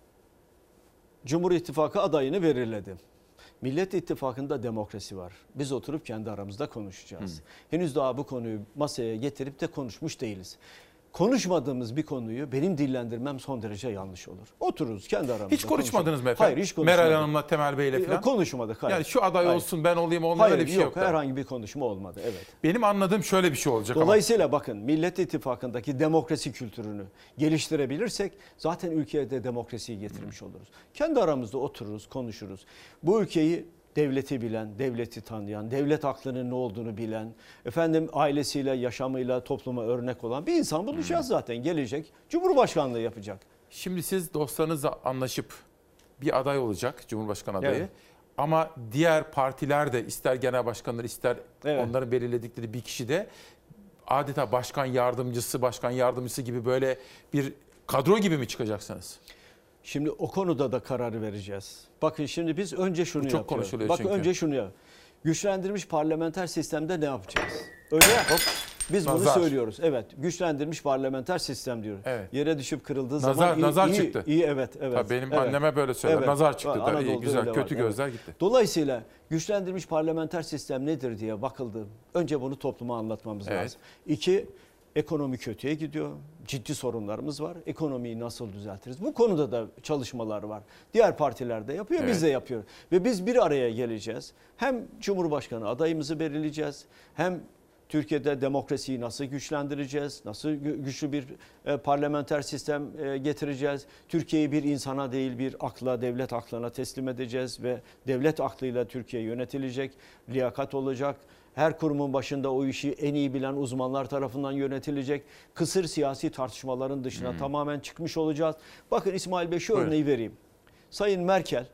Cumhur İttifakı adayını belirledi. Millet İttifakı'nda demokrasi var. Biz oturup kendi aramızda konuşacağız. Henüz daha bu konuyu masaya getirip de konuşmuş değiliz. Konuşmadığımız bir konuyu benim dillendirmem son derece yanlış olur. Otururuz kendi aramızda. Hiç konuşmadınız mı efendim? Hayır, hiç konuşmadık. Meral Hanım'la, Temel Bey'le falan? Konuşmadık. Hayır. Yani şu aday Hayır. olsun, ben olayım, onunla öyle bir şey yok. Herhangi bir konuşma olmadı. Evet. Benim anladığım şöyle bir şey olacak Dolayısıyla bakın Millet İttifakı'ndaki demokrasi kültürünü geliştirebilirsek zaten ülkeye de demokrasiyi getirmiş oluruz. Kendi aramızda otururuz, konuşuruz. Bu ülkeyi devleti bilen, devleti tanıyan, devlet aklının ne olduğunu bilen, ailesiyle, yaşamıyla topluma örnek olan bir insan bulacağız zaten. Gelecek, Cumhurbaşkanlığı yapacak. Şimdi siz dostlarınızla anlaşıp bir aday olacak, Cumhurbaşkanı adayı. Evet. Ama diğer partiler de ister genel başkanları ister onların belirledikleri bir kişi de adeta başkan yardımcısı gibi böyle bir kadro gibi mi çıkacaksınız? Şimdi o konuda da kararı vereceğiz. Bakın şimdi biz önce şunu yapıyoruz. Çok konuşuluyor Bakın çünkü. önce şunu yap. Güçlendirilmiş parlamenter sistemde ne yapacağız? Önce biz bunu söylüyoruz. Evet, güçlendirilmiş parlamenter sistem diyoruz. Evet. Yere düşüp kırıldığı zaman nazar çıktı. İyi, evet. Tabii benim anneme böyle söyler. Evet. Nazar çıktı. İyi, güzel, kötü gözler gitti. Dolayısıyla güçlendirilmiş parlamenter sistem nedir diye bakıldı. Önce bunu topluma anlatmamız lazım. 2, ekonomi kötüye gidiyor. Ciddi sorunlarımız var. Ekonomiyi nasıl düzeltiriz? Bu konuda da çalışmalar var. Diğer partiler de yapıyor, biz de yapıyoruz. Ve biz bir araya geleceğiz. Hem Cumhurbaşkanı adayımızı belirleyeceğiz. Hem Türkiye'de demokrasiyi nasıl güçlendireceğiz? Nasıl güçlü bir parlamenter sistem getireceğiz? Türkiye'yi bir insana değil bir akla, devlet aklına teslim edeceğiz ve devlet aklıyla Türkiye yönetilecek, liyakat olacak. Her kurumun başında o işi en iyi bilen uzmanlar tarafından yönetilecek. Kısır siyasi tartışmaların dışına tamamen çıkmış olacağız. Bakın İsmail Bey şu örneği vereyim. Sayın Merkel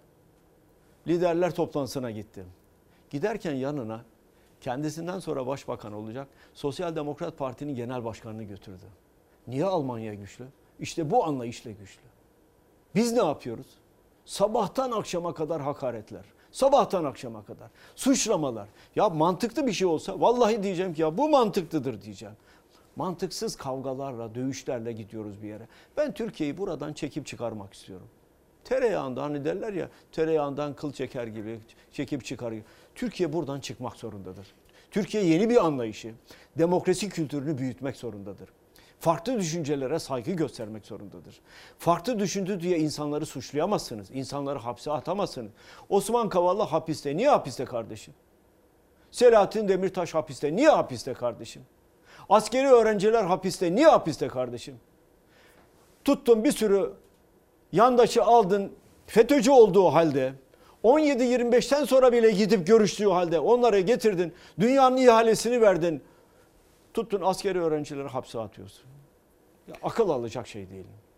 liderler toplantısına gitti. Giderken yanına kendisinden sonra başbakan olacak Sosyal Demokrat Parti'nin genel başkanını götürdü. Niye Almanya güçlü? İşte bu anlayışla güçlü. Biz ne yapıyoruz? Sabahtan akşama kadar hakaretler. Sabahtan akşama kadar suçlamalar. Ya mantıklı bir şey olsa vallahi diyeceğim ki ya bu mantıklıdır diyeceğim. Mantıksız kavgalarla, dövüşlerle gidiyoruz bir yere. Ben Türkiye'yi buradan çekip çıkarmak istiyorum. Tereyağında hani derler ya tereyağından kıl çeker gibi çekip çıkarıyor. Türkiye buradan çıkmak zorundadır. Türkiye yeni bir anlayışı, demokrasi kültürünü büyütmek zorundadır. Farklı düşüncelere saygı göstermek zorundadır. Farklı düşündü diye insanları suçlayamazsınız. İnsanları hapse atamazsınız. Osman Kavala hapiste. Niye hapiste kardeşim? Selahattin Demirtaş hapiste. Niye hapiste kardeşim? Askeri öğrenciler hapiste. Niye hapiste kardeşim? Tuttun bir sürü yandaşı aldın. FETÖ'cü olduğu halde 17-25'ten sonra bile gidip görüştüğü halde onları getirdin. Dünyanın ihalesini verdin. Tuttun askeri öğrencileri hapse atıyorsun. Ya, akıl alacak şey değil.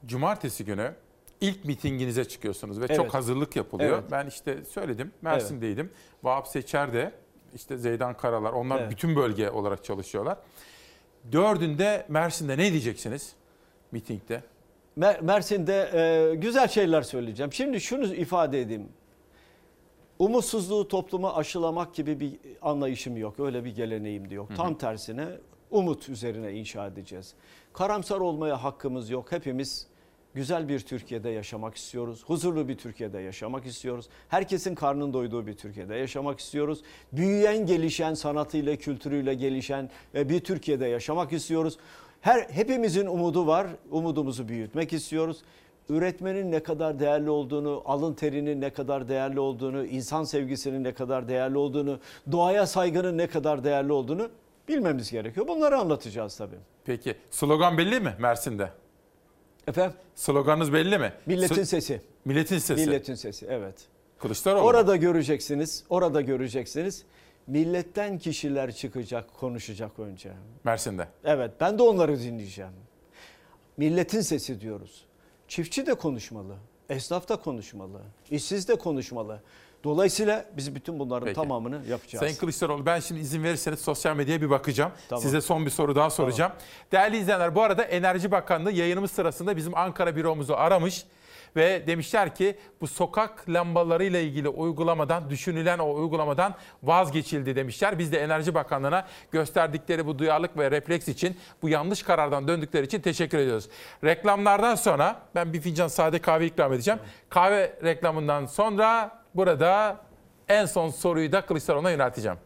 cumartesi günü ilk mitinginize çıkıyorsunuz ve Evet. çok hazırlık yapılıyor. Evet. Ben işte söyledim, Mersin'deydim. Vahap Seçer de, işte Zeydan Karalar, onlar bütün bölge olarak çalışıyorlar. 4'ünde Mersin'de ne diyeceksiniz mitingde? Mersin'de güzel şeyler söyleyeceğim. Şimdi şunu ifade edeyim. Umutsuzluğu topluma aşılamak gibi bir anlayışım yok. Öyle bir geleneğim de yok. Tam tersine umut üzerine inşa edeceğiz. Karamsar olmaya hakkımız yok. Hepimiz güzel bir Türkiye'de yaşamak istiyoruz. Huzurlu bir Türkiye'de yaşamak istiyoruz. Herkesin karnının doyduğu bir Türkiye'de yaşamak istiyoruz. Büyüyen, gelişen, sanatıyla, kültürüyle gelişen bir Türkiye'de yaşamak istiyoruz. Hepimizin umudu var. Umudumuzu büyütmek istiyoruz. Üretmenin ne kadar değerli olduğunu, alın terinin ne kadar değerli olduğunu, insan sevgisinin ne kadar değerli olduğunu, doğaya saygının ne kadar değerli olduğunu bilmemiz gerekiyor. Bunları anlatacağız tabii. Peki slogan belli mi Mersin'de? Efendim? Sloganınız belli mi? Milletin sesi. Milletin sesi. Milletin sesi, evet. Kılıçdaroğlu. Orada göreceksiniz. Milletten kişiler çıkacak, konuşacak önce. Mersin'de. Evet, ben de onları dinleyeceğim. Milletin sesi diyoruz. Çiftçi de konuşmalı, esnaf da konuşmalı, işsiz de konuşmalı. Dolayısıyla biz bütün bunların tamamını yapacağız. Sayın Kılıçdaroğlu, ben şimdi izin verirseniz sosyal medyaya bir bakacağım. Tamam. Size son bir soru daha soracağım. Değerli izleyenler, bu arada Enerji Bakanlığı yayınımız sırasında bizim Ankara büromuzu aramış. Ve demişler ki bu sokak lambalarıyla ilgili düşünülen o uygulamadan vazgeçildi demişler. Biz de Enerji Bakanlığı'na gösterdikleri bu duyarlılık ve refleks için, bu yanlış karardan döndükleri için teşekkür ediyoruz. Reklamlardan sonra ben bir fincan sade kahve ikram edeceğim. Kahve reklamından sonra burada en son soruyu da Kılıçdaroğlu'na yönelteceğim.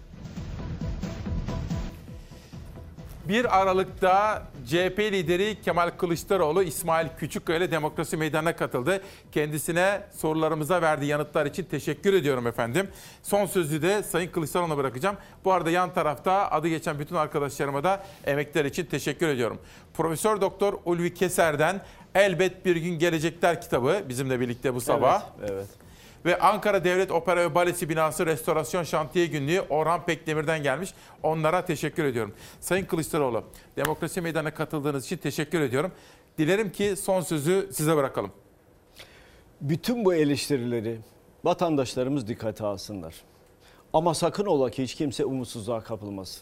1 Aralık'ta CHP lideri Kemal Kılıçdaroğlu İsmail Küçükkaya ile Demokrasi Meydanı'na katıldı. Kendisine sorularımıza verdiği yanıtlar için teşekkür ediyorum efendim. Son sözü de Sayın Kılıçdaroğlu'na bırakacağım. Bu arada yan tarafta adı geçen bütün arkadaşlarıma da emekler için teşekkür ediyorum. Profesör Doktor Ulvi Keser'den Elbet Bir Gün Gelecekler kitabı bizimle birlikte bu sabah. Evet. Ve Ankara Devlet Opera ve Balesi binası restorasyon şantiye günlüğü Orhan Pekdemir'den gelmiş. Onlara teşekkür ediyorum. Sayın Kılıçdaroğlu, Demokrasi Meydanı'na katıldığınız için teşekkür ediyorum. Dilerim ki son sözü size bırakalım. Bütün bu eleştirileri vatandaşlarımız dikkate alsınlar. Ama sakın ola ki hiç kimse umutsuzluğa kapılmasın.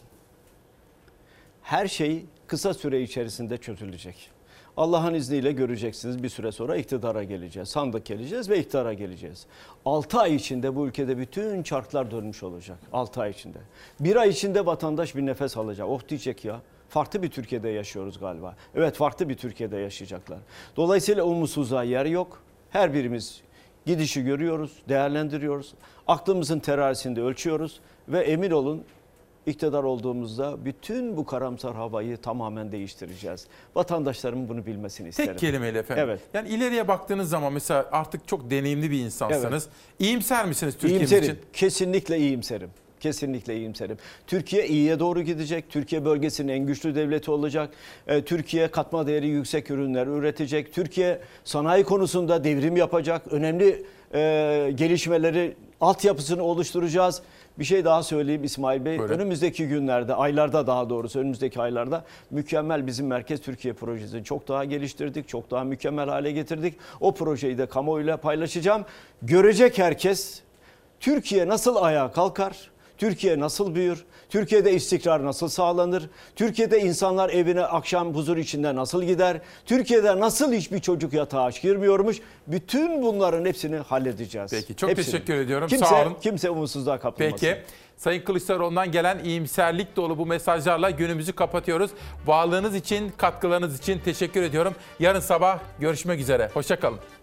Her şey kısa süre içerisinde çözülecek. Allah'ın izniyle göreceksiniz, bir süre sonra iktidara geleceğiz. Sandık geleceğiz ve iktidara geleceğiz. 6 ay içinde bu ülkede bütün çarklar dönmüş olacak. 6 ay içinde. 1 ay içinde vatandaş bir nefes alacak. Oh diyecek ya. Farklı bir Türkiye'de yaşıyoruz galiba. Evet, farklı bir Türkiye'de yaşayacaklar. Dolayısıyla umutsuzluğa yer yok. Her birimiz gidişi görüyoruz, değerlendiriyoruz. Aklımızın terazisinde ölçüyoruz ve emin olun, İktidar olduğumuzda bütün bu karamsar havayı tamamen değiştireceğiz. Vatandaşlarımın bunu bilmesini isterim. Tek kelimeyle efendim. Evet. Yani ileriye baktığınız zaman mesela artık çok deneyimli bir insansınız. Evet. İyimser misiniz Türkiye'miz İyimserim. için? Kesinlikle iyimserim. Kesinlikle iyimserim. Türkiye iyiye doğru gidecek. Türkiye bölgesinin en güçlü devleti olacak. Türkiye katma değeri yüksek ürünler üretecek. Türkiye sanayi konusunda devrim yapacak. Önemli gelişmeleri, altyapısını oluşturacağız. Bir şey daha söyleyeyim İsmail Bey. Böyle. Önümüzdeki günlerde, aylarda daha doğrusu önümüzdeki aylarda mükemmel bizim Merkez Türkiye projesini çok daha geliştirdik. Çok daha mükemmel hale getirdik. O projeyi de kamuoyuyla paylaşacağım. Görecek herkes Türkiye nasıl ayağa kalkar? Türkiye nasıl büyür? Türkiye'de istikrar nasıl sağlanır? Türkiye'de insanlar evine akşam huzur içinde nasıl gider? Türkiye'de nasıl hiçbir çocuk yatağa aç girmiyormuş? Bütün bunların hepsini halledeceğiz. Peki, çok hepsini. teşekkür ediyorum. Sağ olun. Kimse umutsuzluğa kapılmasın. Peki. Sayın Kılıçdaroğlu'ndan gelen iyimserlik dolu bu mesajlarla günümüzü kapatıyoruz. Varlığınız için, katkılarınız için teşekkür ediyorum. Yarın sabah görüşmek üzere. Hoşça kalın.